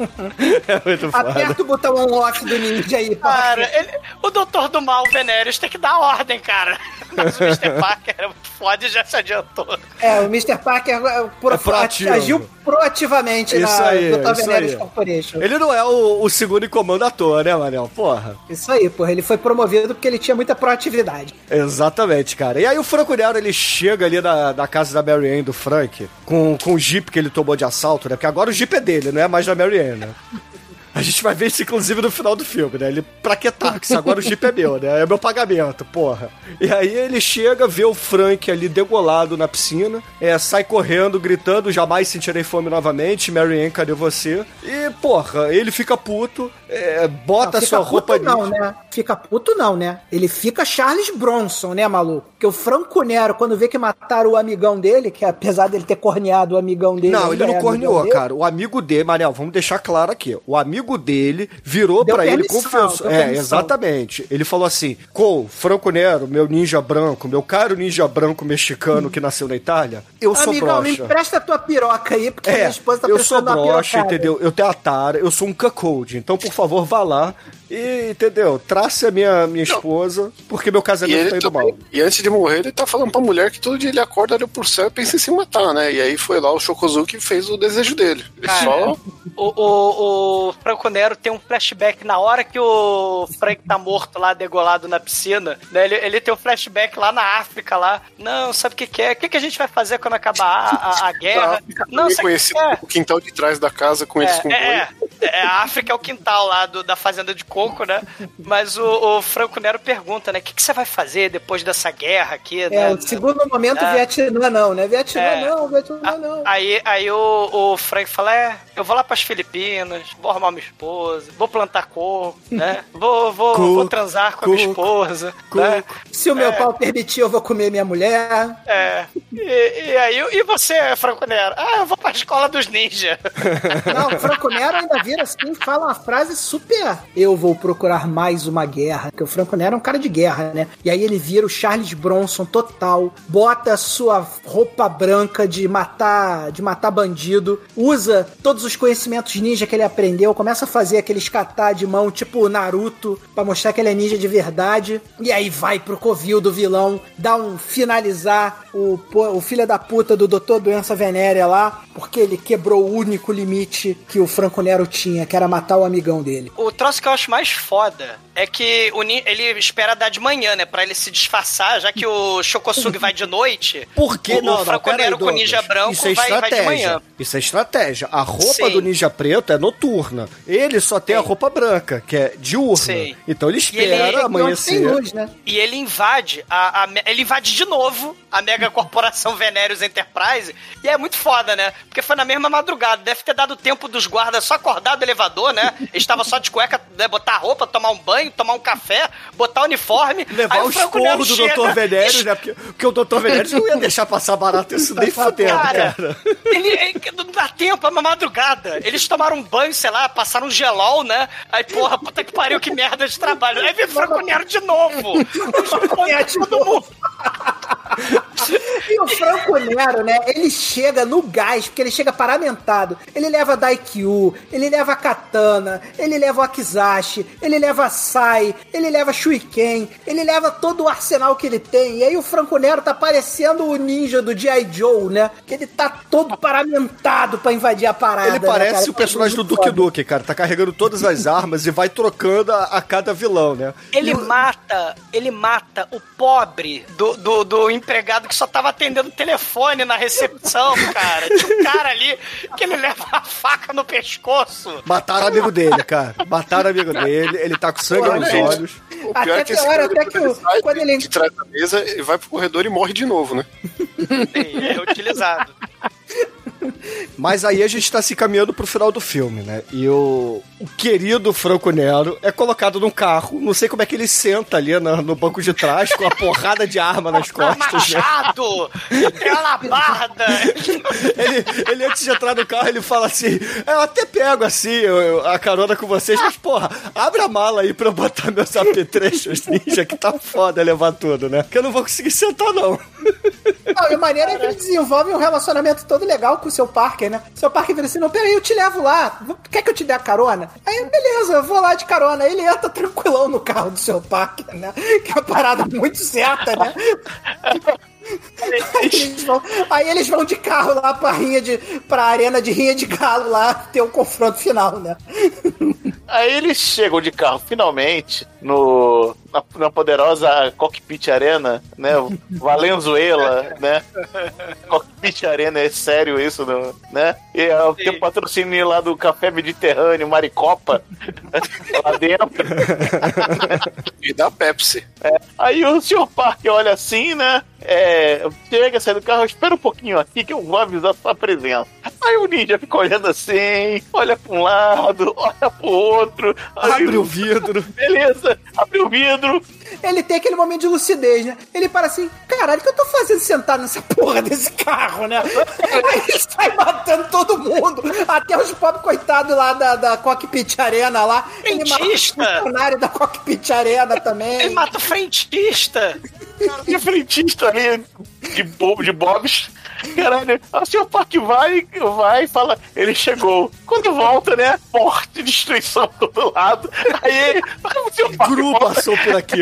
É muito foda. Aperta o botão on-off do ninja aí. Cara, ele, o doutor do mal, Venérios, tem que dar ordem, cara. Mas o mister Parker é muito foda e já se adiantou. É, o mister Parker pro, É proativo. agiu proativamente Isso na aí, doutor isso Venérios aí. Corporation. Ele não é o, o segundo em comando à toa, né, Manel? Porra. Isso aí, porra. Ele foi promovido porque ele tinha muita proatividade. Exatamente, cara. E aí o Franco Nero, ele chega ali na, na casa da Mary Ann do Frank, com, com o Jeep que ele tomou de assalto, né? Porque agora o Jeep é dele, não é mais da Mary Ann, né? A gente vai ver isso, inclusive, no final do filme, né? Ele, pra que táxi? Agora o Jeep é meu, né? É meu pagamento, porra. E aí ele chega, vê o Frank ali degolado na piscina, é, sai correndo, gritando, jamais sentirei fome novamente, Mary Ann, cadê você? E, porra, ele fica puto, é, bota não, sua roupa puto não, né? Fica puto não, né? Ele fica Charles Bronson, né, maluco? Porque o Franco Nero, quando vê que mataram o amigão dele, que apesar dele ter corneado o amigão dele... Não, ele não é corneou, cara. O amigo dele, Manel, vamos deixar claro aqui. O amigo dele virou Deu pra permissão, ele, confessou. deu É, permissão. exatamente. Ele falou assim: Cole, Franco Nero, meu ninja branco, meu caro ninja branco mexicano que nasceu na Itália, eu sou Amigão, me broxa. empresta a tua piroca aí, porque minha É, esposa tá eu sou precisando da broxa, pirocada. entendeu? Eu tenho a tara, eu sou um cuckold. Então, por favor, vá lá e, entendeu? Trace a minha, minha esposa, porque meu E, casamento ele tá indo também- mal. e antes de morrer, ele tá falando pra mulher que todo dia ele acorda, olha pro céu e pensa em se matar, né? E aí foi lá o Shokozuki e fez o desejo dele. Ele Cara, só. O, o, o Franco Nero tem um flashback na hora que o Frank tá morto lá, degolado na piscina, né? Ele, ele tem um flashback lá na África, lá. Não, sabe o que que é? O que, que a gente vai fazer quando acabar a, a, a guerra? Não, Também sabe o que conhecido que é? o quintal de trás da casa com eles com É, boi. é, é, a África é o quintal lá do, da fazenda de coco, né? Mas o, o Franco Nero pergunta, né? O que, que você vai fazer depois dessa guerra aqui, É, né? o segundo momento, É. Vietnã não, né? Vietnã É. não, Vietnã não. Aí, aí o, o Frank fala, é, eu vou lá pras Filipinas, vou arrumar minha esposa, vou plantar coco, né? Vou, vou, Coco, vou transar com a minha coco, esposa, né? Se o meu É. pau permitir, eu vou comer minha mulher. É. E, e aí, e você, Franco Nero? Ah, eu vou pra escola dos ninjas. Não, o Franco Nero ainda vira assim e fala uma frase super. Eu vou procurar mais uma guerra. Porque o Franco Nero é um cara de guerra, né? E aí ele vira o Charles Bronson total, bota a sua roupa branca de matar, de matar bandido, usa todos os conhecimentos ninja que ele aprendeu, começa a fazer aqueles kata de mão tipo Naruto, pra mostrar que ele é ninja de verdade. E aí vai pro covil do vilão, dá um finalizar o, o filho da puta do doutor Doença Venérea lá, porque ele quebrou o único limite que o Franco Nero tinha, que era matar o amigão dele. O troço que eu acho mais foda é que o Nin- ele espera dar de manhã, né? Pra ele se disfarçar, já que o Shokosugi vai de noite. Por que o, não? O não, Franco pera aí, Nero com o Douglas. ninja branco Isso é vai, vai de estratégia. manhã. Isso é estratégia. A roupa Sim. do ninja preto é noturna. Ele só tem a roupa branca, que é diurna. Sim. Então ele E ele- espera amanhecer. né? E ele invade a, a- ele invade de novo a mega corporação Venérios Enterprise. E é muito foda, né? Porque foi na mesma madrugada. Deve ter dado tempo dos guardas só acordar do elevador, né? Eles estavam só de cueca, né? Botar a roupa, tomar um banho, tomar um café, botar o uniforme. Levar aí o Franco esporro Nero do chega- doutor Venérios, né? Porque, porque o doutor Venérios não ia deixar passar barato isso nem fudendo, cara. Cara, ele, ele- não dá tempo, é uma madrugada. Eles tomaram um banho, sei lá, passaram um gelol, né? Aí, porra, puta que pariu, que merda de trabalho. Aí vem Franco Nero de novo. Todo mundo. E o Franco Nero, né, ele chega no gás, porque ele chega paramentado. Ele leva Daikyu, ele leva Katana, ele leva o Akizashi, ele leva Sai, ele leva Shuiken, ele leva todo o arsenal que ele tem. E aí o Franco Nero tá parecendo o ninja do G I. Joe, né? Que ele tá todo paramentado pra invadir a parada. Ele né, parece cara? o personagem do Muito Duke foda. Nukem, cara. Tá carregando todas as armas e vai trocando a, a cada vilão, né? Ele mata, ele mata o pobre do, do, do empregado que só tava atendendo o telefone na recepção, cara. Tinha um cara ali que ele leva a faca no pescoço. Mataram o amigo dele, cara. Mataram o amigo dele. Ele tá com sangue Olha nos isso. olhos. O pior Até é que esse tem hora, cara, até que depois o- ele sai quando ele- de trás da mesa, ele vai pro corredor e morre de novo, né? Sim, é utilizado. Mas aí a gente tá se caminhando pro final do filme, né? E o, o querido Franco Nero é colocado num carro, não sei como é que ele senta ali no, no banco de trás com a porrada de arma nas costas, né? Machado! É a labarda! ele, ele, antes de entrar no carro, ele fala assim, eu até pego assim eu, eu, a carona com vocês, mas porra, abre a mala aí pra eu botar meus apetrechos ninja, que tá foda levar tudo, né? Que eu não vou conseguir sentar, não. Não, e a maneira é que ele desenvolve um relacionamento todo legal com o seu Parker, né? O seu Parker vira assim, não, peraí, eu te levo lá. Quer que eu te dê a carona? Aí, beleza, eu vou lá de carona. Aí ele entra tranquilão no carro do seu Parker, né? Que é uma parada muito certa, né? Aí eles, vão, aí eles vão de carro lá pra, rinha de, pra arena de rinha de galo lá ter o um confronto final, né? Aí eles chegam de carro finalmente no, na, na poderosa Cockpit Arena, né? Valenzuela, né? Cockpit Arena, é sério isso, não, né? E é, tem o patrocínio lá do Café Mediterrâneo, Maricopa, lá dentro. E da Pepsi. É, aí o senhor Parker olha assim, né? É, chega, sai do carro, espera um pouquinho aqui que eu vou avisar sua presença. Aí o ninja fica olhando assim, olha pra um lado, olha pro outro. Abre aí, o vidro. Beleza, abre o vidro. Ele tem aquele momento de lucidez, né? Ele para assim, caralho, o que eu tô fazendo sentado nessa porra desse carro, né? Aí ele sai matando todo mundo, até os pobres coitados lá da, da Cockpit Arena lá. Ele mata o funcionário da Cockpit Arena também. Ele mata o frentista. De frentista ali, de bobo, de bobs. Caralho, o senhor Parker vai, vai e fala, ele chegou. Quando volta, né? Morte, destruição do todo lado. Aí o senhor Parker Gru volta. passou por aqui.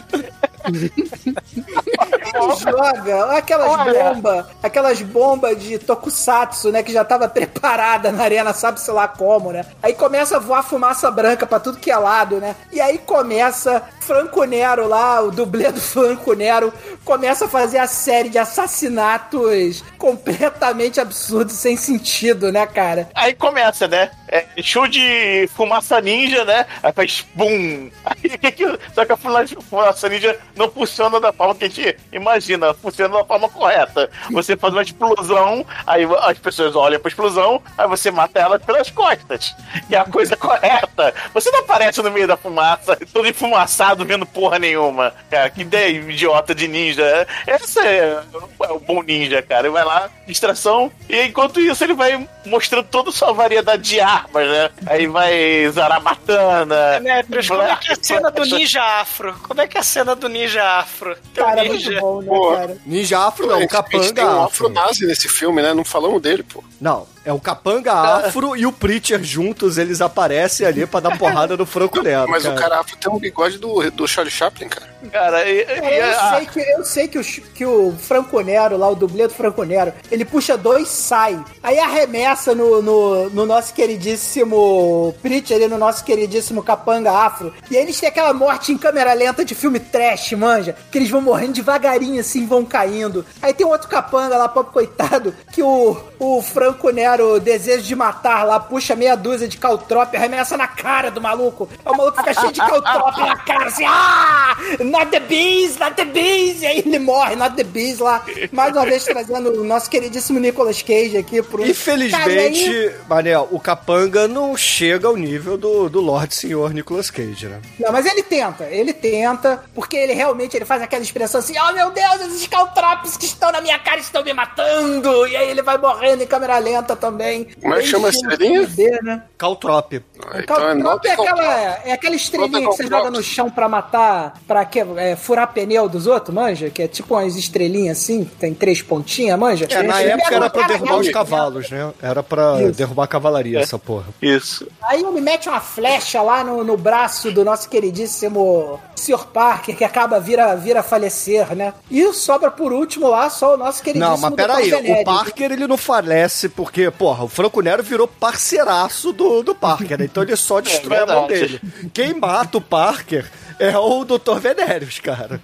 Ele joga aquelas bombas, aquelas bombas de tokusatsu, né, que já tava preparada na arena, sabe-se lá como, né? Aí começa a voar fumaça branca pra tudo que é lado, né? E aí começa Franco Nero lá, o dublê do Franco Nero, começa a fazer a série de assassinatos completamente absurdos, sem sentido, né, cara? Aí começa, né? É, show de fumaça ninja, né? Aí faz bum! Aí, que que, só que a fumaça ninja não funciona da forma que a gente imagina, funciona da forma correta. Você faz uma explosão, aí as pessoas olham pra explosão, aí você mata elas pelas costas. Que é a coisa correta. Você não aparece no meio da fumaça, todo enfumaçado, vendo porra nenhuma. Cara, que ideia idiota de ninja. Esse é, é o bom ninja, cara. Ele vai lá, distração, e enquanto isso ele vai mostrando toda a sua variedade de armas, né? Aí vai Zaramatana. Demetrius, como é que é a cena do ninja afro? Como é que é a cena do ninja afro? Teu Cara, ninja. muito bom, né, Pô, cara? Ninja afro não, A gente- a gente capanga tem um afro. afro-nazi nesse filme, né? Não falamos dele, pô. Não, é o capanga afro e o Preacher juntos, eles aparecem ali pra dar porrada no Franco Nero. Mas cara. o cara afro tem um bigode do, do Charlie Chaplin, cara. Cara, e, É, e- eu, a- sei que, eu sei que o, que o Franco Nero, lá, o dublê do Franco Nero, ele puxa dois, sai. Aí arremessa no, no, no nosso queridíssimo Preacher, ali, no nosso queridíssimo capanga afro. E aí eles têm aquela morte em câmera lenta de filme trash, manja. Que eles vão morrendo devagarinho, assim, vão caindo. Aí tem outro capanga lá, pobre coitado, que o, o Franco Nero, desejo de matar lá, puxa meia dúzia de caltrope, arremessa na cara do maluco. Aí o maluco fica cheio de caltrope na cara, assim, ah! Not the bees, not the bees! E aí ele morre, not the bees lá. Mais uma vez trazendo o nosso queridíssimo Nicolas Cage aqui pro... Cara, e Infelizmente, aí- Manel, o capanga não chega ao nível do, do Lorde Senhor Nicolas Cage, né? Não, mas ele tenta, ele tenta, porque ele realmente ele faz aquela expressão assim, oh meu Deus, esses caltropes que estão na minha cara estão me matando! E aí ele vai morrendo em câmera lenta também. Como é que Aí chama a chega estrelinha? o D, né? Caltrope. Ah, então é Caltrope nota é aquela, caltrope. é aquela estrelinha Nota que você caltrope. joga no chão pra matar, pra que, é, furar pneu dos outros, manja? Que é tipo umas estrelinhas assim, que tem três pontinhas, manja? É, na Ele época pega era uma pra cara derrubar os grande, cavalos, né? Era pra Isso. derrubar a cavalaria, essa porra. Isso. Aí ele mete uma flecha lá no, no braço do nosso queridíssimo senhor Parker, que acaba vira, vira a falecer, né? E sobra por último lá só o nosso queridíssimo Não, mas peraí, doutor o Venere. Parker ele não falece porque, porra, o Franco Nero virou parceiraço do, do Parker, né? Então ele só destrói a mão verdade. dele. Quem mata o Parker é o doutor Venérios, cara.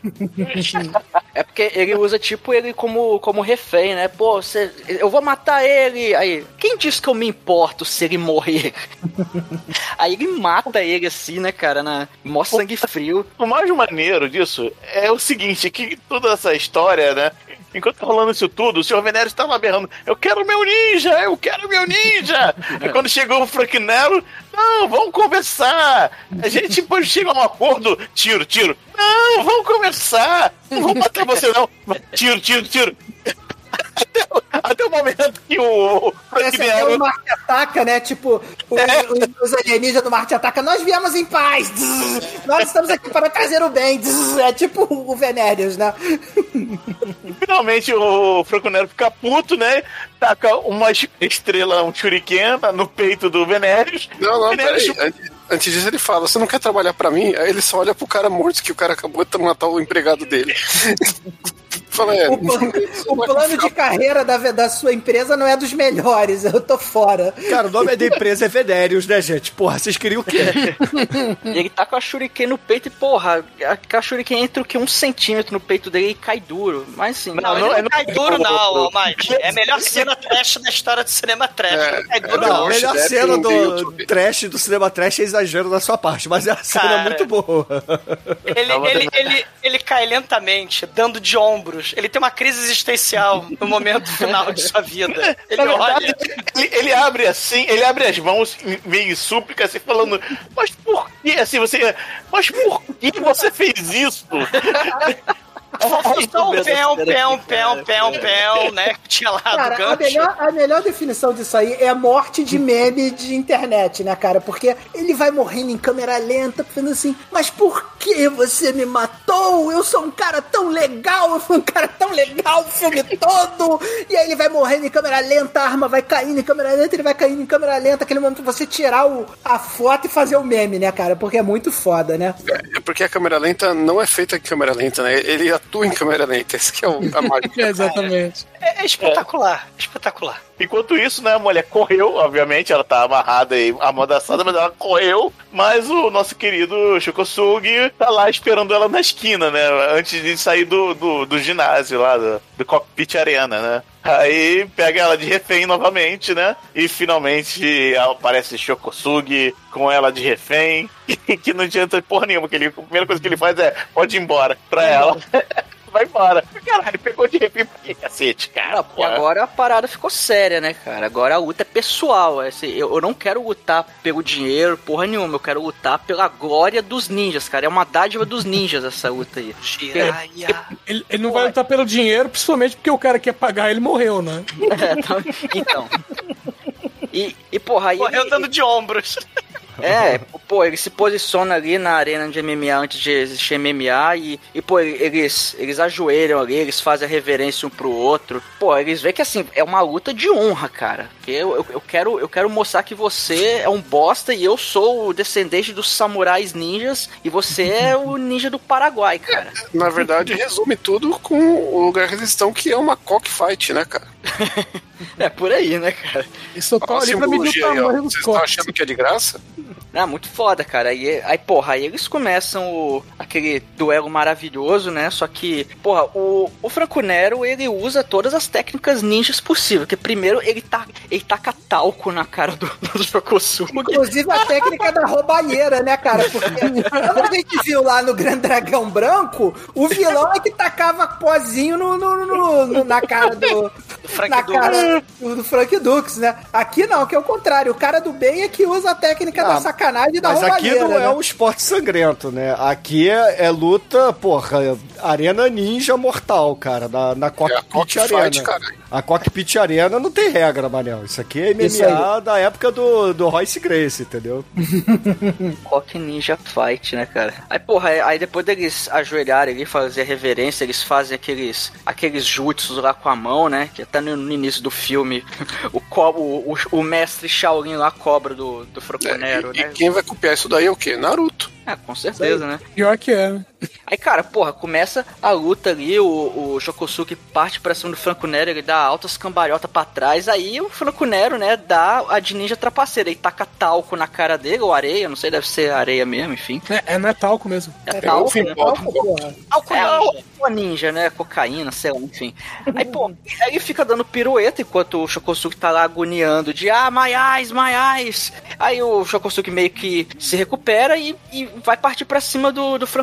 É porque ele usa, tipo, ele como, como refém, né? Pô, você, eu vou matar ele. Aí, quem disse que eu me importo se ele morrer? Aí ele mata ele assim, né, cara? Na, mó sangue frio. O mais maneiro disso é o seguinte, que toda essa história, né? enquanto tá rolando isso tudo, o senhor Venério estava berrando, eu quero meu ninja, eu quero meu ninja. Aí quando chegou o Frank Nero, não, vamos conversar. A gente pode chegar a um acordo, tiro, tiro. Não, vamos conversar. Não vou matar você não. Tiro, tiro, tiro. Até, até o momento que o Frank Nero... o Marte ataca, né? Tipo, o, é. os, os alienígenas do Marte atacam. Nós viemos em paz. Nós estamos aqui para trazer o bem. É tipo o Venérios, né? Finalmente o Franco Nero fica puto, né? Taca uma estrela, um shuriken no peito do Venérios. Não, não, Venérios... peraí. Antes disso ele fala, você não quer trabalhar pra mim? Aí ele só olha pro cara morto que o cara acabou de matar o empregado dele. Fala, é, o plano, o plano de carreira da, da sua empresa não é dos melhores, eu tô fora. Cara, o nome da empresa é Venérios, né, gente? Porra, vocês queriam o quê? Ele tá com a shuriken no peito e, porra, a shuriken entra o que? Um centímetro no peito dele e cai duro. Mas sim. Não, não, não, não cai duro, não, Mike. É a melhor cena trash da história do cinema trash. É, não cai duro, não. não. A melhor cena do trash, do cinema trash é exagero da sua parte, mas é uma cena Cara, muito boa. Ele, ele, ele, ele cai lentamente, dando de ombros. Ele tem uma crise existencial no momento final de sua vida. Ele Na olha... verdade, ele, ele abre assim, ele abre as mãos meio em súplica, assim, falando, mas por que, assim, você, mas por que você fez isso? Só o pão, pão, pão, pão, pão, né? Que tinha lá cara, do gancho. A melhor, a melhor definição disso aí é a morte de meme de internet, né, cara? Porque ele vai morrendo em câmera lenta, falando assim, mas por que você me matou? Eu sou um cara tão legal, eu fui um cara tão legal o filme todo. E aí ele vai morrendo em câmera lenta, a arma vai caindo em câmera lenta, ele vai caindo em câmera lenta, aquele momento pra você tirar o, a foto e fazer o meme, né, cara? Porque é muito foda, né? É porque a câmera lenta não é feita em câmera lenta, né? Ele atua em câmera lenta, esse que é o, a mágica. É, exatamente. É, é espetacular, é. espetacular. Enquanto isso, né, a mulher correu, obviamente, ela tá amarrada e amordaçada, mas ela correu, mas o nosso querido Shokosugi tá lá esperando ela na esquina, né, antes de sair do, do, do ginásio lá, do, do Cockpit Arena, né. Aí pega ela de refém novamente, né, e finalmente aparece Shokosugi com ela de refém, que não adianta porra nenhuma, que ele, a primeira coisa que ele faz é, pode ir embora pra ela. Vai embora. Caralho, pegou de refém pra que cacete, cara. Não, porque agora a parada ficou séria, né, cara? Agora a luta é pessoal. É assim, eu, eu não quero lutar pelo dinheiro, porra nenhuma. Eu quero lutar pela glória dos ninjas, cara. É uma dádiva dos ninjas essa luta aí. Ele, ele, ele não vai lutar pelo dinheiro, principalmente porque o cara que ia pagar ele morreu, né? É, então. E, e porra, aí. Morreu ele, dando de ombros. É, pô, ele se posiciona ali na arena de M M A antes de existir M M A e, e pô, eles, eles ajoelham ali, eles fazem a reverência um pro outro. Pô, eles veem que assim, é uma luta de honra, cara. Porque eu, eu, eu, quero, eu quero mostrar que você é um bosta e eu sou o descendente dos samurais ninjas e você é o ninja do Paraguai, cara. Na verdade, resume tudo com o lugar que eles estão, que é uma cockfight, né, cara? É por aí, né, cara? Isso eu tô ali pra medir o tamanho dos Vocês estão achando que é de graça? Ah, muito foda, cara. Aí, aí, porra, aí eles começam o, aquele duelo maravilhoso, né? Só que, porra, o, o Franco Nero, ele usa todas as técnicas ninjas possíveis. Porque primeiro ele, tá, ele taca talco na cara do, do Shokosugi. Inclusive a técnica da roubalheira, né, cara? Porque quando a gente viu lá no Grande Dragão Branco, o vilão é que tacava pozinho no, no, no, no, na cara do... do Frank na Dux. cara do, do Frank Dux, né? Aqui não, que é o contrário. O cara do bem é que usa a técnica ah, da sacanagem e da mas roubalheira. Mas aqui não né? é um esporte sangrento, né? Aqui é, é luta, porra, Arena Ninja Mortal, cara, na, na Cockpit é a Arena. Fight, cara. A Cockpit Arena não tem regra, Manel. Isso aqui é M M A da época do, do Royce Gracie, entendeu? Cock Ninja Fight, né, cara? Aí, porra, aí depois deles ajoelharem ali, fazer reverência, eles fazem aqueles, aqueles jutsus lá com a mão, né? Que até no, no início do filme, o, co- o, o, o mestre Shaolin lá cobra do, do Franco Nero, é, e, né? E quem vai copiar isso daí é o quê? Naruto. É, com certeza, né? Pior que é. Aí, cara, porra, começa a luta ali, o, o Shokosugi parte pra cima do Franco Nero, ele dá altas cambalhotas pra trás, aí o Franco Nero, né, dá a de ninja trapaceira, ele taca talco na cara dele, ou areia, não sei, deve ser areia mesmo, enfim. É, é não é talco mesmo. É, é talco, fim, né? talco, porra. Talco é ninja. ninja, né, cocaína, sei lá, enfim. Aí, pô, ele fica dando pirueta, enquanto o Shokosugi tá lá agoniando de, ah, my eyes, my eyes. Aí o Shokosugi meio que se recupera e, e vai partir pra cima do, do Franco Nero de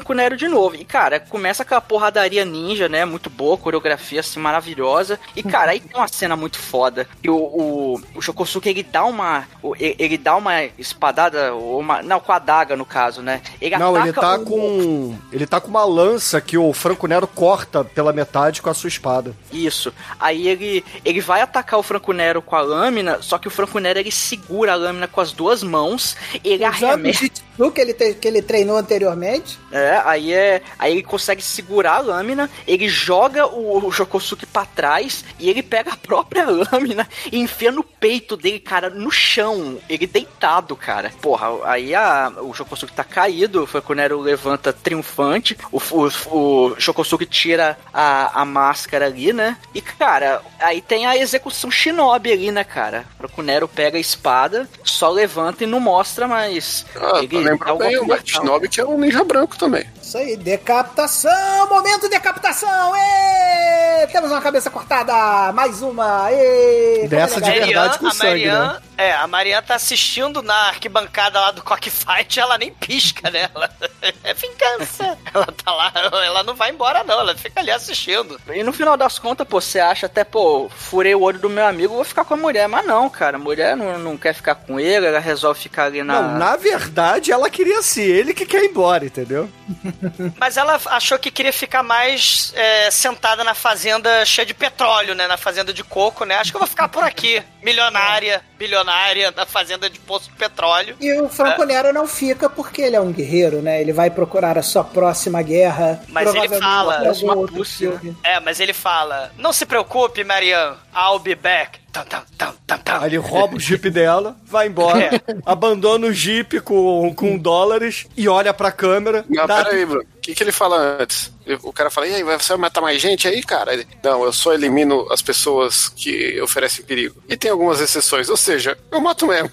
de novo. E, cara, começa aquela porradaria ninja, né? Muito boa, coreografia, assim, maravilhosa. E, cara, aí tem uma cena muito foda. E o, o, o Shokosuke, ele dá uma... Ele dá uma espadada, uma, não, com a adaga, no caso, né? Ele não, ele tá o... com... Ele tá com uma lança que o Franco Nero corta pela metade com a sua espada. Isso. Aí ele, ele vai atacar o Franco Nero com a lâmina, só que o Franco Nero, ele segura a lâmina com as duas mãos, ele arremessa... O que ele, te, que ele treinou anteriormente. É, aí é. Aí ele consegue segurar a lâmina, ele joga o, o Shokosuke pra trás e ele pega a própria lâmina e enfia no peito dele, cara, no chão. Ele deitado, cara. Porra, aí a, o Shokosuke tá caído, o Franco Nero levanta triunfante, o, o, o Shokosuke tira a, a máscara ali, né? E, cara, aí tem a execução shinobi ali, né, cara? O Franco Nero pega a espada, só levanta e não mostra, mas. Ah, ele lembra bem o Shinobi, que é um ninja branco também. Isso aí, decapitação! Momento de decapitação! Êêê! Temos uma cabeça cortada! Mais uma! Êêê! Dessa de verdade com a sangue, Marianne, né? É, a Marianne tá assistindo na arquibancada lá do Cockfight, ela nem pisca, né? Ela, é vingança. Ela tá lá, ela não vai embora não, ela fica ali assistindo. E no final das contas, pô, você acha até, pô, furei o olho do meu amigo, vou ficar com a mulher. Mas não, cara, a mulher não, não quer ficar com ele, ela resolve ficar ali na... Não, na verdade, ela queria ser ele que quer ir embora, entendeu? Mas ela achou que queria ficar mais é, sentada na fazenda cheia de petróleo, né? Na fazenda de coco, né? Acho que eu vou ficar por aqui. Milionária, bilionária, na fazenda de poço de petróleo. E o Franco é. Nero não fica porque ele é um guerreiro, né? Ele vai procurar a sua próxima guerra. Mas ele fala... Algum outro filme. É, mas ele fala... Não se preocupe, Marianne. I'll be back. Tum, tum, tum, tum, tum. Aí ele rouba o Jeep dela, vai embora, é. abandona o Jeep com, com dólares e olha pra câmera. Não, dá... peraí, Bruno. O que, que ele fala antes? O cara fala, e aí, você vai matar mais gente aí, cara? Ele, não, eu só elimino as pessoas que oferecem perigo. E tem algumas exceções, ou seja, eu mato mesmo.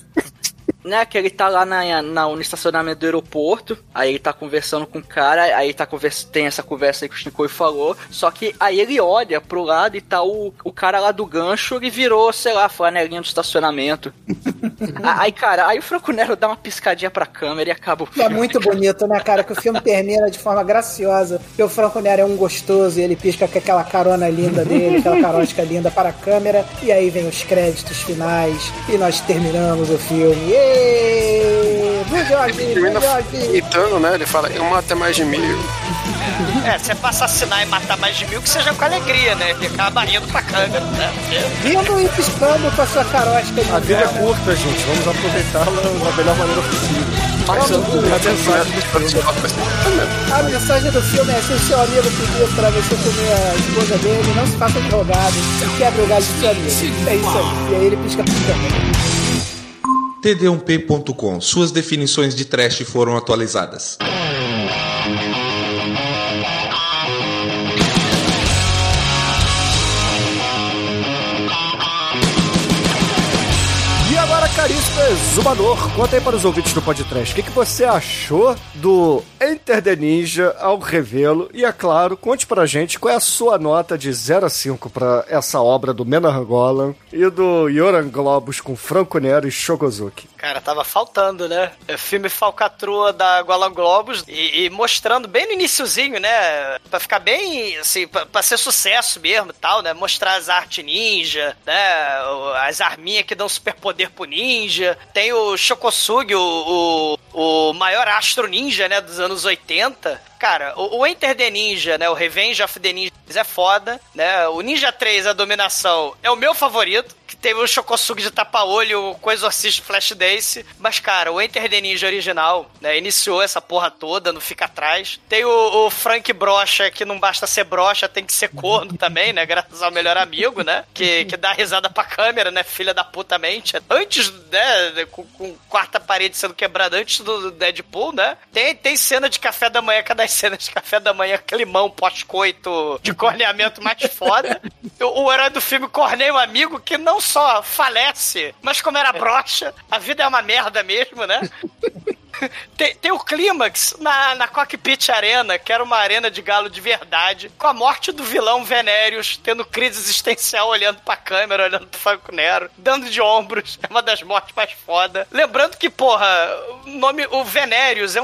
Né, que ele tá lá na, na, no estacionamento do aeroporto, aí ele tá conversando com o cara, aí tá conversa, tem essa conversa aí que o Shinkoi falou, só que aí ele olha pro lado e tá o, o cara lá do gancho, ele virou, sei lá, flanelinha do estacionamento. Aí, cara, aí o Franco Nero dá uma piscadinha pra câmera e acaba o filme. É muito bonito, né, cara, que o filme termina de forma graciosa, porque o Franco Nero é um gostoso e ele pisca com aquela carona linda dele, aquela carótica linda para a câmera, e aí vem os créditos finais, e nós terminamos o filme. E Blue George, Ele termina imitando, né? Ele fala, eu mato mais de mil. É, você é pra assassinar e matar mais de mil, que seja com alegria, né? Ele acaba rindo pra câmera, né? Rindo e piscando com a sua carótica. A vida é curta, gente. Vamos aproveitá-la da melhor maneira possível. Mas a mensagem do filme. A mensagem do filme é: se o seu amigo pedir pra você comer a esposa dele, não se faça de rogado e quebre o galho do seu amigo. É isso aí. E aí ele pisca pra câmera. T D um P ponto com. Suas definições de trash foram atualizadas. E agora, caríssimo exumador, conta aí para os ouvintes do podcast, o que, que você achou do Enter the Ninja ao revê-lo? E, é claro, conte pra gente qual é a sua nota de zero a cinco para essa obra do Menar Golan e do Yoran Globus com Franco Nero e Shokosuke. Cara, tava faltando, né? É filme falcatrua da Golan Globus e, e mostrando bem no iniciozinho, né? Pra ficar bem, assim, pra, pra ser sucesso mesmo e tal, né? Mostrar as artes ninja, né? As arminhas que dão superpoder pro ninja. Tem o Shokosugi, o, o, o maior astro ninja, né? Dos anos oitenta. Cara, o, o Enter the Ninja, né? O Revenge of the Ninja é foda, né? O Ninja três, a Dominação, é o meu favorito. Que teve o Shokosugi de tapa-olho com o Exorcist Flash Dance. Mas, cara, o Enter the Ninja original, né? Iniciou essa porra toda, não fica atrás. Tem o, o Frank Brocha, que não basta ser brocha, tem que ser corno também, né? Graças ao melhor amigo, né? Que, que dá risada pra câmera, né? Filha da puta mente. Antes, né? Com, com quarta parede sendo quebrada antes do Deadpool, né? Tem, tem cena de café da manhã, cada cenas de café da manhã, climão, pós-coito, de corneamento mais foda. O, o herói do filme corneia um amigo que não só falece, mas como era broxa, a vida é uma merda mesmo, né? Tem, tem o clímax na, na Cockpit Arena, que era uma arena de galo de verdade, com a morte do vilão Venérios, tendo crise existencial olhando pra câmera, olhando pro Franco Nero, dando de ombros. É uma das mortes mais foda. Lembrando que, porra, o nome, o Venérios é um dos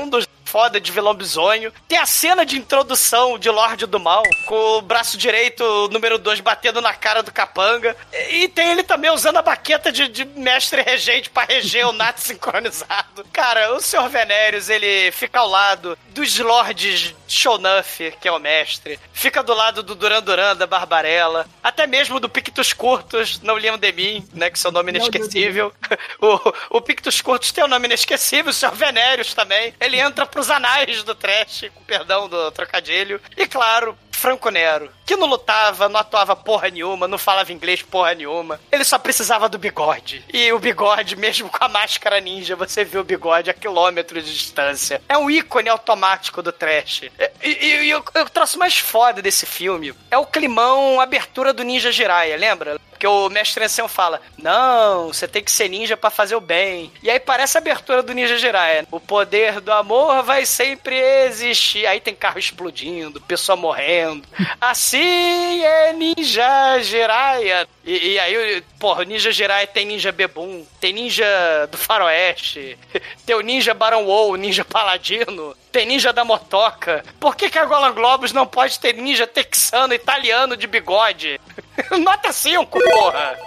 foda de vilão bizonho. Tem a cena de introdução de Lorde do Mal, com o braço direito, número dois, batendo na cara do capanga. E tem ele também usando a baqueta de, de mestre regente pra reger o Nath sincronizado. Cara, o senhor Venérios, ele fica ao lado dos Lordes Shonuff, que é o mestre. Fica do lado do Duran Duran, da Barbarella. Até mesmo do Pictus Curtus, não Liam de mim, né, que seu nome é inesquecível. O, o Pictus Curtus tem um nome inesquecível, o senhor Venérios também. Ele entra pros anais do trash, com perdão do trocadilho. E claro, Franco Nero, que não lutava, não atuava porra nenhuma, não falava inglês porra nenhuma. Ele só precisava do bigode. E o bigode, mesmo com a máscara ninja, você vê o bigode a quilômetros de distância. É um ícone automático do trash. E, e, e o, o troço mais foda desse filme é o climão abertura do Ninja Jiraiya, lembra? Porque o mestre ancião fala, não, você tem que ser ninja pra fazer o bem. E aí parece a abertura do Ninja Jiraiya. O poder do amor vai sempre existir. Aí tem carro explodindo, pessoa morrendo. Assim é Ninja Jiraiya. E, e aí, porra, o Ninja Jiraiya tem Ninja Bebum, tem Ninja do Faroeste, tem o Ninja Baron Wall, Ninja Paladino, tem Ninja da Motoca. Por que que a Golan Globus não pode ter ninja texano, italiano de bigode? Nota cinco, porra!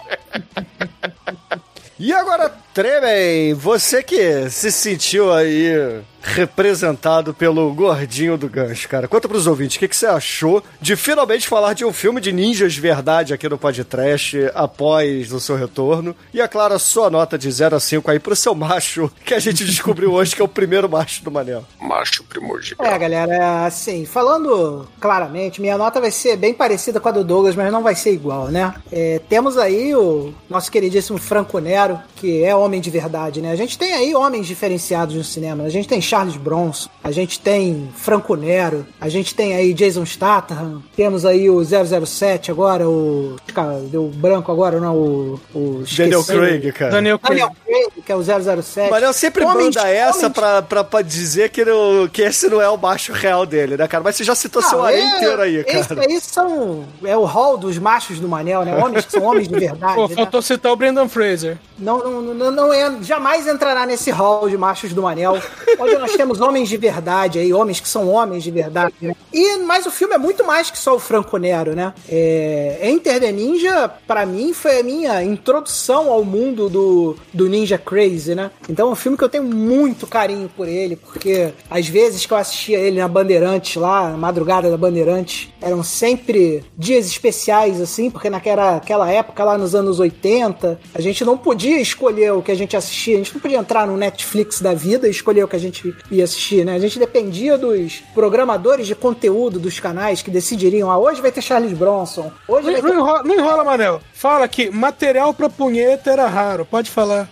E agora, Tremem, você que se sentiu aí representado pelo gordinho do gancho, cara. Conta pros ouvintes, o que, que você achou de finalmente falar de um filme de ninjas de verdade aqui no Podcast após o seu retorno? E, é claro, a sua nota de zero a cinco aí pro seu macho, que a gente descobriu hoje que é o primeiro macho do Manel. Macho primordial. É, galera, assim, falando claramente, minha nota vai ser bem parecida com a do Douglas, mas não vai ser igual, né? É, temos aí o nosso queridíssimo Franco Nero, que é homem de verdade, né? A gente tem aí homens diferenciados no cinema, a gente tem Charles Bronson, a gente tem Franco Nero, a gente tem aí Jason Statham, temos aí o zero zero sete agora, o... Cara, deu branco agora, não, o... o Daniel Craig, cara. Daniel Craig. Daniel Craig, que é o zero zero sete. Mas eu sempre homens, manda essa homens... pra, pra, pra dizer que, no, que esse não é o macho real dele, né, cara? Mas você já citou ah, seu arém é, inteiro aí, cara. Esse aí são... É o hall dos machos do Manel, né? Homens que são homens de verdade. Pô, né? faltou citar o Brendan Fraser. Não, não, não, não é, jamais entrará nesse hall de machos do Manel, onde nós temos homens de verdade aí, homens que são homens de verdade, né? E, mas o filme é muito mais que só o Franco Nero, né? É, Enter the Ninja, pra mim, foi a minha introdução ao mundo do, do Ninja Crazy, né? Então é um filme que eu tenho muito carinho por ele, porque às vezes que eu assistia ele na Bandeirantes lá, na madrugada da Bandeirantes, eram sempre dias especiais, assim, porque naquela aquela época, lá nos anos oitenta, a gente não podia escolher o que a gente assistia, a gente não podia entrar no Netflix da vida e escolher o que a gente ia assistir, né? A gente dependia dos programadores de conteúdo dos canais que decidiriam, ah, hoje vai ter Charles Bronson, hoje não, vai ter... Não enrola, não enrola, Manel. Fala que material pra punheta era raro, pode falar.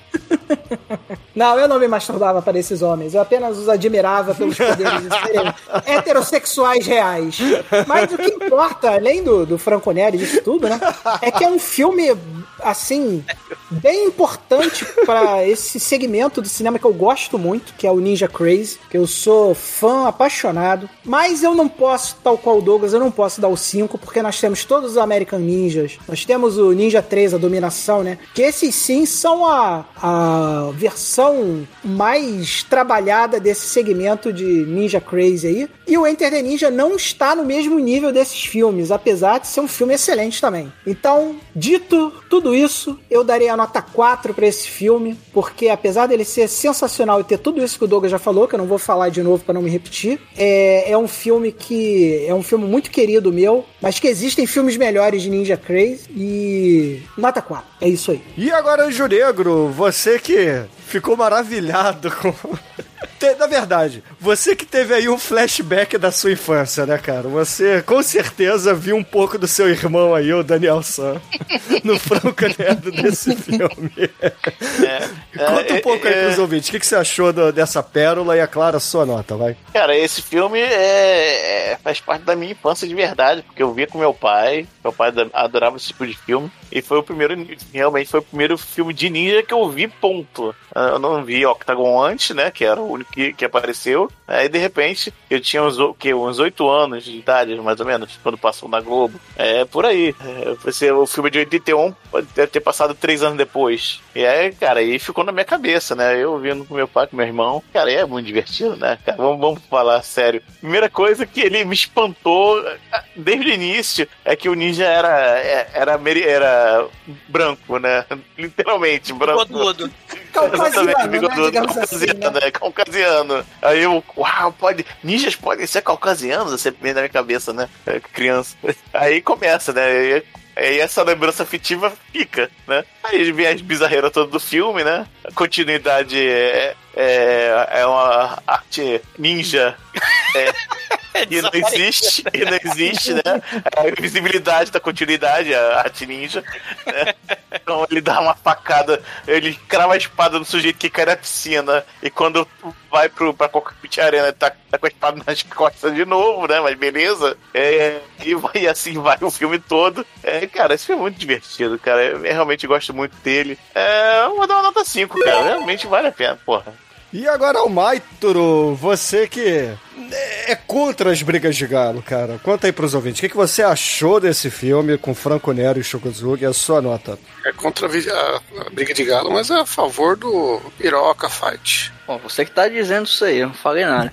Não, eu não me masturbava para esses homens, eu apenas os admirava pelos poderes de serem heterossexuais reais. Mas o que importa, além do, do Franco Nero e disso tudo, né, é que é um filme, assim, bem importante para esse segmento do cinema que eu gosto muito, que é o Ninja Crazy, que eu sou fã apaixonado, mas eu não posso, tal qual o Douglas, eu não posso dar o cinco, porque nós temos todos os American Ninjas, nós temos o Ninja três, a Dominação, né, que esses sim são a, a versão mais trabalhada desse segmento de Ninja Crazy aí, e o Enter the Ninja não está no mesmo nível desses filmes, apesar de ser um filme excelente também. Então, dito tudo isso, eu darei a nota quatro para esse filme, porque apesar dele ser sensacional e ter tudo isso que o Douglas já falou, que eu não vou falar de novo para não me repetir, é, é um filme que é um filme muito querido meu, mas que existem filmes melhores de Ninja Crazy, e nota quatro, é isso aí. E agora, Anjo Negro, você que ficou maravilhado com... Na verdade, você que teve aí um flashback da sua infância, né, cara? Você com certeza viu um pouco do seu irmão aí, o Daniel San, no Franco Nero desse filme. É, Conta um pouco é, aí pros é... ouvintes, o que, que você achou do, dessa pérola e, é claro, a sua nota, vai. Cara, esse filme é, é, faz parte da minha infância de verdade, porque eu via com meu pai, meu pai adorava esse tipo de filme, e foi o primeiro, realmente foi o primeiro filme de ninja que eu vi, ponto. Eu não vi Octagon antes, né, que era o único que, que apareceu. Aí, de repente, eu tinha uns, o quê? uns oito anos de idade, mais ou menos, quando passou na Globo. É, por aí. É, esse, o filme de oitenta e um deve ter passado três anos depois. E aí, cara, aí ficou na minha cabeça, né? Eu vendo com meu pai, com meu irmão. Cara, é muito divertido, né? Cara, vamos, vamos falar sério. Primeira coisa que ele me espantou desde o início é que o ninja era, era, era branco, né? Literalmente, branco. Bigodudo. Exatamente, bigodudo, né? caucasiano, Assim, né? né? Caucasiano. Aí eu, uau, pode. Ninjas podem ser caucasianos, você vem na minha cabeça, né? Criança. Aí começa, né? Aí, aí essa lembrança afetiva fica, né? Aí vem as bizarreiras todas do filme, né? A continuidade é, é, é uma arte ninja. É. E não existe, e não existe, né? A invisibilidade da continuidade, a arte ninja, né? Então ele dá uma facada, ele crava a espada no sujeito que cai na piscina, e quando vai pro, pra Cockpit Arena, ele tá, tá com a espada nas costas de novo, né? Mas beleza. É, e, vai, e assim vai o filme todo. É, cara, esse filme é muito divertido, cara. Eu realmente gosto muito dele. É, eu vou dar uma nota cinco, cara. Realmente vale a pena, porra. E agora o Maituro, você que é contra as brigas de galo, cara. Conta aí pros ouvintes, o que, que você achou desse filme com Franco Nero e Shokozuki? A sua nota? É contra a, a, a briga de galo, mas é a favor do Piroca Fight. Bom, você que tá dizendo isso aí, eu não falei nada.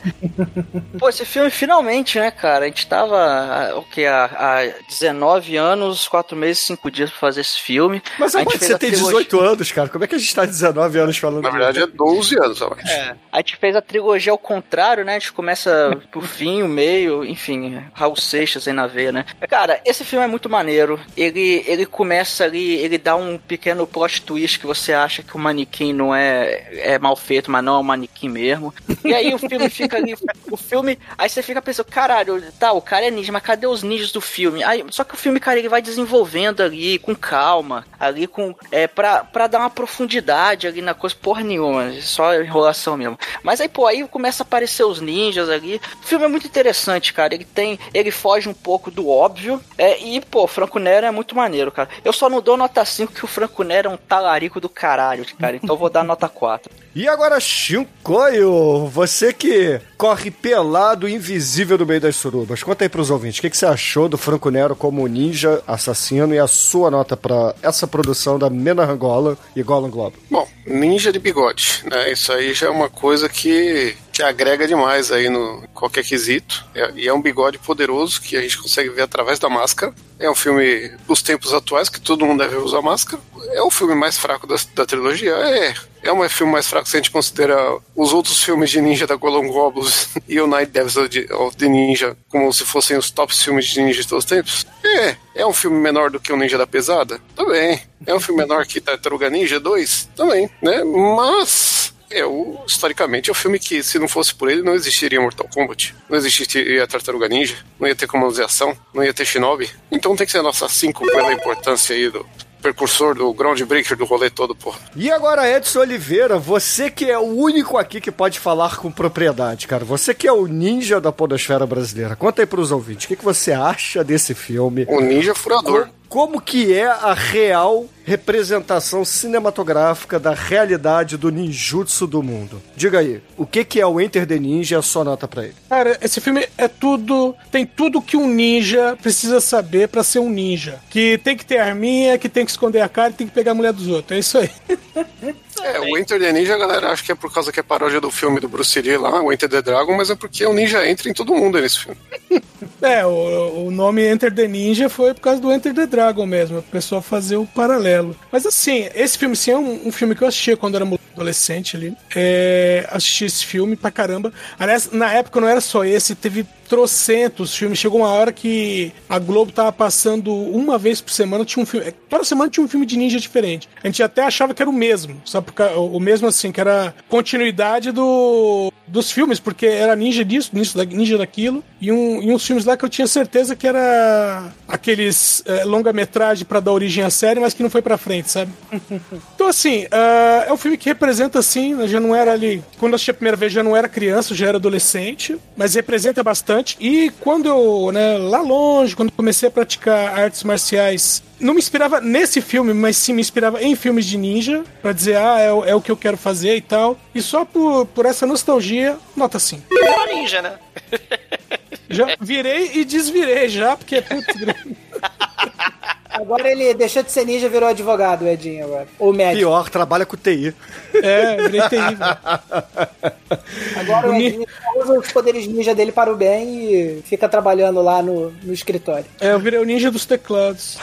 Pô, esse filme finalmente, né, cara? A gente tava, o que, há, há dezenove anos, quatro meses, cinco dias pra fazer esse filme. Mas a você tem trilogia... dezoito anos, cara. Como é que a gente tá dezenove anos falando Na verdade é doze anos, eu acho. É, a gente fez a trilogia ao contrário, né? A gente começa pro fim, o meio, enfim, Raul Seixas aí na veia, né? Cara, esse filme é muito maneiro. Ele, ele começa ali, ele dá um pequeno plot twist que você acha que o manequim não é, é mal feito, mas não é um manequim mesmo. E aí o filme fica ali, o filme, aí você fica pensando, caralho, tá, o cara é ninja, mas cadê os ninjas do filme? Aí, só que o filme, cara, ele vai desenvolvendo ali, com calma, ali com, é, pra, pra dar uma profundidade ali na coisa, porra nenhuma, só enrolação mesmo. Mas aí, pô, aí começa a aparecer os ninjas ali. O filme é muito interessante, cara, ele tem, ele foge um pouco do óbvio, é, e, pô, o Franco Nero é muito maneiro, cara. Eu só não dou nota cinco que o Franco Nero é um talarico do caralho, cara, então eu vou dar nota quatro. E agora, Shinkoio, você que corre pelado, invisível no meio das surubas, conta aí pros ouvintes, o que, que você achou do Franco Nero como ninja assassino e a sua nota pra essa produção da Menargola e Golan Globo? Bom, ninja de bigode, né? Isso aí já é uma coisa que, que agrega demais aí no qualquer quesito. É, e é um bigode poderoso que a gente consegue ver através da máscara. É um filme dos tempos atuais que todo mundo deve usar máscara. É o filme mais fraco da, da trilogia. É, é um filme mais fraco se a gente considera os outros filmes de ninja da Golan Globus e o Night Devils of the Ninja como se fossem os top filmes de ninja de todos os tempos. É, é um filme menor do que o Ninja da Pesada? Também. É um filme menor que Tartaruga Ninja dois? Também, né? Mas... É, o, historicamente, é um filme que, se não fosse por ele, não existiria Mortal Kombat, não existiria Tartaruga Ninja, não ia ter comando de ação, não ia ter Shinobi. Então tem que ser a nossa cinco pela importância aí do precursor do groundbreaker do rolê todo, porra. E agora, Edson Oliveira, você que é o único aqui que pode falar com propriedade, cara. Você que é o ninja da podosfera brasileira. Conta aí pros ouvintes, o que, que você acha desse filme? O ninja furador. Como, como que é a real representação cinematográfica da realidade do ninjutsu do mundo? Diga aí, o que que é o Enter the Ninja e a sua nota pra ele? Cara, esse filme é tudo, tem tudo que um ninja precisa saber pra ser um ninja. Que tem que ter arminha, que tem que esconder a cara e tem que pegar a mulher dos outros, é isso aí. É, o Enter the Ninja, a galera acha que é por causa que é paródia do filme do Bruce Lee lá, o Enter the Dragon, mas é porque o ninja entra em todo mundo nesse filme. É, o, o nome Enter the Ninja foi por causa do Enter the Dragon mesmo, o pessoal fazer o paralelo. Mas assim, esse filme sim é um, um filme que eu assistia quando era adolescente ali. É, assisti esse filme pra caramba. Aliás, na época não era só esse, teve trocentos filmes. Chegou uma hora que a Globo tava passando uma vez por semana, tinha um filme. Toda semana tinha um filme de ninja diferente. A gente até achava que era o mesmo, sabe? O mesmo assim, que era continuidade do, dos filmes, porque era ninja disso, ninja daquilo, e, um, e uns filmes lá que eu tinha certeza que era aqueles é, longa-metragem pra dar origem à série, mas que não foi pra frente, sabe? Então Então, assim, uh, é um filme que representa, assim, já não era ali... Quando eu assisti a primeira vez, já não era criança, já era adolescente, mas representa bastante. E quando eu, né, lá longe, quando comecei a praticar artes marciais, não me inspirava nesse filme, mas sim me inspirava em filmes de ninja, pra dizer, ah, é, é o que eu quero fazer e tal. E só por, por essa nostalgia, nota sim. É ninja, né? Já virei e desvirei já, porque... Putz, agora ele deixou de ser ninja e virou advogado, o Edinho, agora. Ou médico. Pior, trabalha com T I. É, virei T I, velho. Agora o, o Edinho usa os poderes ninja dele para o bem e fica trabalhando lá no, no escritório. É, eu virei o ninja dos teclados.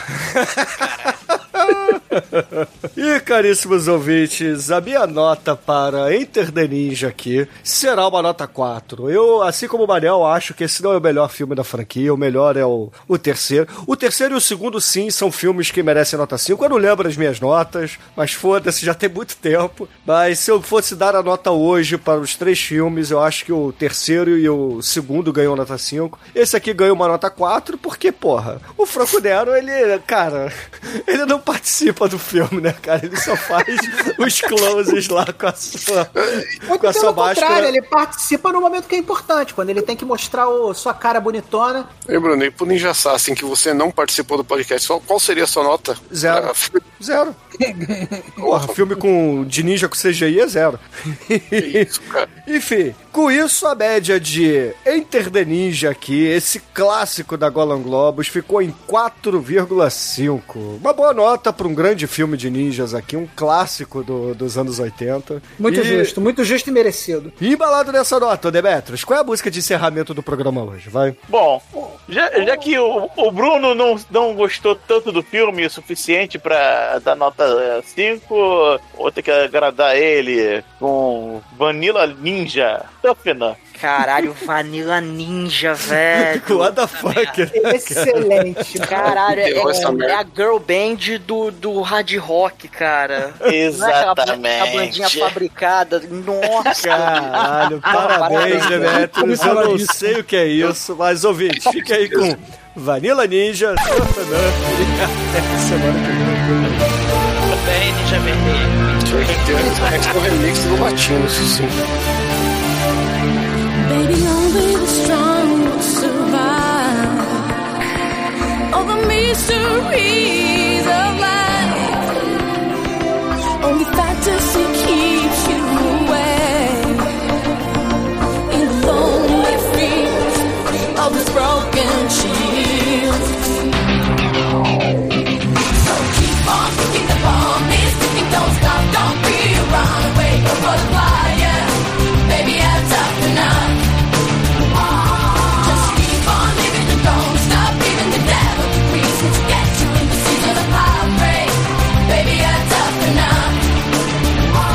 E, caríssimos ouvintes, a minha nota para Enter the Ninja aqui será uma nota quatro. Eu, assim como o Manel, acho que esse não é o melhor filme da franquia, o melhor é o, o terceiro. O terceiro e o segundo, sim, são filmes que merecem nota cinco. Eu não lembro as minhas notas, mas foda-se, já tem muito tempo. Mas se eu fosse dar a nota hoje para os três filmes, eu acho que o terceiro e o segundo ganham nota cinco. Esse aqui ganhou uma nota quatro, porque, porra, o Franco Nero, ele, cara, ele não participa do filme, né, cara? Ele só faz os closes lá com a sua, com a sua máscara. Ele participa no momento que é importante, quando ele tem que mostrar a sua cara bonitona. Ei, Bruno, e pro Ninja Assassin, que você não participou do podcast, qual seria a sua nota? Zero. Ah, zero. Porra, filme com, de ninja com C G I é zero. Isso, cara. Enfim, com isso a média de Enter the Ninja aqui, esse clássico da Golan Globus, ficou em quatro vírgula cinco. Uma boa nota para um grande filme de ninjas aqui, um clássico do, dos anos oitenta. Muito e... justo, muito justo e merecido. E embalado nessa nota, Demetrius, qual é a música de encerramento do programa hoje? Vai. Bom, já, já que o, o Bruno não, não gostou tanto do filme o suficiente pra dar nota cinco, vou ter que agradar ele com Vanilla Ninja Tough. Caralho, Vanilla Ninja, velho. What the fuck? Excelente. Caralho, é, é, é a girl band do, do hard rock, cara. Exatamente. A bandinha fabricada. Nossa. Caralho, parabéns, Demetrius. Eu não sei o que é isso, mas ouvinte, fica aí com Vanilla Ninja. Até semana que vem. Bem, Ninja Vermelho. É o remix do Latino, isso sim. Baby, only the strong will survive. All the mysteries of life. Only fantasy keeps you away. In the lonely fields of this broken shield. So keep on picking the bomb, is ticking, don't stop, don't be a runaway, a butterfly, yeah. Baby, I'm tough enough. Just keep on living and don't stop. Even the devil reasons to get you in the season of heartbreak. Baby, I'm tough enough.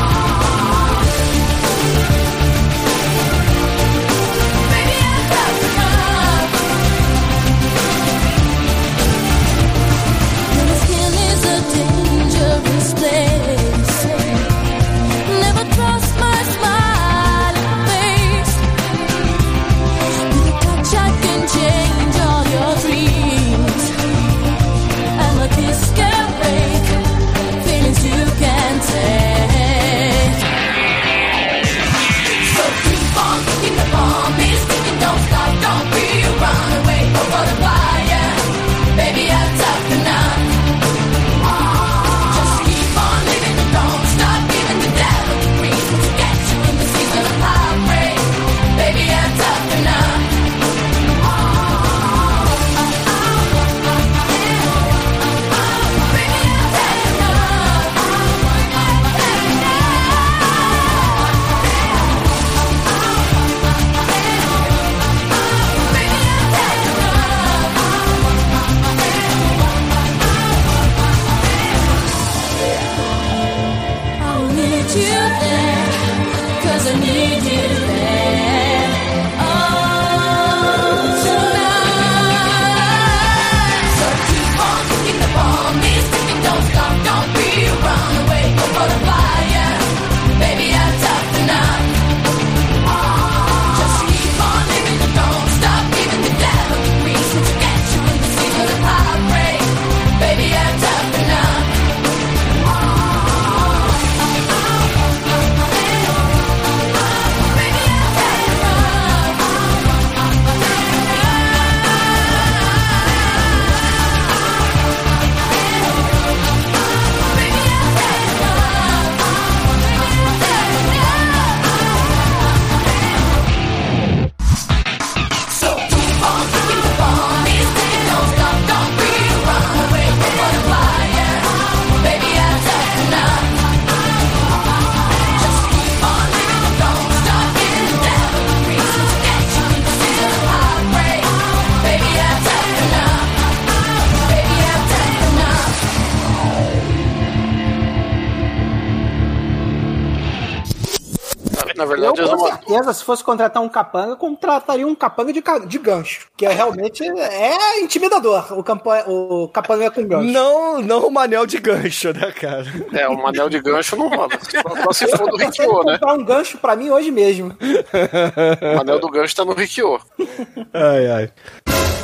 Na verdade, eu, com uma... certeza, se fosse contratar um capanga, contrataria um capanga de, ca... de gancho. Que é, realmente é intimidador, o, campa... o capanga com gancho. Não, não o Manel de gancho, né, cara? É, o Manel de gancho não rola. Só se for do Rikyo, né? comprar um gancho pra mim hoje mesmo. O Manel do gancho tá no Rikyo. Ai, ai.